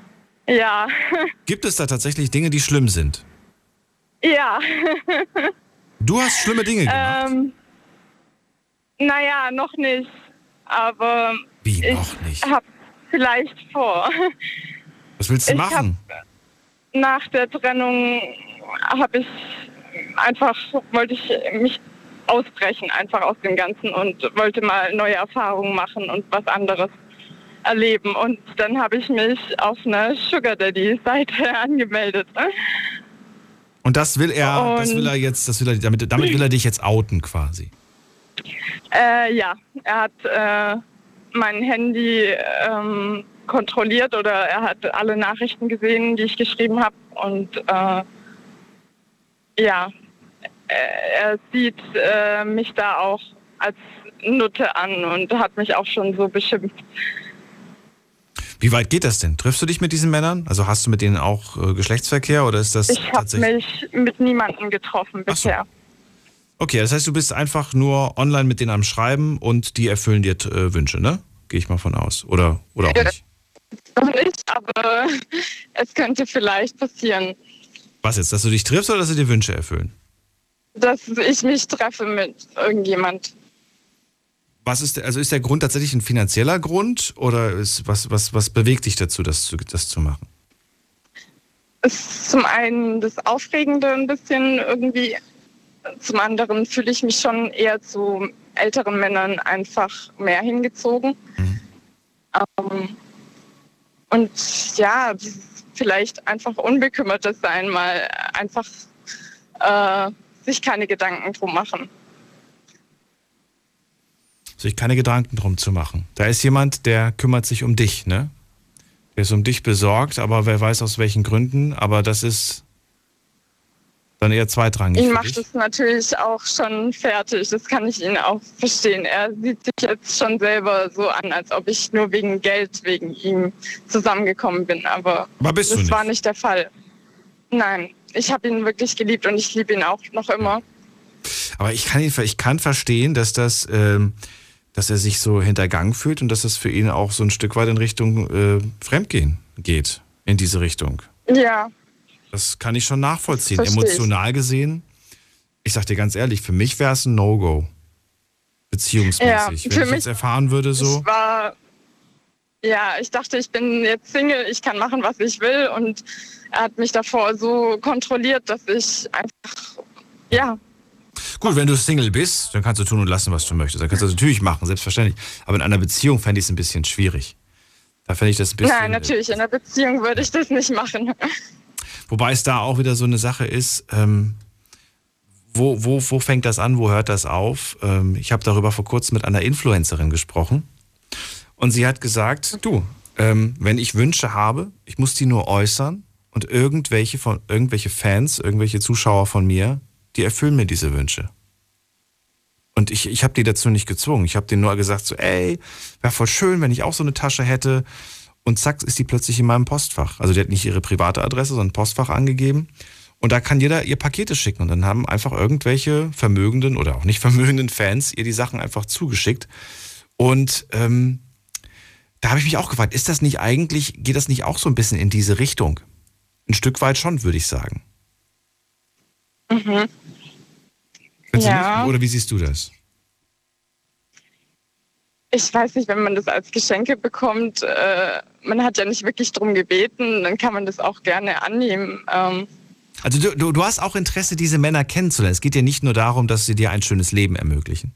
Ja. Gibt es da tatsächlich Dinge, die schlimm sind? Ja. Du hast schlimme Dinge gemacht? Ähm, naja, noch nicht. Aber Wie, ich noch nicht? habe vielleicht vor. Was willst du ich machen? Hab, nach der Trennung habe ich einfach, wollte ich mich ausbrechen, einfach aus dem Ganzen und wollte mal neue Erfahrungen machen und was anderes erleben. Und dann habe ich mich auf einer Sugar Daddy-Seite angemeldet. Und das will er, Und das will er jetzt, das will er, damit, damit will er dich jetzt outen quasi. Äh, ja, er hat äh, mein Handy ähm, kontrolliert oder er hat alle Nachrichten gesehen, die ich geschrieben habe. Und äh, ja, er sieht äh, mich da auch als Nutte an und hat mich auch schon so beschimpft. Wie weit geht das denn? Triffst du dich mit diesen Männern? Also hast du mit denen auch äh, Geschlechtsverkehr oder ist das Ich habe tatsächlich... mich mit niemandem getroffen bisher. Okay, das heißt, du bist einfach nur online mit denen am Schreiben und die erfüllen dir äh, Wünsche, ne? Gehe ich mal von aus. Oder, oder auch nicht. Noch nicht, aber es könnte vielleicht passieren, Was jetzt? Dass du dich triffst oder dass sie dir Wünsche erfüllen? dass ich mich treffe mit irgendjemand. Was ist der, also ist der Grund tatsächlich ein finanzieller Grund oder ist, was, was, was bewegt dich dazu, das zu, das zu machen? Es ist zum einen das Aufregende ein bisschen irgendwie, zum anderen fühle ich mich schon eher zu älteren Männern einfach mehr hingezogen. Mhm. Ähm, und ja, vielleicht einfach unbekümmertes sein, mal einfach äh, sich keine Gedanken drum machen. Sich keine Gedanken drum zu machen. Da ist jemand, der kümmert sich um dich, ne? Der ist um dich besorgt, aber wer weiß aus welchen Gründen, aber das ist dann eher zweitrangig. Ihn für macht dich. es natürlich auch schon fertig, das kann ich ihn auch verstehen. Er sieht sich jetzt schon selber so an, als ob ich nur wegen Geld, wegen ihm zusammengekommen bin, aber, Aber bist du das nicht? war nicht der Fall. Nein, ich habe ihn wirklich geliebt und ich liebe ihn auch noch immer. Aber ich kann, ihn, ich kann verstehen, dass das, ähm, dass er sich so hintergangen fühlt und dass das für ihn auch so ein Stück weit in Richtung äh, Fremdgehen geht, in diese Richtung. Ja. Das kann ich schon nachvollziehen. Versteh ich. Emotional gesehen, ich sag dir ganz ehrlich, für mich wäre es ein No-Go. Beziehungsmäßig. Ja, Wenn für ich mich- jetzt erfahren würde, so. Ich war, ja, ich dachte, ich bin jetzt Single, ich kann machen, was ich will und er hat mich davor so kontrolliert, dass ich einfach, ja, Gut, wenn du Single bist, dann kannst du tun und lassen, was du möchtest. Dann kannst du das natürlich machen, selbstverständlich. Aber in einer Beziehung fände ich es ein bisschen schwierig. Da fände ich das ein bisschen... nein, natürlich, in einer Beziehung würde ich das nicht machen. Wobei es da auch wieder so eine Sache ist, ähm, wo, wo, wo fängt das an, wo hört das auf? Ähm, ich habe darüber vor kurzem mit einer Influencerin gesprochen und sie hat gesagt, du, ähm, wenn ich Wünsche habe, ich muss die nur äußern und irgendwelche, von, irgendwelche Fans, irgendwelche Zuschauer von mir, die erfüllen mir diese Wünsche. Und ich, ich habe die dazu nicht gezwungen. Ich habe denen nur gesagt, so, ey, wäre voll schön, wenn ich auch so eine Tasche hätte. Und zack, ist die plötzlich in meinem Postfach. Also die hat nicht ihre private Adresse, sondern ein Postfach angegeben. Und da kann jeder ihr Pakete schicken. Und dann haben einfach irgendwelche vermögenden oder auch nicht vermögenden Fans ihr die Sachen einfach zugeschickt. Und ähm, da habe ich mich auch gefragt, ist das nicht eigentlich, geht das nicht auch so ein bisschen in diese Richtung? Ein Stück weit schon, würde ich sagen. Mhm. Findest du Ja. nicht? Oder wie siehst du das? Ich weiß nicht, wenn man das als Geschenke bekommt, äh, man hat ja nicht wirklich drum gebeten, dann kann man das auch gerne annehmen. Ähm, Also du, du, du hast auch Interesse, diese Männer kennenzulernen. Es geht ja nicht nur darum, dass sie dir ein schönes Leben ermöglichen.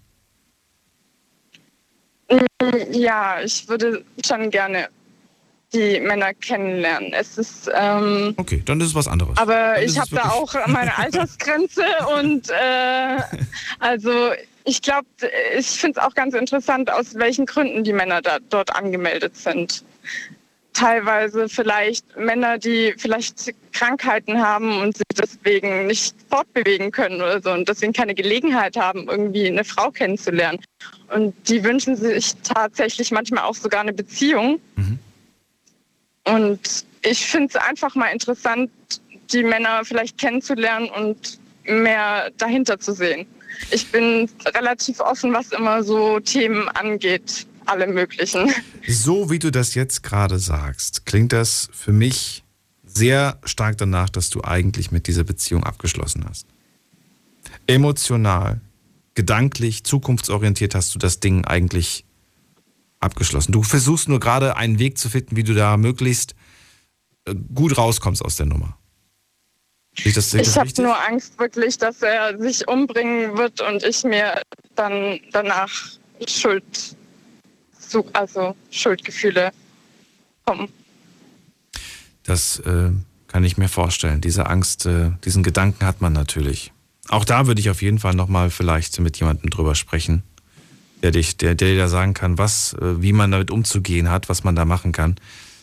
ja, ich würde schon gerne die Männer kennenlernen. Es ist, ähm, Okay, dann ist es was anderes. aber Dann ist ich es habe da wirklich- auch meine Altersgrenze und äh, also ich glaube, ich finde es auch ganz interessant, aus welchen Gründen die Männer da, dort angemeldet sind. Teilweise vielleicht Männer, die vielleicht Krankheiten haben und sich deswegen nicht fortbewegen können oder so und deswegen keine Gelegenheit haben, irgendwie eine Frau kennenzulernen. Und die wünschen sich tatsächlich manchmal auch sogar eine Beziehung. Mhm. Und ich finde es einfach mal interessant, die Männer vielleicht kennenzulernen und mehr dahinter zu sehen. Ich bin relativ offen, was immer so Themen angeht. alle möglichen. So wie du das jetzt gerade sagst, klingt das für mich sehr stark danach, dass du eigentlich mit dieser Beziehung abgeschlossen hast. Emotional, gedanklich, zukunftsorientiert hast du das Ding eigentlich abgeschlossen. Du versuchst nur gerade einen Weg zu finden, wie du da möglichst gut rauskommst aus der Nummer. Ich, ich habe nur Angst wirklich, dass er sich umbringen wird und ich mir dann danach Schuld, also Schuldgefühle kommen. Das äh, kann ich mir vorstellen. Diese Angst, äh, diesen Gedanken hat man natürlich. Auch da würde ich auf jeden Fall nochmal vielleicht mit jemandem drüber sprechen, der dich, der, der dir sagen kann, was, äh, wie man damit umzugehen hat, was man da machen kann.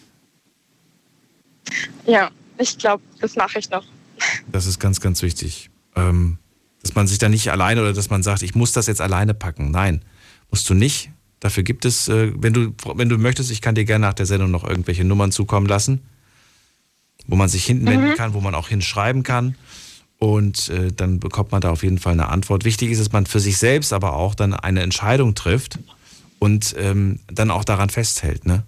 Ja, ich glaube, das mache ich noch. Das ist ganz, ganz wichtig. Ähm, dass man sich da nicht alleine oder dass man sagt, ich muss das jetzt alleine packen. Nein, musst du nicht. Dafür gibt es, äh, wenn du, wenn du möchtest, ich kann dir gerne nach der Sendung noch irgendwelche Nummern zukommen lassen, wo man sich hinwenden mhm. kann, wo man auch hinschreiben kann. Und äh, dann bekommt man da auf jeden Fall eine Antwort. Wichtig ist, dass man für sich selbst aber auch dann eine Entscheidung trifft und ähm, dann auch daran festhält, ne?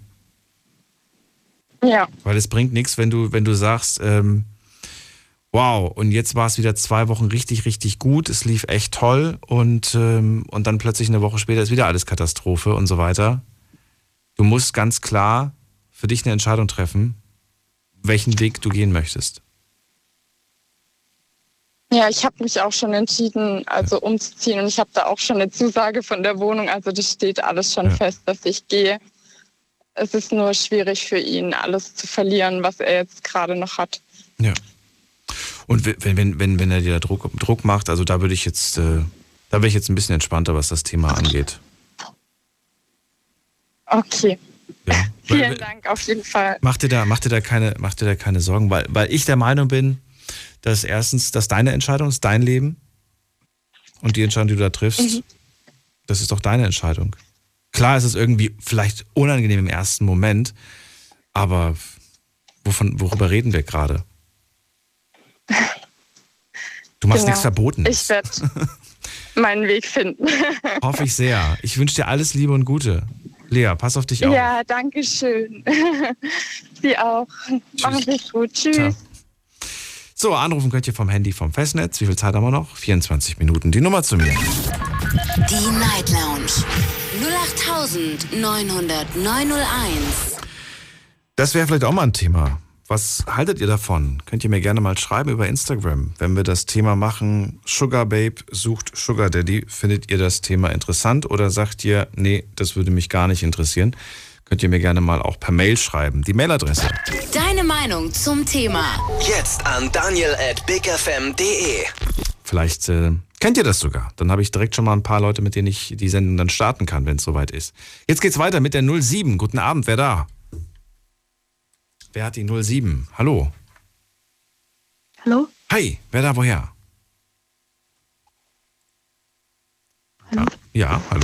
Ja. Weil es bringt nichts, wenn du, wenn du sagst, ähm, wow, und jetzt war es wieder zwei Wochen richtig, richtig gut, es lief echt toll und, ähm, und dann plötzlich eine Woche später ist wieder alles Katastrophe und so weiter. Du musst ganz klar für dich eine Entscheidung treffen, welchen Weg du gehen möchtest. Ja, ich habe mich auch schon entschieden, also umzuziehen und ich habe da auch schon eine Zusage von der Wohnung, also das steht alles schon ja. fest, dass ich gehe. Es ist nur schwierig für ihn, alles zu verlieren, was er jetzt gerade noch hat. Ja. Und wenn, wenn, wenn, wenn er dir Druck, Druck macht, also da würde ich jetzt, äh, da wäre ich jetzt ein bisschen entspannter, was das Thema angeht. Okay. Ja. Vielen weil, Dank, auf jeden Fall. Mach dir da, mach dir da keine, mach dir da keine Sorgen, weil, weil ich der Meinung bin, dass erstens, dass deine Entscheidung ist, dein Leben und die Entscheidung, die du da triffst, mhm. das ist doch deine Entscheidung. Klar ist es irgendwie vielleicht unangenehm im ersten Moment, aber wovon, worüber reden wir gerade? Du machst genau. nichts Verbotenes. Ich werde meinen Weg finden. Hoffe ich sehr. Ich wünsche dir alles Liebe und Gute. Lea, pass auf dich auf. Ja, danke schön. Sie auch. Mach es gut. Tschüss. Ciao. So, anrufen könnt ihr vom Handy vom Festnetz. Wie viel Zeit haben wir noch? vierundzwanzig Minuten. Die Nummer zu mir. Die Night Lounge. null acht neun null null neun null eins. Das wäre vielleicht auch mal ein Thema. Was haltet ihr davon? Könnt ihr mir gerne mal schreiben über Instagram. Wenn wir das Thema machen, Sugar Babe sucht Sugar Daddy, findet ihr das Thema interessant oder sagt ihr, nee, das würde mich gar nicht interessieren? Könnt ihr mir gerne mal auch per Mail schreiben. Die Mailadresse. Deine Meinung zum Thema. Jetzt an daniel at bigfm punkt de. Vielleicht äh, kennt ihr das sogar. Dann habe ich direkt schon mal ein paar Leute, mit denen ich die Sendung dann starten kann, wenn es soweit ist. Jetzt geht's weiter mit der null sieben. Guten Abend, wer da? Wer hat die null sieben? Hallo? Hallo? Hi, wer da, woher? Hallo? Ja, ja, hallo?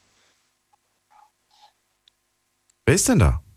Wer ist denn da?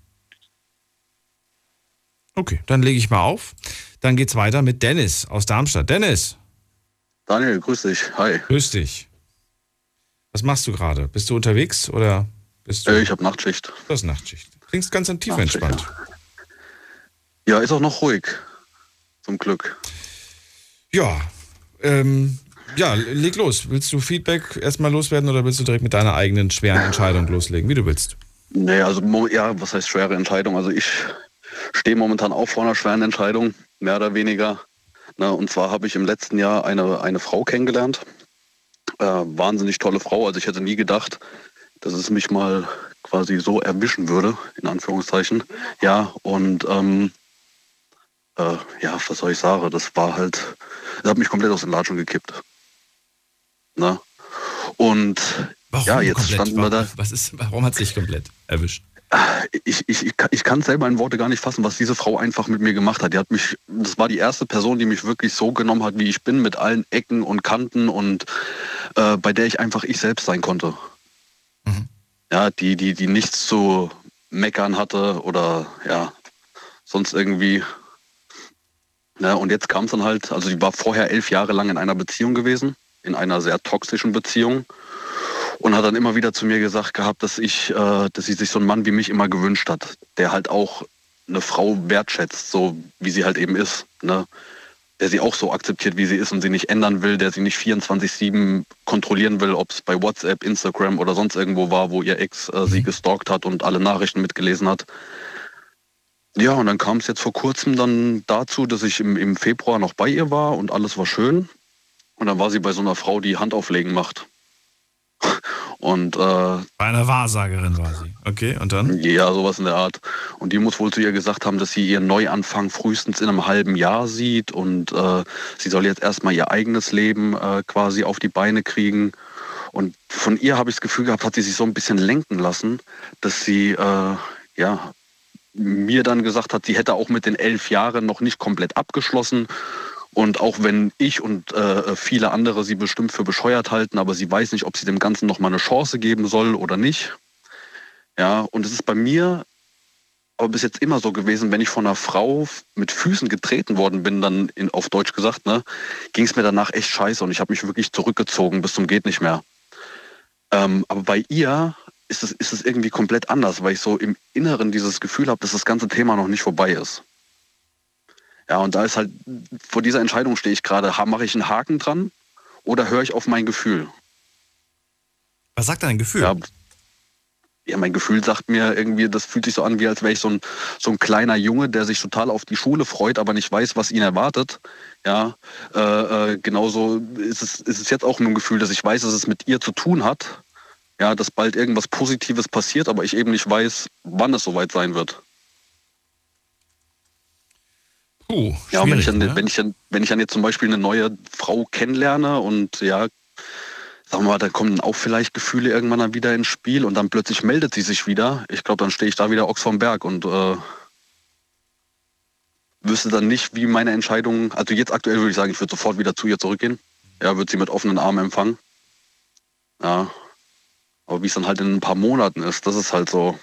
Okay, dann lege ich mal auf. Dann geht's weiter mit Dennis aus Darmstadt. Dennis! Daniel, grüß dich. Hi. Grüß dich. Was machst du gerade? Bist du unterwegs oder bist du... Äh, ich habe Nachtschicht. Du hast Nachtschicht. Klingst ganz tief entspannt. Ja, ist auch noch ruhig. Zum Glück. Ja, ähm, ja, leg los. Willst du Feedback erstmal loswerden oder willst du direkt mit deiner eigenen schweren Entscheidung loslegen? Wie du willst. Nee, also, ja, was heißt schwere Entscheidung? Also ich stehe momentan auch vor einer schweren Entscheidung, mehr oder weniger. Na, und zwar habe ich im letzten Jahr eine, eine Frau kennengelernt. Äh, wahnsinnig tolle Frau. Also ich hätte nie gedacht, dass es mich mal quasi so erwischen würde, in Anführungszeichen. Ja, und ähm, äh, ja, was soll ich sagen? Das war halt, das hat mich komplett aus den Latschen gekippt. Na? Und warum ja, jetzt komplett? standen wir da. Was ist, warum hat es dich komplett erwischt? Ich, ich, ich, ich kann es selber in Worte gar nicht fassen, was diese Frau einfach mit mir gemacht hat. Die hat mich, das war die erste Person, die mich wirklich so genommen hat, wie ich bin, mit allen Ecken und Kanten und äh, bei der ich einfach ich selbst sein konnte. Mhm. Ja, die, die, die nichts zu meckern hatte oder ja, sonst irgendwie. Ja, und jetzt kam es dann halt, also die war vorher elf Jahre lang in einer Beziehung gewesen, in einer sehr toxischen Beziehung. Und hat dann immer wieder zu mir gesagt gehabt, dass ich, äh, dass sie sich so einen Mann wie mich immer gewünscht hat, der halt auch eine Frau wertschätzt, so wie sie halt eben ist, ne? Der sie auch so akzeptiert, wie sie ist und sie nicht ändern will, der sie nicht vierundzwanzig sieben kontrollieren will, ob es bei WhatsApp, Instagram oder sonst irgendwo war, wo ihr Ex äh, sie gestalkt hat und alle Nachrichten mitgelesen hat. Ja, und dann kam es jetzt vor kurzem dann dazu, dass ich im, im Februar noch bei ihr war und alles war schön. Und dann war sie bei so einer Frau, die Handauflegen macht. Und, äh, bei einer Wahrsagerin war sie. Okay, und dann? Ja, sowas in der Art. Und die muss wohl zu ihr gesagt haben, dass sie ihren Neuanfang frühestens in einem halben Jahr sieht und äh, sie soll jetzt erstmal ihr eigenes Leben äh, quasi auf die Beine kriegen. Und von ihr habe ich das Gefühl gehabt, hat sie sich so ein bisschen lenken lassen, dass sie äh, ja mir dann gesagt hat, sie hätte auch mit den elf Jahren noch nicht komplett abgeschlossen. Und auch wenn ich und äh, viele andere sie bestimmt für bescheuert halten, aber sie weiß nicht, ob sie dem Ganzen noch mal eine Chance geben soll oder nicht. Ja, und es ist bei mir aber bis jetzt immer so gewesen, wenn ich von einer Frau mit Füßen getreten worden bin, dann in, auf Deutsch gesagt, ne, ging es mir danach echt scheiße und ich habe mich wirklich zurückgezogen bis zum geht nicht mehr. Ähm, aber bei ihr ist es, ist es irgendwie komplett anders, weil ich so im Inneren dieses Gefühl habe, dass das ganze Thema noch nicht vorbei ist. Ja, und da ist halt, vor dieser Entscheidung stehe ich gerade, mache ich einen Haken dran oder höre ich auf mein Gefühl? Was sagt dein Gefühl? Ja, ja, mein Gefühl sagt mir irgendwie, das fühlt sich so an, wie als wäre ich so ein, so ein kleiner Junge, der sich total auf die Schule freut, aber nicht weiß, was ihn erwartet. Ja, äh, äh, genauso ist es, ist es jetzt auch ein Gefühl, dass ich weiß, dass es mit ihr zu tun hat. Ja, dass bald irgendwas Positives passiert, aber ich eben nicht weiß, wann es soweit sein wird. Uh, ja, und wenn ich, dann, ne? wenn, ich dann, wenn ich dann jetzt zum Beispiel eine neue Frau kennenlerne und ja, sagen wir mal, da kommen dann auch vielleicht Gefühle irgendwann dann wieder ins Spiel und dann plötzlich meldet sie sich wieder. Ich glaube, dann stehe ich da wieder Ochs vom Berg und äh, wüsste dann nicht, wie meine Entscheidung, also jetzt aktuell würde ich sagen, ich würde sofort wieder zu ihr zurückgehen. Ja, würde sie mit offenen Armen empfangen. Ja, aber wie es dann halt in ein paar Monaten ist, das ist halt so.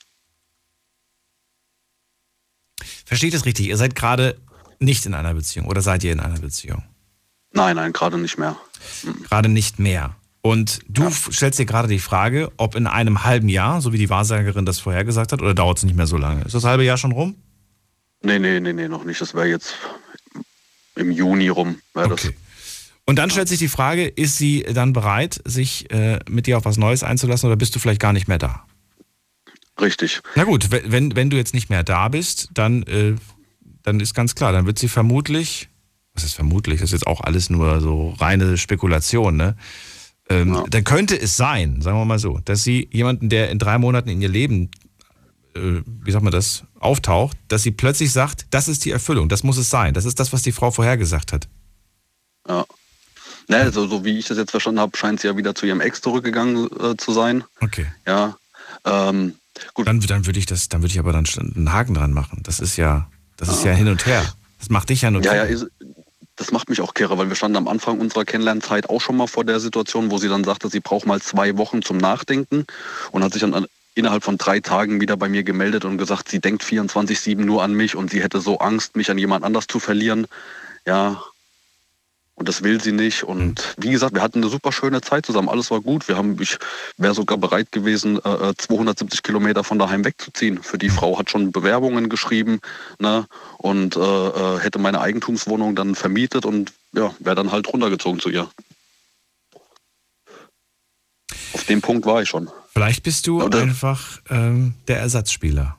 Versteht es richtig? Ihr seid gerade nicht in einer Beziehung oder seid ihr in einer Beziehung? Nein, nein, gerade nicht mehr. Mhm. Gerade nicht mehr. Und du ja. stellst dir gerade die Frage, ob in einem halben Jahr, so wie die Wahrsagerin das vorhergesagt hat, oder dauert es nicht mehr so lange? Ist das halbe Jahr schon rum? Nee, nee, nee, nee, noch nicht. Das wäre jetzt im Juni rum. Okay. Das. Und dann stellt sich die Frage, ist sie dann bereit, sich äh, mit dir auf was Neues einzulassen oder bist du vielleicht gar nicht mehr da? Richtig. Na gut, wenn, wenn du jetzt nicht mehr da bist, dann, äh, dann ist ganz klar, dann wird sie vermutlich, was ist vermutlich, das ist jetzt auch alles nur so reine Spekulation, ne? Ähm, ja. Dann könnte es sein, sagen wir mal so, dass sie jemanden, der in drei Monaten in ihr Leben, äh, wie sagt man das, auftaucht, dass sie plötzlich sagt, das ist die Erfüllung, das muss es sein, das ist das, was die Frau vorhergesagt hat. Ja. Ne, also, so wie ich das jetzt verstanden habe, scheint sie ja wieder zu ihrem Ex zurückgegangen äh, zu sein. Okay. Ja. Ähm, Gut. Dann, dann würde ich das, dann würde ich aber dann einen Haken dran machen. Das ist ja, das ist ja hin und her. Das macht dich ja nur. Ja, ja, ist, das macht mich auch kirre, weil wir standen am Anfang unserer Kennenlernzeit auch schon mal vor der Situation, wo sie dann sagte, sie braucht mal zwei Wochen zum Nachdenken und hat sich dann innerhalb von drei Tagen wieder bei mir gemeldet und gesagt, sie denkt vierundzwanzig sieben nur an mich und sie hätte so Angst, mich an jemand anders zu verlieren. Ja. Und das will sie nicht. Und wie gesagt, wir hatten eine super schöne Zeit zusammen. Alles war gut. Wir haben, ich wäre sogar bereit gewesen, äh, zweihundertsiebzig Kilometer von daheim wegzuziehen. Für die Frau hat schon Bewerbungen geschrieben, ne? Und äh, hätte meine Eigentumswohnung dann vermietet und ja, wäre dann halt runtergezogen zu ihr. Auf dem Punkt war ich schon. Vielleicht bist du Oder? einfach ähm, der Ersatzspieler.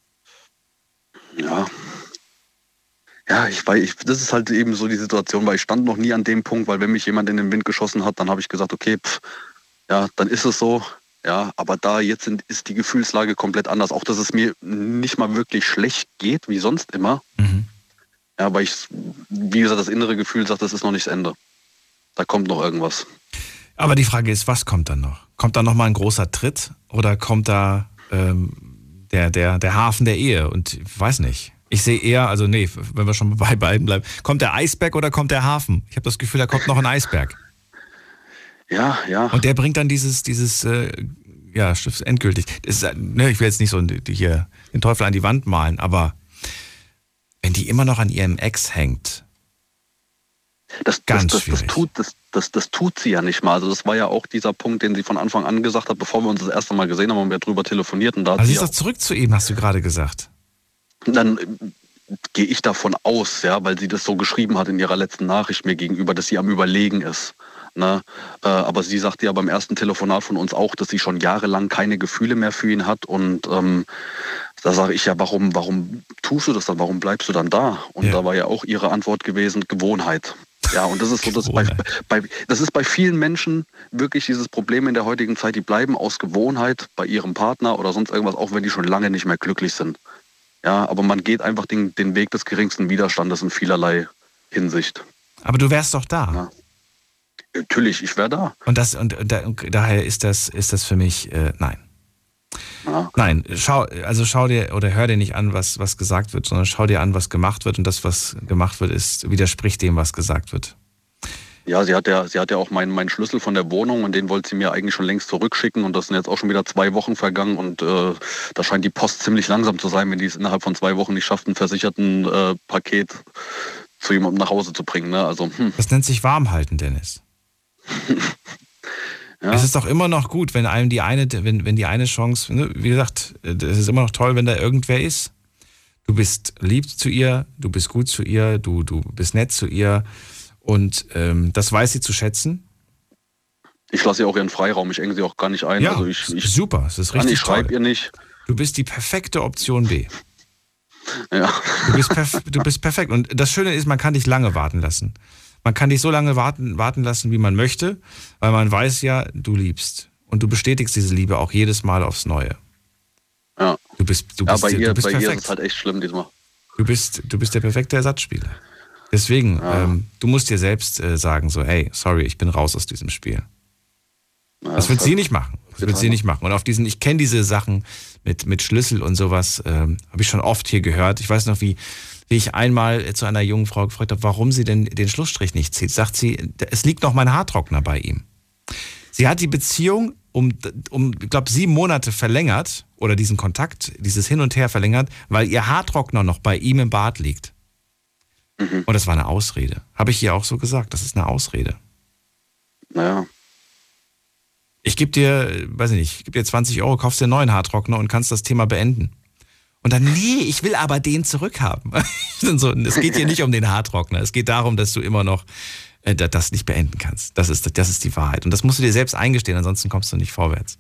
Ja. Ja, ich weiß, ich, das ist halt eben so die Situation, weil ich stand noch nie an dem Punkt, weil wenn mich jemand in den Wind geschossen hat, dann habe ich gesagt, okay, pff, ja, dann ist es so. Ja, aber da jetzt sind, ist die Gefühlslage komplett anders. Auch, dass es mir nicht mal wirklich schlecht geht, wie sonst immer. Mhm. Ja, weil ich, wie gesagt, das innere Gefühl sagt, das ist noch nicht das Ende. Da kommt noch irgendwas. Aber die Frage ist, was kommt dann noch? Kommt da noch mal ein großer Tritt oder kommt da ähm, der, der, der Hafen der Ehe? Und ich weiß nicht. Ich sehe eher, also nee, wenn wir schon bei beiden bleiben, kommt der Eisberg oder kommt der Hafen? Ich habe das Gefühl, da kommt noch ein Eisberg. Ja, ja. Und der bringt dann dieses, dieses, äh, ja, endgültig. Das ist, ne, ich will jetzt nicht so hier den Teufel an die Wand malen, aber wenn die immer noch an ihrem Ex hängt, Das, Ganz das, das, das, tut, das, das, das tut sie ja nicht mal. Also das war ja auch dieser Punkt, den sie von Anfang an gesagt hat, bevor wir uns das erste Mal gesehen haben und wir drüber telefoniert. Und da Also hat sie sie ist doch zurück zu ihm, hast du gerade gesagt. dann äh, gehe ich davon aus, ja, weil sie das so geschrieben hat in ihrer letzten Nachricht mir gegenüber, dass sie am Überlegen ist. Ne? Äh, aber sie sagte ja beim ersten Telefonat von uns auch, dass sie schon jahrelang keine Gefühle mehr für ihn hat. Und ähm, da sage ich ja, warum, warum tust du das dann? Warum bleibst du dann da? Und Ja. da war ja auch ihre Antwort gewesen, Gewohnheit. Ja, und das ist so, das, bei, bei, das ist bei vielen Menschen wirklich dieses Problem in der heutigen Zeit, die bleiben aus Gewohnheit bei ihrem Partner oder sonst irgendwas, auch wenn die schon lange nicht mehr glücklich sind. Ja, aber man geht einfach den, den Weg des geringsten Widerstandes in vielerlei Hinsicht. Aber du wärst doch da. Ja. Natürlich, ich wäre da. Und das und, da, und daher ist das ist das für mich äh, nein. Ja. Nein, schau also schau dir oder hör dir nicht an, was was gesagt wird, sondern schau dir an, was gemacht wird und das, was gemacht wird, ist widerspricht dem, was gesagt wird. Ja, sie hat ja, sie hat ja auch meinen meinen Schlüssel von der Wohnung und den wollte sie mir eigentlich schon längst zurückschicken und das sind jetzt auch schon wieder zwei Wochen vergangen und äh, da scheint die Post ziemlich langsam zu sein, wenn die es innerhalb von zwei Wochen nicht schafft, ein versicherten äh, Paket zu jemandem nach Hause zu bringen. Ne? Also, hm. Das nennt sich warm halten, Dennis. Ja. Es ist doch immer noch gut, wenn einem die eine, wenn, wenn die eine Chance, ne, wie gesagt, es ist immer noch toll, wenn da irgendwer ist. Du bist lieb zu ihr, du bist gut zu ihr, du, du bist nett zu ihr und ähm, das weiß sie zu schätzen. Ich lasse ihr auch ihren Freiraum, ich enge sie auch gar nicht ein. Ja, also ich, ich, super, es ist richtig ich schreibe ihr nicht. Du bist die perfekte Option B. Ja. Du bist, perf- du bist perfekt und das Schöne ist, man kann dich lange warten lassen. Man kann dich so lange warten, warten lassen, wie man möchte, weil man weiß ja, du liebst. Und du bestätigst diese Liebe auch jedes Mal aufs Neue. Ja. Du bist, du ja, bist, bei ihr, du bist bei perfekt. ihr ist es halt echt schlimm diesmal. Du bist, du bist der perfekte Ersatzspieler. Deswegen, Ja. ähm, du musst dir selbst äh, sagen, so, hey, sorry, ich bin raus aus diesem Spiel. Ja, das wird das sie hat- nicht machen. Das wird sie nicht machen. Und auf diesen, ich kenne diese Sachen mit, mit Schlüssel und sowas, ähm, habe ich schon oft hier gehört. Ich weiß noch, wie, wie ich einmal zu einer jungen Frau gefragt habe, warum sie denn den Schlussstrich nicht zieht. Sagt sie, es liegt noch mein Haartrockner bei ihm. Sie hat die Beziehung um, um ich glaube, sieben Monate verlängert oder diesen Kontakt, dieses Hin und Her verlängert, weil ihr Haartrockner noch bei ihm im Bad liegt. Mhm. Und das war eine Ausrede. Habe ich ihr auch so gesagt, das ist eine Ausrede. Naja. Ich gebe dir, weiß ich nicht, ich gebe dir zwanzig Euro, kaufst dir einen neuen Haartrockner und kannst das Thema beenden. Und dann, nee, ich will aber den zurückhaben. so, es geht hier nicht um den Haartrockner. Es geht darum, dass du immer noch äh, das nicht beenden kannst. Das ist, das ist die Wahrheit. Und das musst du dir selbst eingestehen, ansonsten kommst du nicht vorwärts.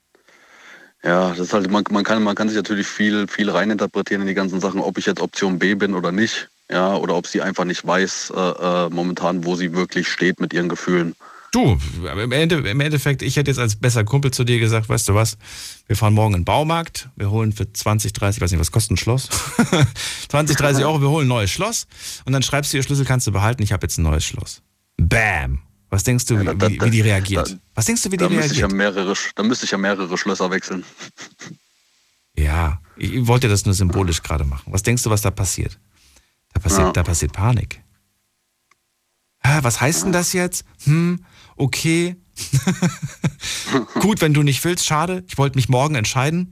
Ja, das ist halt, man, man, kann, man kann sich natürlich viel, viel reininterpretieren in die ganzen Sachen, ob ich jetzt Option B bin oder nicht. Ja, oder ob sie einfach nicht weiß, äh, äh, momentan, wo sie wirklich steht mit ihren Gefühlen. Du, im, Ende, im Endeffekt, ich hätte jetzt als besser Kumpel zu dir gesagt, weißt du was, wir fahren morgen in den Baumarkt, wir holen für zwanzig, dreißig, ich weiß nicht, was kostet ein Schloss? zwanzig, dreißig Euro, wir holen ein neues Schloss und dann schreibst du, ihr Schlüssel kannst du behalten, ich habe jetzt ein neues Schloss. Bam! Was denkst du, wie, Ja, da, wie, wie die reagiert? Da, was denkst du, wie die da müsste ich ja reagiert? mehrere, da müsste ich ja mehrere Schlösser wechseln. Ja, ich wollte das nur symbolisch gerade machen. Was denkst du, was da passiert? Da passiert, Ja. da passiert Panik. Hä, was heißt denn das jetzt? Hm, okay. Gut, wenn du nicht willst, schade. Ich wollte mich morgen entscheiden.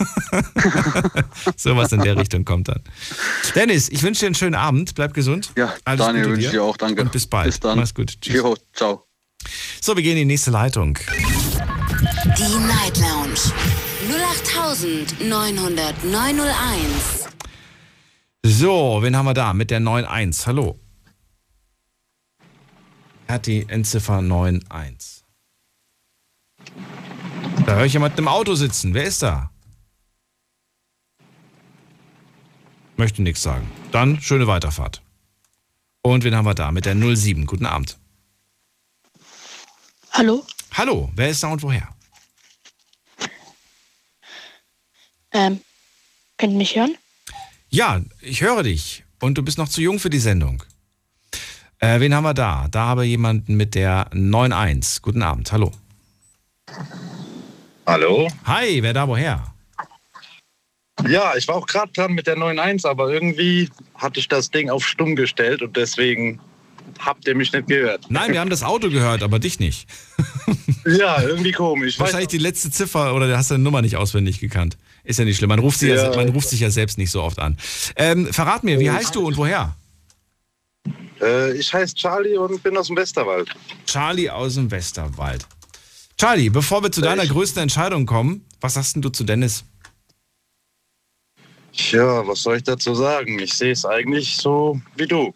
Sowas in der Richtung kommt dann. Dennis, ich wünsche dir einen schönen Abend. Bleib gesund. Ja, Alles Daniel Gute wünsche ich dir auch, danke. Und bis bald. Bis dann. Mach's gut. Tschüss. Jo, ciao. So, wir gehen in die nächste Leitung. Die Night Lounge null acht neun null null neun null eins. So, wen haben wir da mit der neun eins? Hallo. Er hat die Endziffer neun eins. Da höre ich jemanden im Auto sitzen. Wer ist da? Möchte nichts sagen. Dann schöne Weiterfahrt. Und wen haben wir da mit der null sieben? Guten Abend. Hallo? Hallo, wer ist da und woher? Ähm, könnt ihr mich hören? Ja, ich höre dich. Und du bist noch zu jung für die Sendung. Äh, wen haben wir da? Da haben wir jemanden mit der neun eins. Guten Abend, hallo. Hallo? Hi, wer da woher? Ja, ich war auch gerade dran mit der neun eins, aber irgendwie hatte ich das Ding auf stumm gestellt und deswegen habt ihr mich nicht gehört. Nein, wir haben das Auto gehört, aber dich nicht. Ja, irgendwie komisch. Wahrscheinlich die letzte Ziffer oder hast du deine Nummer nicht auswendig gekannt. Ist ja nicht schlimm, man ruft, sich ja. Ja. man ruft sich ja selbst nicht so oft an. Ähm, verrat mir, wie heißt du und woher? Äh, ich heiße Charlie und bin aus dem Westerwald. Charlie aus dem Westerwald. Charlie, bevor wir zu deiner Echt? größten Entscheidung kommen, was sagst denn du zu Dennis? Ja, was soll ich dazu sagen? Ich sehe es eigentlich so wie du.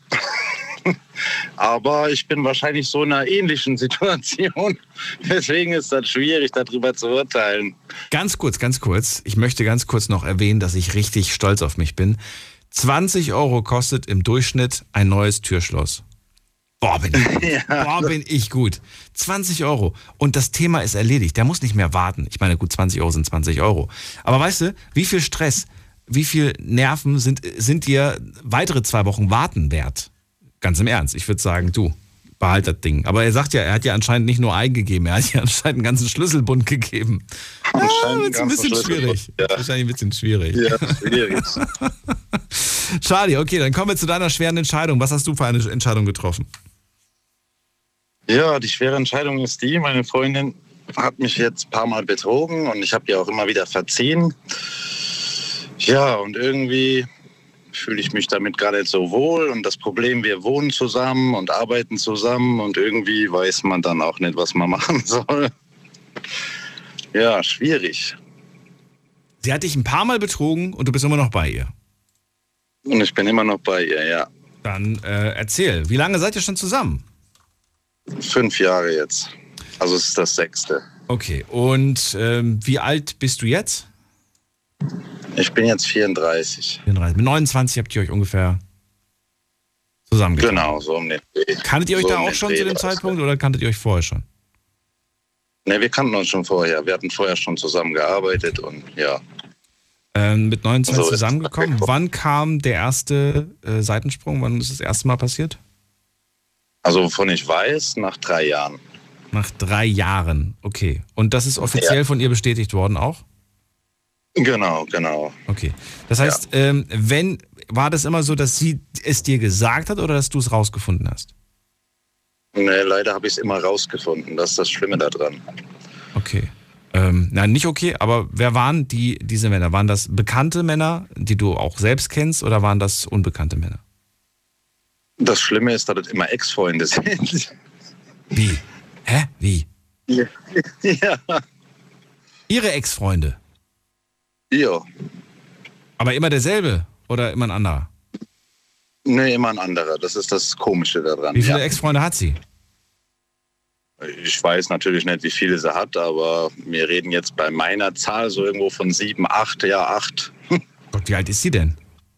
Aber ich bin wahrscheinlich so in einer ähnlichen Situation. Deswegen ist das schwierig, darüber zu urteilen. Ganz kurz, ganz kurz. Ich möchte ganz kurz noch erwähnen, dass ich richtig stolz auf mich bin. zwanzig Euro kostet im Durchschnitt ein neues Türschloss. Boah, bin ich gut. Ja. Boah, bin ich gut. zwanzig Euro. Und das Thema ist erledigt. Der muss nicht mehr warten. Ich meine, gut, zwanzig Euro sind zwanzig Euro. Aber weißt du, wie viel Stress, wie viel Nerven sind, sind dir weitere zwei Wochen Warten wert? Ganz im Ernst. Ich würde sagen, du, behalt das Ding. Aber er sagt ja, er hat ja anscheinend nicht nur eingegeben, er hat ja anscheinend einen ganzen Schlüsselbund gegeben. Ah, wird's ein bisschen schwierig. Ja. Wahrscheinlich ein bisschen schwierig. Ja, schwierig. Charlie, okay, dann kommen wir zu deiner schweren Entscheidung. Was hast du für eine Entscheidung getroffen? Ja, die schwere Entscheidung ist die, meine Freundin hat mich jetzt ein paar Mal betrogen und ich habe ihr auch immer wieder verziehen. Ja, und irgendwie fühle ich mich damit gar nicht so wohl. Und das Problem, wir wohnen zusammen und arbeiten zusammen und irgendwie weiß man dann auch nicht, was man machen soll. Ja, schwierig. Sie hat dich ein paar Mal betrogen und du bist immer noch bei ihr. Und ich bin immer noch bei ihr, ja. Dann äh, erzähl, wie lange seid ihr schon zusammen? Fünf Jahre jetzt. Also es ist das sechste. Okay, und ähm, wie alt bist du jetzt? Ich bin jetzt vierunddreißig. vierunddreißig. Mit neunundzwanzig habt ihr euch ungefähr zusammengekommen. Genau, so um den Dreh. Kanntet ihr euch so da um auch den schon Dreh zu dem Zeitpunkt oder kanntet ihr euch vorher schon? Ne, wir kannten uns schon vorher. Wir hatten vorher schon zusammen gearbeitet und ja. Ähm, mit neunundzwanzig So ist zusammengekommen. Wann kam der erste äh, Seitensprung? Wann ist das erste Mal passiert? Also wovon ich weiß, nach drei Jahren. Nach drei Jahren, okay. Und das ist offiziell Ja. von ihr bestätigt worden auch? Genau, genau. Okay. Das heißt, ja. ähm, wenn, war das immer so, dass sie es dir gesagt hat oder dass du es rausgefunden hast? Ne, leider habe ich es immer rausgefunden. Das ist das Schlimme daran. Okay. Ähm, nein, nicht okay, aber wer waren die, diese Männer? Waren das bekannte Männer, die du auch selbst kennst, oder waren das unbekannte Männer? Das Schlimme ist, dass das immer Ex-Freunde sind. Wie? Hä? Wie? Ja. ja. Ihre Ex-Freunde? Ja. Aber immer derselbe oder immer ein anderer? Nee, immer ein anderer. Das ist das Komische daran. Wie viele ja. Ex-Freunde hat sie? Ich weiß natürlich nicht, wie viele sie hat, aber wir reden jetzt bei meiner Zahl so irgendwo von sieben, acht, ja, acht. Gott, wie alt ist sie denn?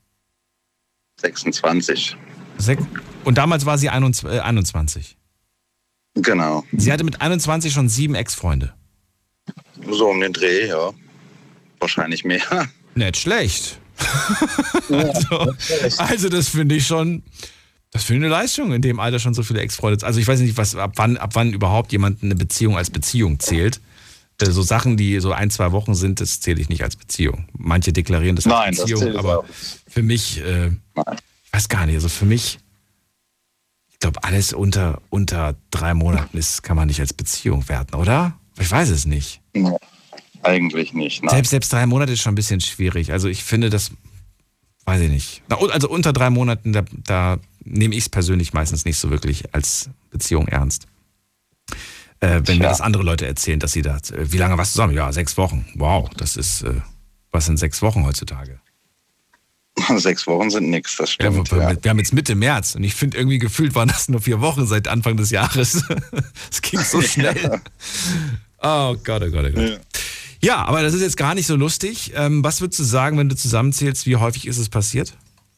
sechsundzwanzig. Sek- Und damals war sie einundzwanzig? Genau. Sie hatte mit einundzwanzig schon sieben Ex-Freunde? So um den Dreh, ja. Wahrscheinlich mehr. Nicht schlecht. also, also das finde ich schon, das finde ich eine Leistung, in dem Alter schon so viele Ex-Freunde. Also ich weiß nicht, was, ab wann, ab wann überhaupt jemand eine Beziehung als Beziehung zählt. So Sachen, die so ein, zwei Wochen sind, das zähle ich nicht als Beziehung. Manche deklarieren das als Nein, Beziehung, das zählt aber auch. für mich, äh, ich weiß gar nicht, also für mich, ich glaube, alles unter, unter drei Monaten ist, kann man nicht als Beziehung werten, oder? Ich weiß es nicht. Nee, eigentlich nicht. Nein. Selbst, selbst drei Monate ist schon ein bisschen schwierig. Also ich finde das, weiß ich nicht. Na, also unter drei Monaten, da, da nehme ich es persönlich meistens nicht so wirklich als Beziehung ernst. Äh, wenn mir Ja. das andere Leute erzählen, dass sie da, äh, wie lange warst du zusammen? Ja, sechs Wochen. Wow, das ist, äh, was sind sechs Wochen heutzutage? Sechs Wochen sind nichts, das Ja, stimmt. wir, Ja, wir haben jetzt Mitte März und ich finde irgendwie gefühlt waren das nur vier Wochen seit Anfang des Jahres. Es ging so schnell. Oh Gott, oh Gott, oh Gott. Ja. Ja, aber das ist jetzt gar nicht so lustig. Ähm, was würdest du sagen, wenn du zusammenzählst, wie häufig ist es passiert?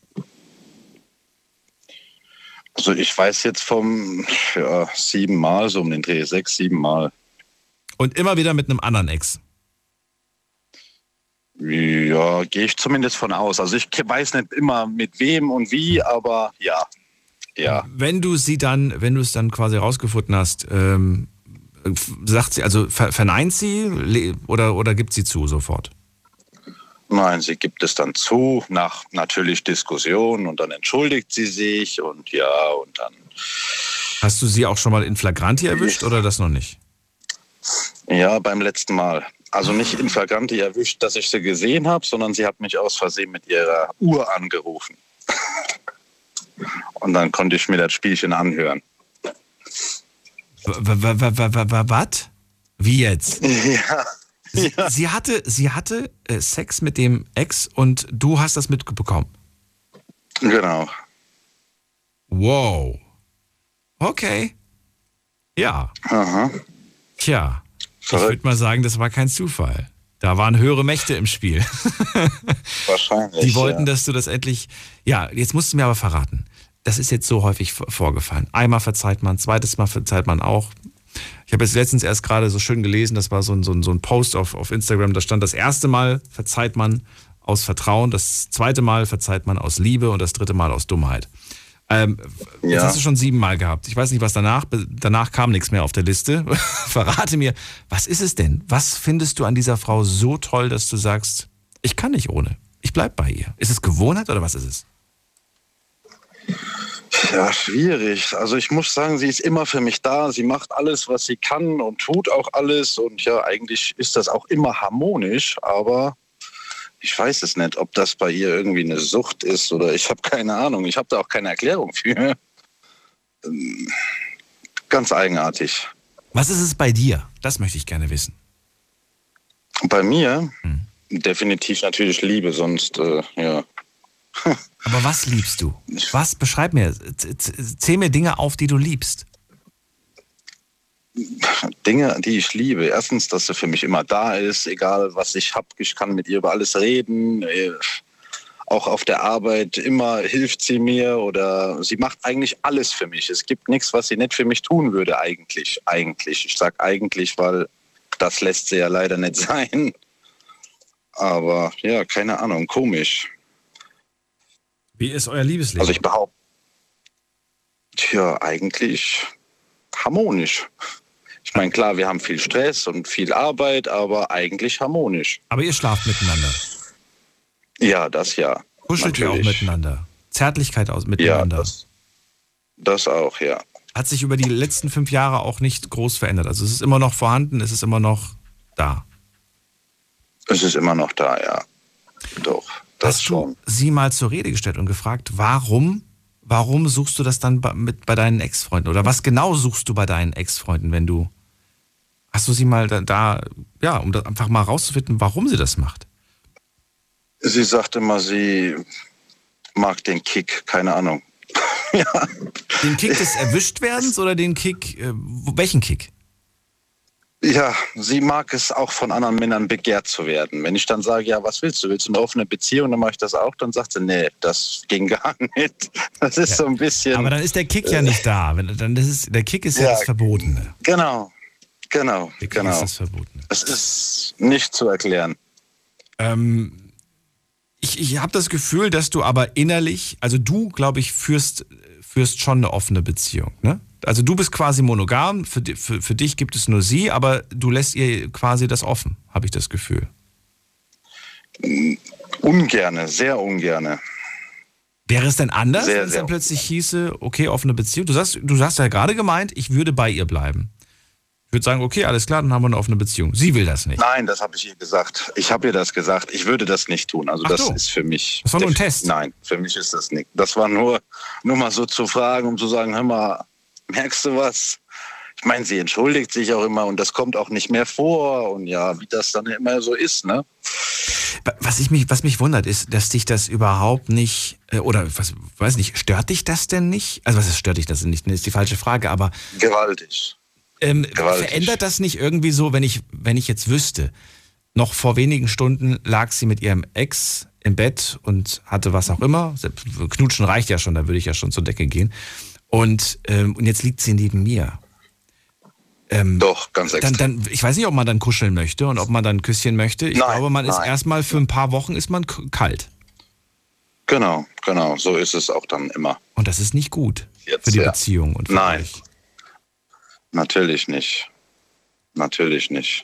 Also ich weiß jetzt vom ja, sieben Mal, so um den Dreh, sechs, sieben Mal. Und immer wieder mit einem anderen Ex. Ja, gehe ich zumindest von aus. Also ich weiß nicht immer mit wem und wie, aber ja, ja. Wenn du sie dann, wenn du es dann quasi rausgefunden hast, ähm, sagt sie, also ver- verneint sie le- oder, oder gibt sie zu sofort? Nein, sie gibt es dann zu, nach natürlich Diskussion und dann entschuldigt sie sich und ja, und dann... Hast du sie auch schon mal in Flagranti erwischt oder das noch nicht? Ja, beim letzten Mal. Also nicht in Flagranti erwischt, dass ich sie gesehen habe, sondern sie hat mich aus Versehen mit ihrer Uhr angerufen. Und dann konnte ich mir das Spielchen anhören. Was? Wie jetzt? Ja. Sie, ja. sie hatte, sie hatte äh, Sex mit dem Ex und du hast das mitbekommen? Genau. Wow. Okay. Ja. Aha. Tja, ich würde mal sagen, das war kein Zufall. Da waren höhere Mächte im Spiel. Wahrscheinlich. Die wollten, ja. dass du das endlich... Ja, jetzt musst du mir aber verraten. Das ist jetzt so häufig vorgefallen. Einmal verzeiht man, zweites Mal verzeiht man auch. Ich habe jetzt letztens erst gerade so schön gelesen, das war so ein, so ein, so ein Post auf, auf Instagram, da stand, das erste Mal verzeiht man aus Vertrauen, das zweite Mal verzeiht man aus Liebe und das dritte Mal aus Dummheit. Ähm, ja. Jetzt hast du schon sieben Mal gehabt. Ich weiß nicht, was danach, danach kam nichts mehr auf der Liste. Verrate mir, was ist es denn? Was findest du an dieser Frau so toll, dass du sagst, ich kann nicht ohne, ich bleib bei ihr? Ist es Gewohnheit oder was ist es? Ja, schwierig. Also ich muss sagen, sie ist immer für mich da. Sie macht alles, was sie kann und tut auch alles. Und ja, eigentlich ist das auch immer harmonisch. Aber ich weiß es nicht, ob das bei ihr irgendwie eine Sucht ist oder ich habe keine Ahnung. Ich habe da auch keine Erklärung für. Ganz eigenartig. Was ist es bei dir? Das möchte ich gerne wissen. Bei mir? Hm. Definitiv natürlich Liebe, sonst, äh, ja... Aber was liebst du? Was? Beschreib mir. Zähl mir Dinge auf, die du liebst. Dinge, die ich liebe. Erstens, dass sie für mich immer da ist, egal was ich habe. Ich kann mit ihr über alles reden. Auch auf der Arbeit immer hilft sie mir oder sie macht eigentlich alles für mich. Es gibt nichts, was sie nicht für mich tun würde eigentlich. Eigentlich. Ich sage eigentlich, weil das lässt sie ja leider nicht sein. Aber ja, keine Ahnung, komisch. Wie ist euer Liebesleben? Also ich behaupte, tja, eigentlich harmonisch. Ich meine, klar, wir haben viel Stress und viel Arbeit, aber eigentlich harmonisch. Aber ihr schlaft miteinander? Ja, das ja. Kuschelt ihr auch miteinander? Zärtlichkeit aus miteinander? Ja, das, das auch, ja. Hat sich über die letzten fünf Jahre auch nicht groß verändert? Also es ist immer noch vorhanden, es ist immer noch da? Es ist immer noch da, ja. Doch. Das Hast schon. du sie mal zur Rede gestellt und gefragt, warum, warum suchst du das dann bei, mit, bei deinen Ex-Freunden? Oder was genau suchst du bei deinen Ex-Freunden, wenn du... Hast du sie mal da, da ja, um das einfach mal rauszufinden, warum sie das macht? Sie sagte mal, sie mag den Kick, keine Ahnung. Ja. Den Kick des Erwischtwerdens oder den Kick, äh, welchen Kick? Ja, sie mag es auch von anderen Männern begehrt zu werden. Wenn ich dann sage, ja, was willst du? Willst du eine offene Beziehung? Dann mache ich das auch. Dann sagt sie, nee, das ging gar nicht. Das ist ja so ein bisschen... Aber dann ist der Kick ja nicht da. Dann das ist, der Kick ist ja, ja das Verbotene. Genau, genau, der Kick genau. ist das Verbotene. Es ist nicht zu erklären. Ähm, ich ich habe das Gefühl, dass du aber innerlich, also du, glaube ich, führst, führst schon eine offene Beziehung, ne? Also du bist quasi monogam, für, für, für dich gibt es nur sie, aber du lässt ihr quasi das offen, habe ich das Gefühl. Ungerne, sehr ungerne. Wäre es denn anders, sehr, wenn es dann plötzlich hieße, okay, offene Beziehung? Du sagst, du hast ja gerade gemeint, ich würde bei ihr bleiben. Ich würde sagen, okay, alles klar, dann haben wir eine offene Beziehung. Sie will das nicht. Nein, das habe ich ihr gesagt. Ich habe ihr das gesagt. Ich würde das nicht tun. Also Ach das so. ist für mich... Das war nur ein Test? Nein, für mich ist das nicht. Das war nur, nur mal so zu fragen, um zu sagen, hör mal, merkst du was? Ich meine, sie entschuldigt sich auch immer und das kommt auch nicht mehr vor. Und ja, wie das dann immer so ist, ne? Was, ich mich, was mich wundert, ist, dass dich das überhaupt nicht, oder was, weiß nicht, stört dich das denn nicht? Also was ist, stört dich das denn nicht? Das ist die falsche Frage, aber... Gewaltig. Ähm, Gewaltig. Verändert das nicht irgendwie so, wenn ich, wenn ich jetzt wüsste, noch vor wenigen Stunden lag sie mit ihrem Ex im Bett und hatte was auch immer. Knutschen reicht ja schon, da würde ich ja schon zur Decke gehen. Und, ähm, und jetzt liegt sie neben mir. Ähm, Doch, ganz extra. Dann, dann, ich weiß nicht, ob man dann kuscheln möchte und ob man dann ein Küsschen möchte. Ich nein, glaube, man ist nein. erstmal für ein paar Wochen ist man k- kalt. Genau, genau. So ist es auch dann immer. Und das ist nicht gut Jetzt, für die ja. Beziehung. Und für Nein. euch. Natürlich nicht. Natürlich nicht.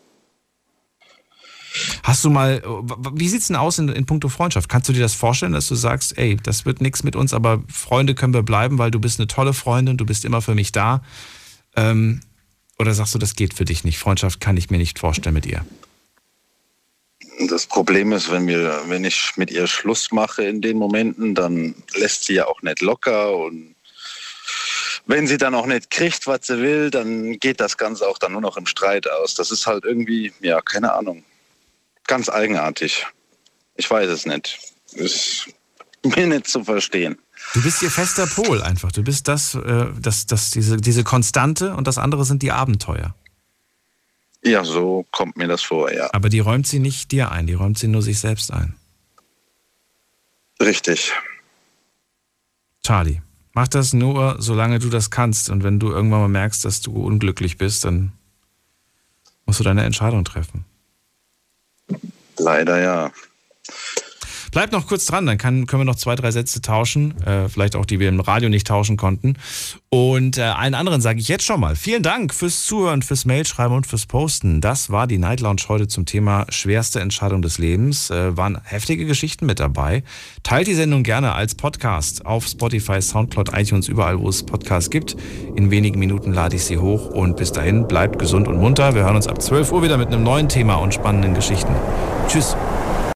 Hast du mal, wie sieht's denn aus in, in puncto Freundschaft? Kannst du dir das vorstellen, dass du sagst, ey, das wird nichts mit uns, aber Freunde können wir bleiben, weil du bist eine tolle Freundin, du bist immer für mich da? Ähm, oder sagst du, das geht für dich nicht? Freundschaft kann ich mir nicht vorstellen mit ihr. Das Problem ist, wenn wir, wenn ich mit ihr Schluss mache in den Momenten, dann lässt sie ja auch nicht locker und wenn sie dann auch nicht kriegt, was sie will, dann geht das Ganze auch dann nur noch im Streit aus. Das ist halt irgendwie, ja, keine Ahnung, ganz eigenartig. Ich weiß es nicht. Ist mir nicht zu verstehen. Du bist ihr fester Pol einfach. Du bist das, äh, das, das diese, diese Konstante und das andere sind die Abenteuer. Ja, so kommt mir das vor, ja. Aber die räumt sie nicht dir ein, die räumt sie nur sich selbst ein. Richtig. Charlie, mach das nur, solange du das kannst. Und wenn du irgendwann mal merkst, dass du unglücklich bist, dann musst du deine Entscheidung treffen. Leider ja. Bleib noch kurz dran, dann kann, können wir noch zwei, drei Sätze tauschen. Äh, vielleicht auch, die wir im Radio nicht tauschen konnten. Und äh, allen anderen sage ich jetzt schon mal vielen Dank fürs Zuhören, fürs Mailschreiben und fürs Posten. Das war die Night Lounge heute zum Thema schwerste Entscheidung des Lebens. Äh, waren heftige Geschichten mit dabei. Teilt die Sendung gerne als Podcast auf Spotify, Soundcloud, iTunes, überall, wo es Podcasts gibt. In wenigen Minuten lade ich sie hoch und bis dahin bleibt gesund und munter. Wir hören uns ab zwölf Uhr wieder mit einem neuen Thema und spannenden Geschichten. Tschüss.